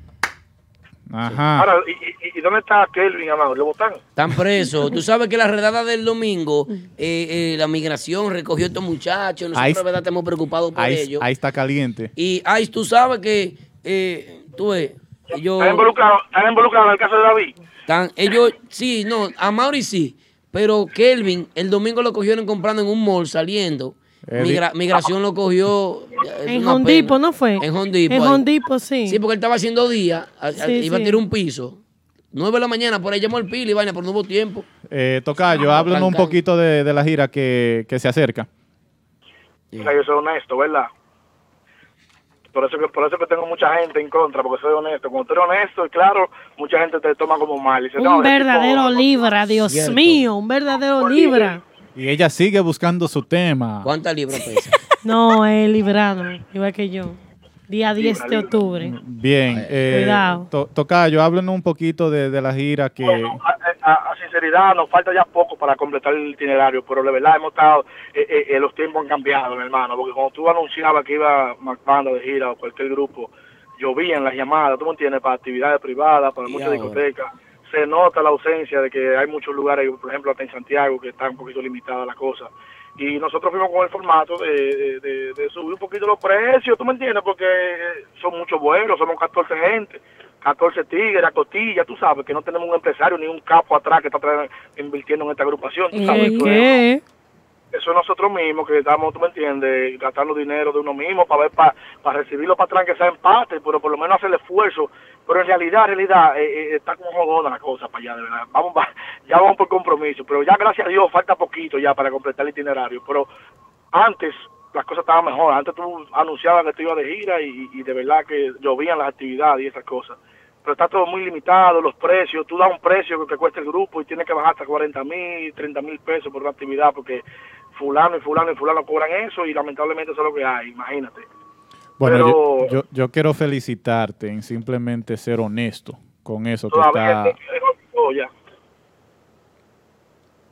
Ajá. Ahora, ¿y, y, y dónde está Kelvin, amado? ¿Lo botan? Están presos. Tú sabes que la redada del domingo, eh, eh, la migración recogió a estos muchachos. Nosotros, Ahí- de verdad, estamos preocupados por Ahí, ellos. ahí está caliente. Y, ay, tú sabes que, eh, tú ves, ellos... ¿Están involucrados, ¿Están involucrados en el caso de David? Están, ellos, sí, no, a Mauri sí, pero Kelvin el domingo lo cogieron comprando en un mall saliendo. Eddie. Migra- migración lo cogió es En una Home Depot, pena. ¿no fue? En Home Depot. En ahí. Home Depot, sí. Sí, porque él estaba haciendo día, a- a- Sí, iba sí. a tirar un piso. Nueve de la mañana, por ahí llamó el pili y vaina, pero no hubo tiempo. Eh, Tocayo, háblanos un Trancán. poquito de, de la gira que, que se acerca. O sea, yo soy honesto, ¿verdad? Por eso que por eso que tengo mucha gente en contra, porque soy honesto. Cuando tú eres honesto, y claro, mucha gente te toma como mal. Y dice, no, Un ese tipo- verdadero libra, Dios Cierto. mío, un verdadero libra. Y ella sigue buscando su tema. ¿Cuántas libras pesa? No, es librado, igual que yo. Día diez de octubre. Bien. eh, Cuidado. To- Tocayo, háblanos un poquito de, de la gira que... a, a- a sinceridad, nos falta ya poco para completar el itinerario, pero de verdad hemos estado, eh, eh, eh, los tiempos han cambiado, mi hermano, porque cuando tú anunciabas que iba una banda de gira o cualquier grupo, llovían las llamadas, tú me entiendes, para actividades privadas, para Y muchas ahora. discotecas. Se nota la ausencia de que hay muchos lugares, por ejemplo, hasta en Santiago, que está un poquito limitada la cosa. Y nosotros fuimos con el formato de, de, de- de subir un poquito los precios, ¿tú me entiendes? Porque eh, son muchos vuelos, somos catorce gente, catorce tigres, a costilla, tú sabes, que no tenemos un empresario ni un capo atrás que está tra- invirtiendo en esta agrupación, tú sabes. ¿Qué? Eso es- ¿Qué? eso es nosotros mismos que estamos, tú me entiendes, gastando dinero de uno mismo para ver, para, para recibirlo para atrás que sea empate, pero por lo menos hacer el esfuerzo. Pero en realidad, en realidad, eh, eh, está como jodona la cosa para allá, de verdad. Vamos, va- ya vamos por compromiso, pero ya gracias a Dios falta poquito ya para completar el itinerario. Pero antes las cosas estaban mejor, antes tú anunciabas que te ibas de gira y, y de verdad que llovían las actividades y esas cosas. Pero está todo muy limitado, los precios, tú das un precio que, que cuesta el grupo y tienes que bajar hasta cuarenta mil, treinta mil pesos por una actividad porque fulano y fulano y fulano cobran eso y lamentablemente eso es lo que hay, imagínate. Bueno, Pero- yo, yo, yo quiero felicitarte en simplemente ser honesto con eso que Todavía está... es- es- oh, ya.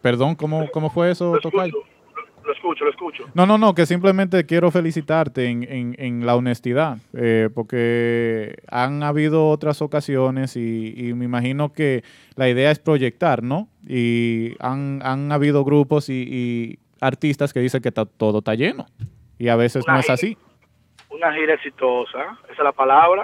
Perdón, ¿cómo, cómo fue eso, Tocayo? Lo escucho, lo escucho. No, no, no, que simplemente quiero felicitarte en, en, en la honestidad, eh, porque han habido otras ocasiones y, y me imagino que la idea es proyectar, ¿no? Y han, han habido grupos y, y artistas que dicen que ta, todo está lleno y a veces una no es gira, así. Una gira exitosa, esa es la palabra.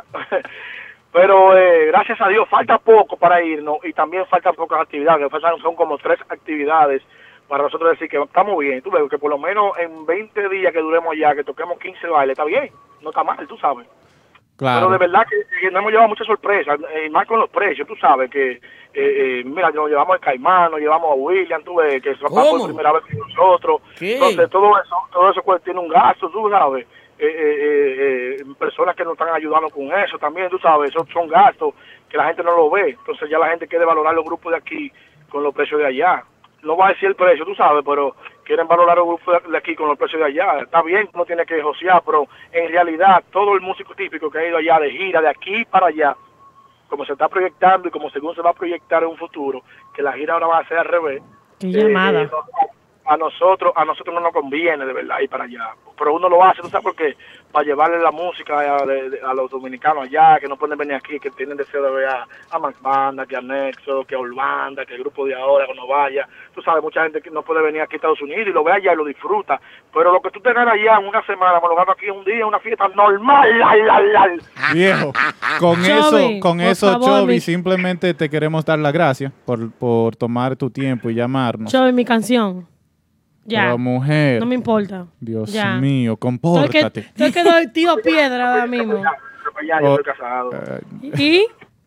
Pero eh, gracias a Dios falta poco para irnos y también faltan pocas actividades, faltan, son como tres actividades para nosotros decir que estamos bien. Tú ves que por lo menos en veinte días que duremos allá, que toquemos quince bailes, está bien, no está mal, tú sabes. Claro. Pero de verdad que, que nos hemos llevado muchas sorpresas, eh, más con los precios, tú sabes que, eh, eh, mira, nos llevamos a Caimán, nos llevamos a William, tú ves, que se va por primera vez con nosotros. ¿Qué? Entonces todo eso, todo eso pues, tiene un gasto, tú sabes. Eh, eh, eh, personas que nos están ayudando con eso también, tú sabes, esos son gastos que la gente no lo ve. Entonces ya la gente quiere valorar los grupos de aquí con los precios de allá. No va a decir el precio, tú sabes, pero quieren valorar los grupos de aquí con los precios de allá. Está bien, uno tiene que josear, pero en realidad todo el músico típico que ha ido allá de gira, de aquí para allá, como se está proyectando y como según se va a proyectar en un futuro, que la gira ahora va a ser al revés. Qué llamada. Eh, a nosotros a nosotros no nos conviene de verdad ir para allá, pero uno lo hace, ¿tú sabes por qué? Para llevarle la música a, de, de, a los dominicanos allá, que no pueden venir aquí, que tienen deseo de ver a, a Max Banda, que a Nexo, que a Urbanda, que el grupo de ahora cuando vaya, tú sabes, mucha gente que no puede venir aquí a Estados Unidos y lo ve allá y lo disfruta, pero lo que tú te ganas allá en una semana, me lo gano aquí un día, una fiesta normal, la, la, la. Viejo, con Chovy, eso, con por eso, favor, Chovy, mi- simplemente te queremos dar las gracias por, por tomar tu tiempo y llamarnos. Chovy, mi canción. Ya. Pero mujer, No me importa. Dios Ya. mío, Estoy que, compórtate. estoy que doy tío piedra ahora mismo. Ya, yo Oh, estoy casado. ¿Y?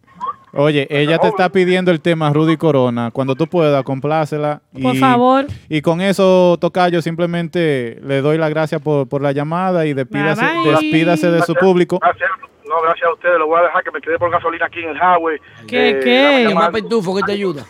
Oye, ella te está pidiendo el tema Rudy Corona. Cuando tú puedas, complácela. Y, Por favor. Y con eso, Tocayo, simplemente le doy las gracias por, por la llamada y despídase, Bye, bye. despídase de su público. Gracias, no, gracias a ustedes, lo voy a dejar que me quede por gasolina aquí en el highway. ¿Qué, Eh, qué? dame Llama a llamar. Pitufo que te ayuda.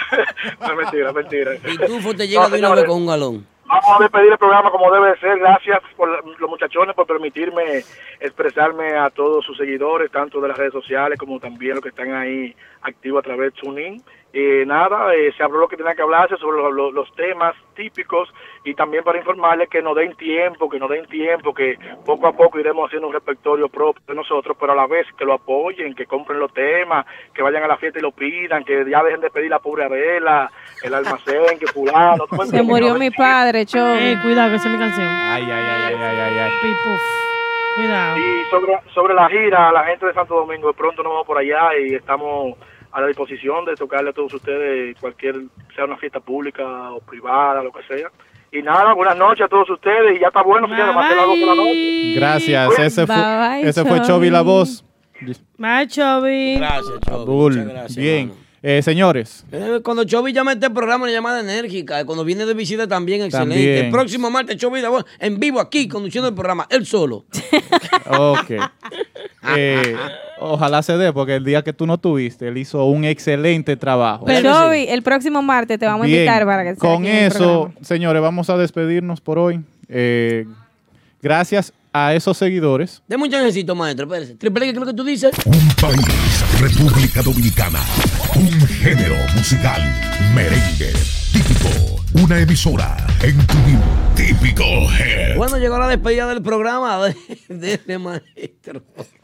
No, es mentira, es mentira. Pitufo te llega No, de una vez señores, con un galón. Vamos a despedir el programa como debe de ser. Gracias por la- los muchachones por permitirme expresarme a todos sus seguidores, tanto de las redes sociales como también los que están ahí activos a través de TuneIn. Eh, nada, eh, se habló lo que tenía que hablarse sobre lo- lo- los temas típicos y también para informarles que nos den tiempo, que nos den tiempo, que poco a poco iremos haciendo un repertorio propio de nosotros, pero a la vez que lo apoyen, que compren los temas, que vayan a la fiesta y lo pidan, que ya dejen de pedir la pobre Adela, el almacén, que fulano. ¿tú me Se entiendes? murió mi padre, Chovy. Eh, cuidado, que esa es mi canción. Ay, ay, ay, ay, ay, ay. Pipuf. Cuidado. Y sobre, sobre la gira, la gente de Santo Domingo, de pronto nos vamos por allá y estamos a la disposición de tocarle a todos ustedes, cualquier, sea una fiesta pública o privada, lo que sea. Y nada, buenas noches a todos ustedes y ya está bueno, señores, va a ser las dos de la noche. Gracias, ese fue, Bye, bye, ese fue Chovy. Chovy la voz. Bye, Chovy. Gracias, Chovy. Abul. Muchas gracias, Bien, hermano. eh, señores, Eh, Cuando Chovy llama a este programa, una llamada enérgica. Cuando viene de visita también, excelente. También. El próximo martes, Chovy la voz en vivo aquí, conduciendo el programa, él solo. ok. Eh, ojalá se dé, porque el día que tú no tuviste, él hizo un excelente trabajo. Pero- Chovy, el próximo martes te vamos Bien, a invitar para que estés con aquí en el eso, programa. señores, vamos a despedirnos por hoy. Eh, gracias a esos seguidores. Deme un chancecito, maestro. Espérese. Triple X, ¿qué es lo que tú dices? Un país, República Dominicana. Un género musical, merengue, típico. Una emisora en tu vida. Típico Head. Bueno, llegó la despedida del programa de, de ese maestro.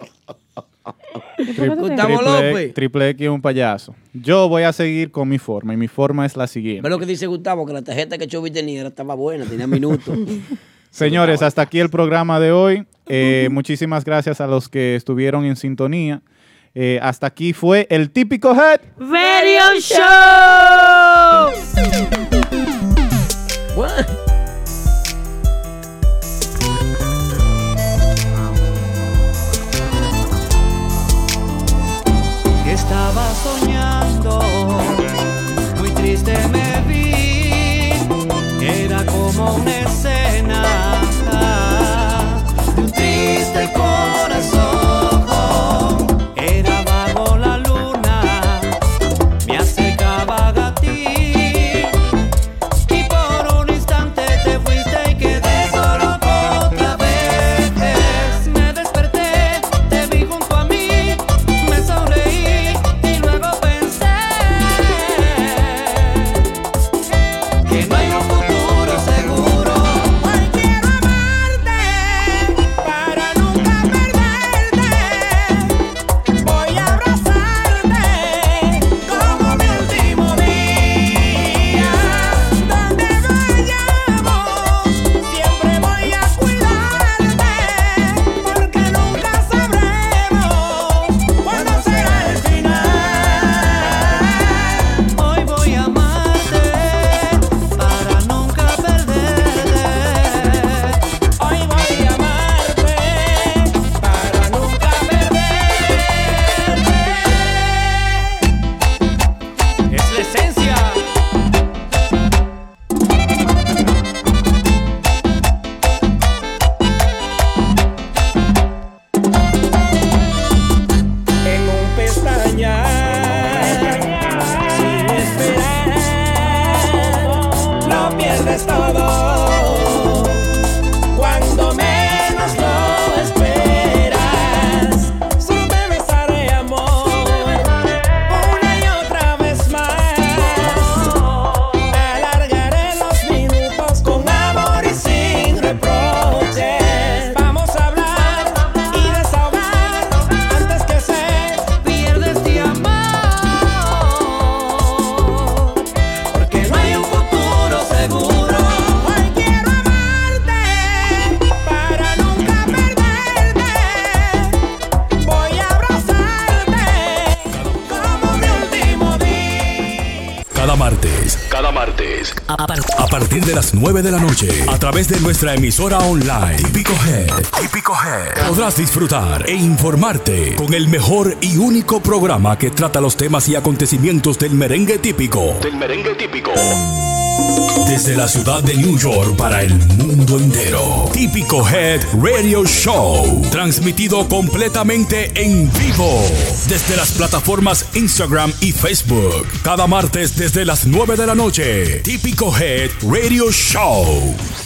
Tri- Gustavo Triple, López. Triple X es un payaso. Yo voy a seguir con mi forma y mi forma es la siguiente. Ve lo que dice Gustavo, que la tarjeta que Chovy tenía era- estaba buena, tenía minutos. Señores, hasta aquí el programa de hoy. Eh, muchísimas gracias a los que estuvieron en sintonía. Eh, hasta aquí fue el Típico Head. Radio Show. Bueno. Estaba soñando, muy triste me vi, era como una escena de un triste corazón, era bajo la luna, me acercaba a ti y por un instante martes, a, par- a partir de las nueve de la noche, a través de nuestra emisora online, Típico Head, Típico Head, podrás disfrutar e informarte con el mejor y único programa que trata los temas y acontecimientos del merengue típico. Del merengue típico. Desde la ciudad de New York para el mundo entero. Típico Head Radio Show. Transmitido completamente en vivo. Desde las plataformas Instagram y Facebook. Cada martes desde las nueve de la noche. Típico Head Radio Show.